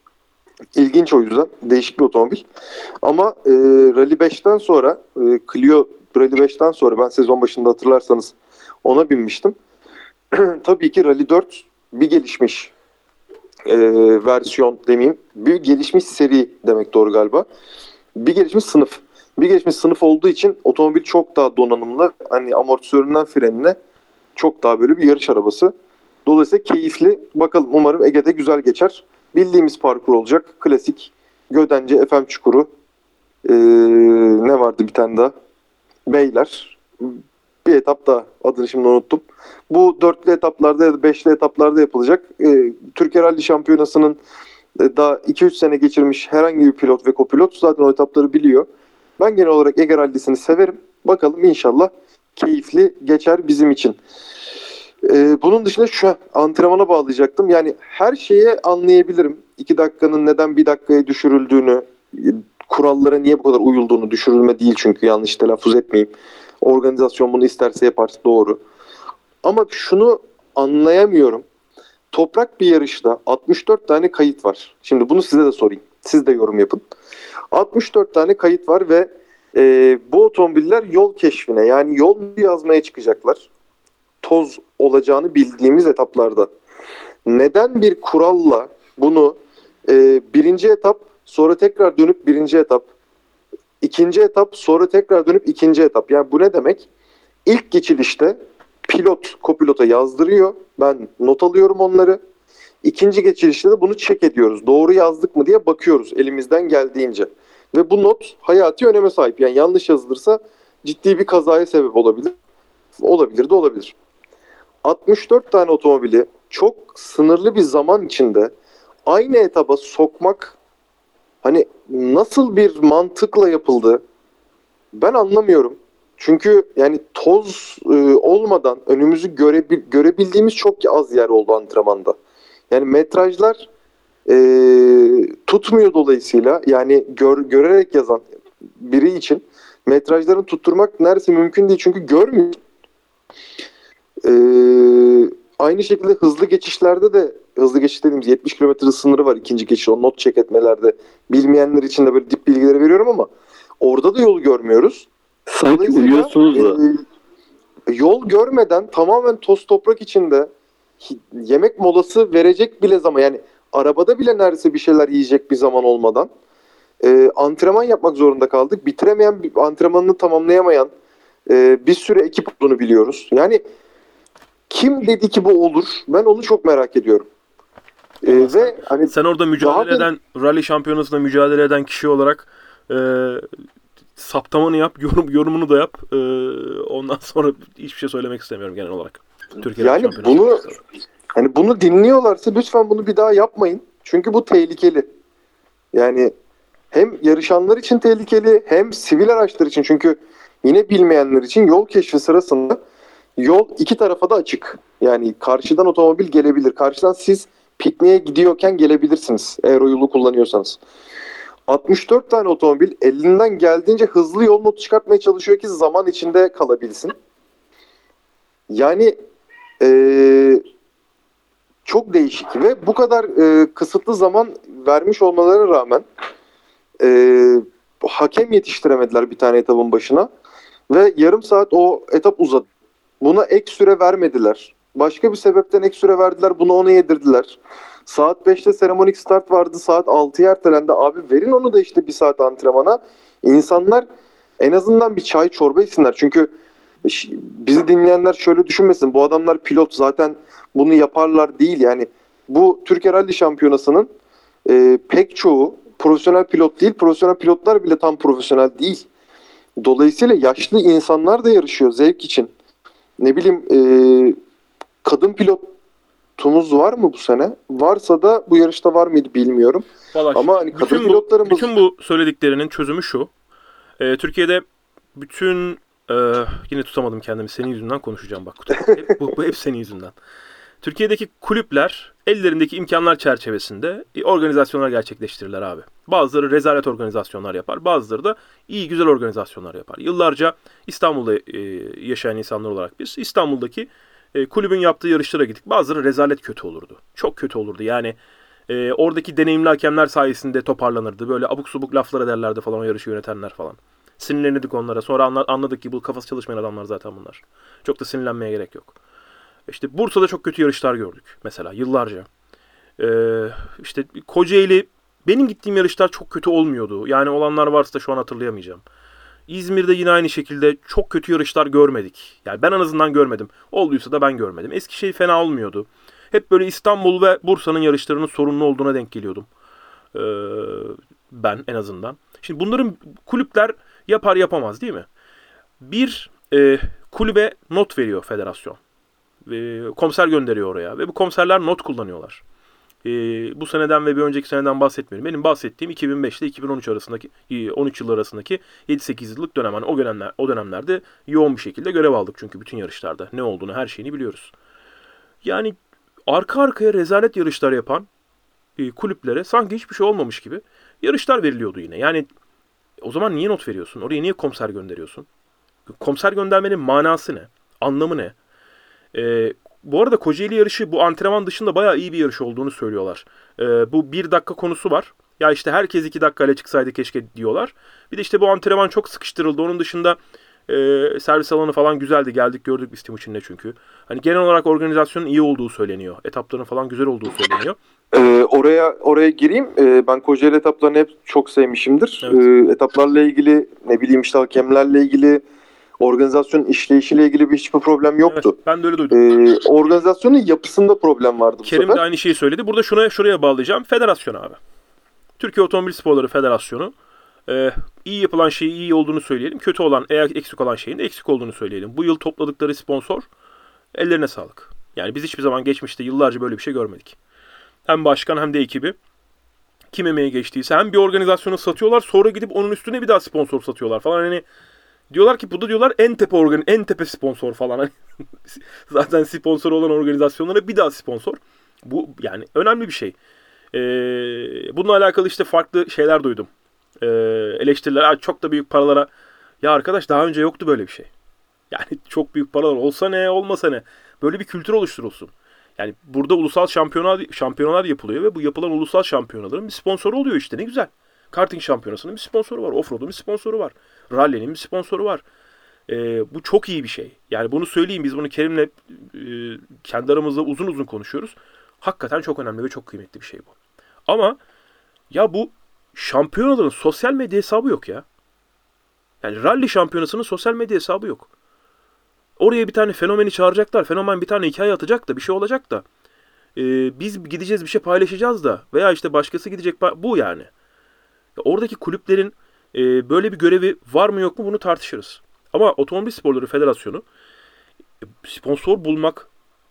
İlginç o yüzden. Değişik bir otomobil. Ama e, Rally beşten sonra e, Clio Rally beşten sonra ben sezon başında hatırlarsanız ona binmiştim. Tabii ki Rally dört bir gelişmiş e, versiyon demeyeyim. Bir gelişmiş seri demek doğru galiba. Bir gelişmiş sınıf. Bir gelişmiş sınıf olduğu için otomobil çok daha donanımlı. Hani amortisöründen frenine çok daha böyle bir yarış arabası. Dolayısıyla keyifli. Bakalım, umarım Ege'de güzel geçer. Bildiğimiz parkur olacak. Klasik Gödence F M çukuru. Ee, ne vardı bir tane daha? Beyler. Bir etap daha. Adını şimdi unuttum. Bu dörtlü etaplarda ya da beşli etaplarda yapılacak. Ee, Türkiye Rally Şampiyonası'nın daha iki üç sene geçirmiş herhangi bir pilot ve kopilot zaten o etapları biliyor. Ben genel olarak Ege Rally'sini severim. Bakalım, inşallah keyifli geçer bizim için. Ee, bunun dışında şu antrenmana bağlayacaktım. Yani her şeye anlayabilirim. iki dakikanın neden bir dakikaya düşürüldüğünü, kurallara niye bu kadar uyulduğunu, düşürülme değil çünkü, yanlış telaffuz etmeyeyim. Organizasyon bunu isterse yapar, doğru. Ama şunu anlayamıyorum. Toprak bir yarışta altmış dört tane kayıt var. Şimdi bunu size de sorayım. Siz de yorum yapın. altmış dört tane kayıt var ve e, bu otomobiller yol keşfine, yani yol yazmaya çıkacaklar. Toz olacağını bildiğimiz etaplarda. Neden bir kuralla bunu e, birinci etap, sonra tekrar dönüp birinci etap, ikinci etap, sonra tekrar dönüp ikinci etap. Yani bu ne demek? İlk geçilişte pilot kopilota yazdırıyor. Ben not alıyorum onları. İkinci geçilişte de bunu check ediyoruz. Doğru yazdık mı diye bakıyoruz elimizden geldiğince. Ve bu not hayati öneme sahip. Yani yanlış yazılırsa ciddi bir kazaya sebep olabilir. Olabilir de olabilir. altmış dört tane otomobili çok sınırlı bir zaman içinde aynı etaba sokmak, hani nasıl bir mantıkla yapıldı ben anlamıyorum. Çünkü yani toz e, olmadan önümüzü görebil, görebildiğimiz çok az yer oldu antrenmanda. Yani metrajlar e, tutmuyor dolayısıyla, yani gör, görerek yazan biri için metrajlarını tutturmak neredeyse mümkün değil çünkü görmüyor. E, aynı şekilde hızlı geçişlerde de, hızlı geçiş dediğimiz yetmiş kilometre sınırı var ikinci geçiş, o not check etmelerde. Bilmeyenler için de böyle dip bilgileri veriyorum ama orada da yolu görmüyoruz. Sanki uyuyorsunuz da. E, yol görmeden tamamen toz toprak içinde yemek molası verecek bile zaman, yani arabada bile neredeyse bir şeyler yiyecek bir zaman olmadan e, antrenman yapmak zorunda kaldık. Bitiremeyen, antrenmanını tamamlayamayan e, bir sürü ekip olduğunu biliyoruz. Yani kim dedi ki bu olur? Ben onu çok merak ediyorum. E, ve hani sen orada mücadele daha eden, rally şampiyonasında mücadele eden kişi olarak e, saptamanı yap, yorum, yorumunu da yap. E, ondan sonra hiçbir şey söylemek istemiyorum genel olarak. Türkiye yani bunu hani bunu dinliyorlarsa lütfen bunu bir daha yapmayın. Çünkü bu tehlikeli. Yani hem yarışanlar için tehlikeli, hem sivil araçlar için. Çünkü yine bilmeyenler için yol keşfi sırasında yol iki tarafa da açık. Yani karşıdan otomobil gelebilir. Karşıdan siz pikniğe gidiyorken gelebilirsiniz eğer o yolu kullanıyorsanız. altmış dört tane otomobil elinden geldiğince hızlı yol notu çıkartmaya çalışıyor ki zaman içinde kalabilsin. Yani ee, çok değişik ve bu kadar e, kısıtlı zaman vermiş olmalarına rağmen e, hakem yetiştiremediler bir tane etapın başına ve yarım saat o etap uzadı. Buna ek süre vermediler. Başka bir sebepten ek süre verdiler. Bunu ona yedirdiler. Saat beşte seremonik start vardı. Saat altıya ertelendi. Abi verin onu da işte bir saat antrenmana. İnsanlar en azından bir çay çorba içsinler. Çünkü bizi dinleyenler şöyle düşünmesin. Bu adamlar pilot, zaten bunu yaparlar değil. Yani bu Türkiye Rally Şampiyonası'nın e, pek çoğu profesyonel pilot değil. Profesyonel pilotlar bile tam profesyonel değil. Dolayısıyla yaşlı insanlar da yarışıyor zevk için. Ne bileyim e, kadın pilotumuz var mı bu sene? Varsa da bu yarışta var mıydı bilmiyorum. Vallahi ama hani kadın bütün bu, pilotlarımız... bütün bu söylediklerinin çözümü şu. Ee, Türkiye'de bütün e, yine tutamadım kendimi, senin yüzünden konuşacağım bak. Hep, bu, bu hep senin yüzünden. Türkiye'deki kulüpler ellerindeki imkanlar çerçevesinde organizasyonlar gerçekleştirirler abi. Bazıları rezalet organizasyonlar yapar. Bazıları da iyi güzel organizasyonlar yapar. Yıllarca İstanbul'da e, yaşayan insanlar olarak biz İstanbul'daki e, kulübün yaptığı yarışlara gittik. Bazıları rezalet kötü olurdu. Çok kötü olurdu. Yani e, oradaki deneyimli hakemler sayesinde toparlanırdı. Böyle abuk subuk laflar ederlerdi falan o yarışı yönetenler falan. Sinirlenirdik onlara. Sonra anladık ki bu kafası çalışmayan adamlar zaten bunlar. Çok da sinirlenmeye gerek yok. İşte Bursa'da çok kötü yarışlar gördük mesela yıllarca. Ee, işte Kocaeli, benim gittiğim yarışlar çok kötü olmuyordu. Yani olanlar varsa da şu an hatırlayamayacağım. İzmir'de yine aynı şekilde çok kötü yarışlar görmedik. Yani ben en azından görmedim. Olduysa da ben görmedim. Eskişehir fena olmuyordu. Hep böyle İstanbul ve Bursa'nın yarışlarının sorunlu olduğuna denk geliyordum. Ee, ben en azından. Şimdi bunların kulüpler yapar yapamaz değil mi? Bir e, kulübe not veriyor federasyon. E, komiser gönderiyor oraya ve bu komiserler not kullanıyorlar. E, bu seneden ve bir önceki seneden bahsetmiyorum. Benim bahsettiğim iki bin beş ile iki bin on üç arasındaki on üç yıl arasındaki yedi sekiz yıllık dönem. Yani o dönemler o dönemlerde yoğun bir şekilde görev aldık çünkü bütün yarışlarda ne olduğunu, her şeyini biliyoruz. Yani arka arkaya rezalet yarışlar yapan e, kulüplere sanki hiçbir şey olmamış gibi yarışlar veriliyordu yine. Yani o zaman niye not veriyorsun? Oraya niye komiser gönderiyorsun? Komiser göndermenin manası ne? Anlamı ne? Ee, bu arada Kocaeli yarışı bu antrenman dışında bayağı iyi bir yarış olduğunu söylüyorlar. Ee, bu bir dakika konusu var. Ya işte herkes iki dakikayla çıksaydı keşke diyorlar. Bir de işte bu antrenman çok sıkıştırıldı. Onun dışında e, servis alanı falan güzeldi. Geldik gördük biz Timuçin'le çünkü. Hani genel olarak organizasyonun iyi olduğu söyleniyor. Etapların falan güzel olduğu söyleniyor. Ee, oraya oraya gireyim. Ee, ben Kocaeli etaplarını hep çok sevmişimdir. Evet. Ee, etaplarla ilgili, ne bileyim işte hakemlerle ilgili, organizasyonun işleyişiyle ilgili bir hiçbir problem yoktu. Evet, ben de öyle duydum. Ee, organizasyonun yapısında problem vardı bu Kerim sefer. de aynı şeyi söyledi. Burada şuna şuraya bağlayacağım. Federasyon abi. Türkiye Otomobil Sporları Federasyonu. Ee, iyi yapılan şeyi iyi olduğunu söyleyelim. Kötü olan, eğer eksik olan şeyin de eksik olduğunu söyleyelim. Bu yıl topladıkları sponsor, ellerine sağlık. Yani biz hiçbir zaman geçmişte yıllarca böyle bir şey görmedik. Hem başkan hem de ekibi kim emeği geçtiyse hem bir organizasyonu satıyorlar, sonra gidip onun üstüne bir daha sponsor satıyorlar falan. Hani diyorlar ki bu da diyorlar en tepe organ en tepe sponsor falan. Hani zaten sponsor olan organizasyonlara bir daha sponsor. Bu yani önemli bir şey. Ee, bununla alakalı işte farklı şeyler duydum. Ee, eleştiriler, çok da büyük paralara. Ya arkadaş, daha önce yoktu böyle bir şey. Yani çok büyük paralar olsa ne, olmasa ne. Böyle bir kültür oluşturulsun. Yani burada ulusal şampiyonalar, şampiyonalar yapılıyor ve bu yapılan ulusal şampiyonaların bir sponsoru oluyor işte, ne güzel. Karting şampiyonasının bir sponsoru var. Offroad'un bir sponsoru var. Rally'nin bir sponsoru var. Ee, bu çok iyi bir şey. Yani bunu söyleyeyim, biz bunu Kerim'le e, kendi aramızda uzun uzun konuşuyoruz. Hakikaten çok önemli ve çok kıymetli bir şey bu. Ama ya bu şampiyonaların sosyal medya hesabı yok ya. Yani rally şampiyonasının sosyal medya hesabı yok. Oraya bir tane fenomeni çağıracaklar. Fenomen bir tane hikaye atacak da bir şey olacak da. E, biz gideceğiz bir şey paylaşacağız da. Veya işte başkası gidecek. Bu yani. Ya oradaki kulüplerin e, böyle bir görevi var mı yok mu bunu tartışırız. Ama Otomobil Sporları Federasyonu e, sponsor bulmak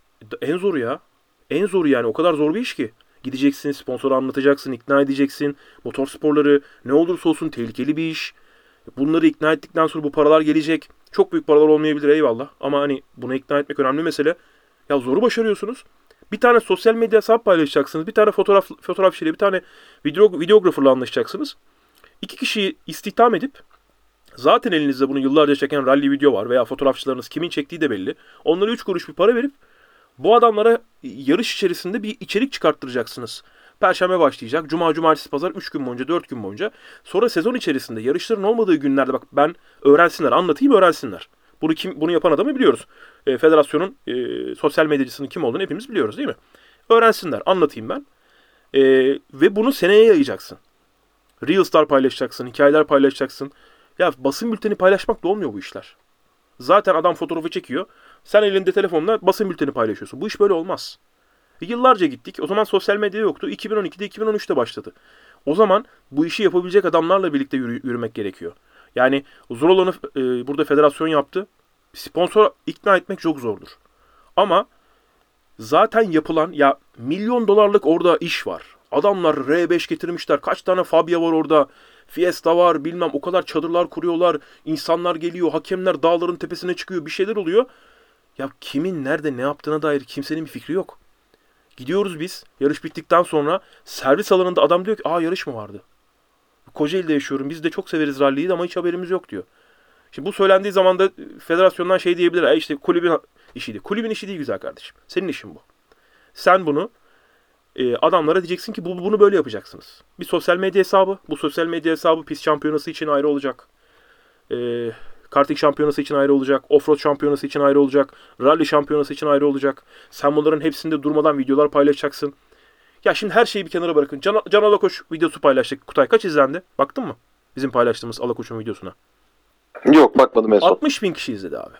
en zoru ya. En zoru yani. O kadar zor bir iş ki. Gideceksin, sponsoru anlatacaksın, ikna edeceksin. Motor sporları ne olursa olsun tehlikeli bir iş. Bunları ikna ettikten sonra bu paralar gelecek. Çok büyük paralar olmayabilir, eyvallah. Ama hani buna ikna etmek önemli mesele. Ya zoru başarıyorsunuz. Bir tane sosyal medya hesap paylaşacaksınız. Bir tane fotoğraf fotoğrafçıyla, bir tane video, videographerla anlaşacaksınız. İki kişiyi istihdam edip, zaten elinizde bunu yıllarca çeken rally video var veya fotoğrafçılarınız kimin çektiği de belli. Onlara üç kuruş bir para verip Bu adamlara yarış içerisinde bir içerik çıkarttıracaksınız. Perşembe başlayacak. Cuma, cumartesi, pazar üç gün boyunca, dört gün boyunca. Sonra sezon içerisinde yarışların olmadığı günlerde bak ben öğrensinler, anlatayım öğrensinler. Bunu kim bunu yapan adamı biliyoruz. E, federasyonun e, sosyal medyacısının kim olduğunu hepimiz biliyoruz değil mi? Öğrensinler, anlatayım ben. E, ve bunu seneye yayacaksın. Reels'lar paylaşacaksın, hikayeler paylaşacaksın. Ya basın bülteni paylaşmakla olmuyor bu işler. Zaten adam fotoğrafı çekiyor. Sen elinde telefonla basın bülteni paylaşıyorsun. Bu iş böyle olmaz. E, yıllarca gittik. O zaman sosyal medya yoktu. iki bin on ikide iki bin on üçte başladı. O zaman bu işi yapabilecek adamlarla birlikte yürü, yürümek gerekiyor. Yani zor olanı e, burada federasyon yaptı. Sponsor ikna etmek çok zordur. Ama zaten yapılan ya milyon dolarlık orada iş var. Adamlar R beş getirmişler. Kaç tane Fabia var orada. Fiesta var bilmem o kadar çadırlar kuruyorlar. İnsanlar geliyor. Hakemler dağların tepesine çıkıyor. Bir şeyler oluyor. Ya kimin nerede ne yaptığına dair kimsenin bir fikri yok. Gidiyoruz biz. Yarış bittikten sonra servis alanında adam diyor ki aa yarış mı vardı? Kocaeli'de yaşıyorum. Biz de çok severiz ralliyi ama hiç haberimiz yok diyor. Şimdi bu söylendiği zaman da federasyondan şey diyebilir. E işte kulübün işiydi. Kulübün işi değil güzel kardeşim. Senin işin bu. Sen bunu e, adamlara diyeceksin ki bu, bunu böyle yapacaksınız. Bir sosyal medya hesabı. Bu sosyal medya hesabı pist şampiyonası için ayrı olacak. E, karting şampiyonası için ayrı olacak. Offroad şampiyonası için ayrı olacak. Rally şampiyonası için ayrı olacak. Sen bunların hepsinde durmadan videolar paylaşacaksın. Ya şimdi her şeyi bir kenara bırakın. Can, Can Alakoç videosu paylaştık. Kutay kaç izlendi? Baktın mı? Bizim paylaştığımız Alakoç'un videosuna. Yok bakmadım en son. altmış bin kişi izledi abi.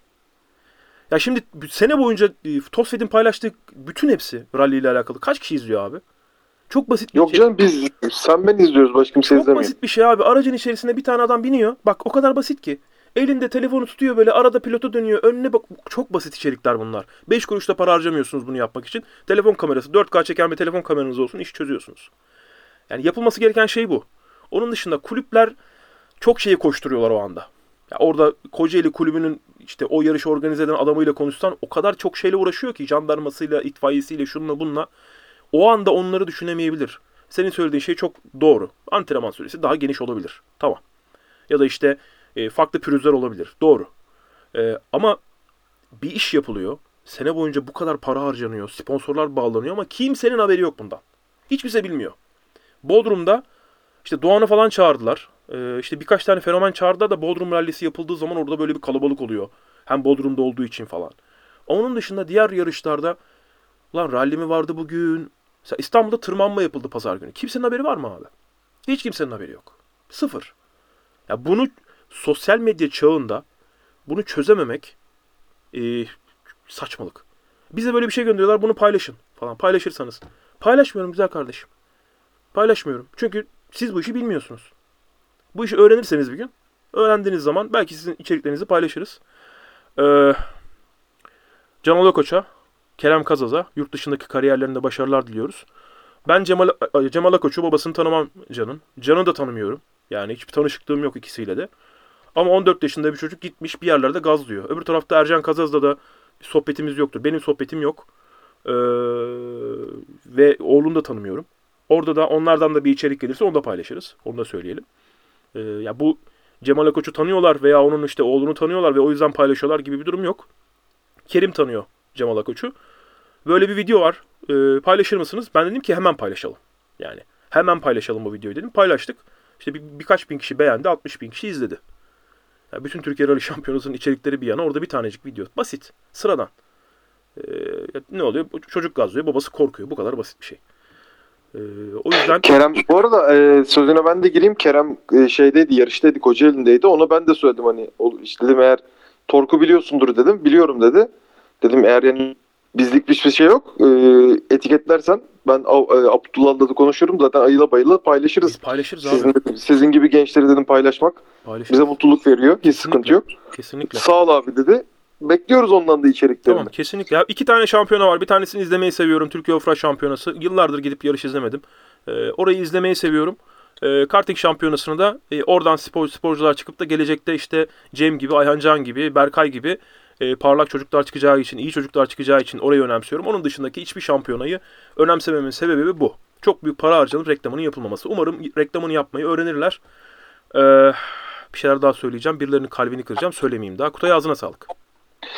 Ya şimdi sene boyunca e, Tosfed'in paylaştığı bütün hepsi rally ile alakalı. Kaç kişi izliyor abi? Çok basit bir Yok şey. canım biz sen ben izliyoruz başka kimse Çok izlemiyor. basit bir şey abi. Aracın içerisinde bir tane adam biniyor. Bak o kadar basit ki. Elinde telefonu tutuyor böyle arada pilota dönüyor. Önüne bak çok basit içerikler bunlar. beş kuruş da para harcamıyorsunuz bunu yapmak için. Telefon kamerası dört K çeken bir telefon kameranız olsun iş çözüyorsunuz. Yani yapılması gereken şey bu. Onun dışında kulüpler çok şeyi koşturuyorlar o anda. Ya orada Kocaeli kulübünün işte o yarışı organize eden adamıyla konuşsan o kadar çok şeyle uğraşıyor ki jandarmasıyla, itfaiyesiyle, şununla bununla. O anda onları düşünemeyebilir. Senin söylediğin şey çok doğru. Antrenman süresi daha geniş olabilir. Tamam. Ya da işte e, farklı pürüzler olabilir. Doğru. E, ama bir iş yapılıyor. Sene boyunca bu kadar para harcanıyor. Sponsorlar bağlanıyor ama kimsenin haberi yok bundan. Hiç kimse bilmiyor. Bodrum'da işte Doğan'ı falan çağırdılar. Ee, işte birkaç tane fenomen çağırdılar da Bodrum rallisi yapıldığı zaman orada böyle bir kalabalık oluyor. Hem Bodrum'da olduğu için falan. Onun dışında diğer yarışlarda ulan ralli mi vardı bugün? Mesela İstanbul'da tırmanma yapıldı pazar günü. Kimsenin haberi var mı abi? Hiç kimsenin haberi yok. Sıfır. Ya bunu sosyal medya çağında bunu çözememek e, saçmalık. Bize böyle bir şey gönderiyorlar bunu paylaşın falan. Paylaşırsanız. Paylaşmıyorum güzel kardeşim. Paylaşmıyorum. Çünkü siz bu işi bilmiyorsunuz. Bu işi öğrenirseniz bir gün, öğrendiğiniz zaman belki sizin içeriklerinizi paylaşırız. Ee, Can Alakoç'a, Kerem Kazaz'a yurt dışındaki kariyerlerinde başarılar diliyoruz. Ben Cemal, Cemal Alakoç'u babasını tanımam Can'ın. Can'ı da tanımıyorum. Yani hiçbir tanışıklığım yok ikisiyle de. Ama on dört yaşında bir çocuk gitmiş bir yerlerde gazlıyor. Öbür tarafta Ercan Kazaz'da da bir sohbetimiz yoktur. Benim sohbetim yok. Ee, ve oğlunu da tanımıyorum. Orada da onlardan da bir içerik gelirse onu da paylaşırız. Onu da söyleyelim. Ee, ya bu Cemal Akoç'u tanıyorlar veya onun işte oğlunu tanıyorlar ve o yüzden paylaşıyorlar gibi bir durum yok. Kerim tanıyor Cemal Akoç'u. Böyle bir video var. Ee, paylaşır mısınız? Ben dedim ki hemen paylaşalım. Yani hemen paylaşalım bu videoyu dedim. Paylaştık. İşte bir, birkaç bin kişi beğendi. altmış bin kişi izledi. Yani bütün Türkiye Rally Şampiyonası'nın içerikleri bir yana orada bir tanecik video. Basit. Sıradan. Ee, ne oluyor? Çocuk gazlıyor. Babası korkuyor. Bu kadar basit bir şey. Ee, o yüzden Kerem bu arada e, sözüne ben de gireyim. Kerem e, şeydeydi, yarıştaydı, Kocaeli'ndeydi. Ona ben de söyledim hani o, işte dedim eğer Torku biliyorsundur dedim. Biliyorum dedi. Dedim eğer yani bizlik bir şey yok. E, etiketlersen ben e, Abdullah'la da konuşurum. Zaten ayıla bayıla paylaşırız. biz paylaşırız Sizin, abi. sizin gibi gençleri dedim paylaşmak Paylaşırız. bize mutluluk veriyor. Hiç Kesinlikle. sıkıntı yok. Kesinlikle. Sağ ol abi dedi. Bekliyoruz ondan da içeriklerini. Tamam kesinlikle. Ya, iki tane şampiyona var. Bir tanesini izlemeyi seviyorum. Türkiye Offroad Şampiyonası. Yıllardır gidip yarış izlemedim. Ee, orayı izlemeyi seviyorum. Ee, karting şampiyonasını da e, oradan spor, sporcular çıkıp da gelecekte işte Cem gibi, Ayhan Can gibi, Berkay gibi e, parlak çocuklar çıkacağı için, iyi çocuklar çıkacağı için orayı önemsiyorum. Onun dışındaki hiçbir şampiyonayı önemsememin sebebi bu. Çok büyük para harcanıp reklamının yapılmaması. Umarım reklamını yapmayı öğrenirler. Ee, bir şeyler daha söyleyeceğim. Birilerinin kalbini kıracağım. Söylemeyeyim daha. Kutay ağzına sağlık.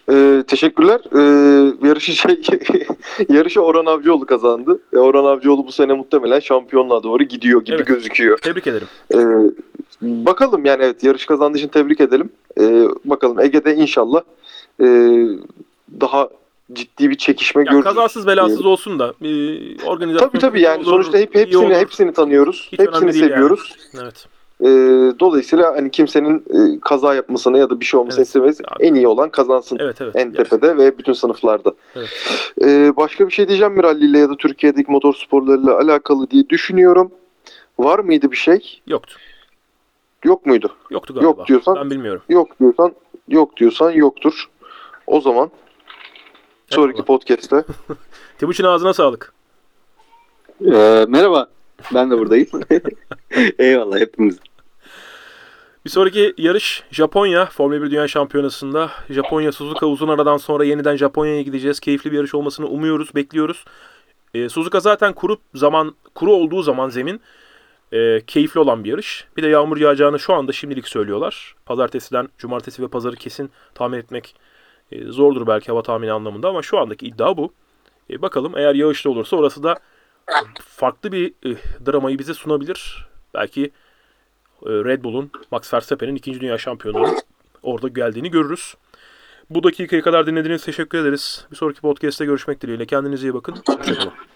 Ee, teşekkürler. Ee, yarışı şey yarışı Orhan Avcıoğlu kazandı. E, Orhan Avcıoğlu bu sene muhtemelen şampiyonluğa doğru gidiyor gibi Evet. gözüküyor. Tebrik ederim. Ee, bakalım yani evet yarış kazandığı için tebrik edelim. Ee, bakalım Ege'de inşallah e, daha ciddi bir çekişme Ya görürüz. kazasız belasız olsun da e, organizasyon Tabii tabii yani olur, sonuçta hep iyi hepsini olur. hepsini tanıyoruz. Hiç önemli hepsini değil seviyoruz. yani. Evet. Ee, dolayısıyla hani kimsenin e, kaza yapmasını ya da bir şey olmasını Evet. istemeyiz. Abi. En iyi olan kazansın. Evet evet. En tepede ve bütün sınıflarda. Evet. Ee, başka bir şey diyeceğim mi ralliyle ya da Türkiye'deki motor sporlarıyla alakalı diye düşünüyorum. Var mıydı bir şey? Yoktu. Yok muydu? Yoktu galiba. Yok diyorsan- Ben bilmiyorum. Yok diyorsan yok diyorsan yoktur. O zaman sonraki Eyvallah. podcast'te Timuçin ağzına sağlık. Ee, merhaba. Ben de buradayım. Eyvallah hepimiz. Bir sonraki yarış Japonya Formula bir Dünya Şampiyonası'nda. Japonya Suzuka uzun aradan sonra yeniden Japonya'ya gideceğiz. Keyifli bir yarış olmasını umuyoruz, bekliyoruz. Ee, Suzuka zaten kuru zaman kuru olduğu zaman zemin e, keyifli olan bir yarış. Bir de yağmur yağacağını şu anda şimdilik söylüyorlar. Pazartesiden cumartesi ve pazarı kesin tahmin etmek e, zordur belki hava tahmini anlamında ama şu andaki iddia bu. E, bakalım eğer yağışlı olursa orası da farklı bir e, dramayı bize sunabilir. Belki e, Red Bull'un, Max Verstappen'in ikinci dünya şampiyonluğu orada geldiğini görürüz. Bu dakikaya kadar dinlediğiniz için teşekkür ederiz. Bir sonraki podcast'te görüşmek dileğiyle. Kendinize iyi bakın. Hoşçakalın.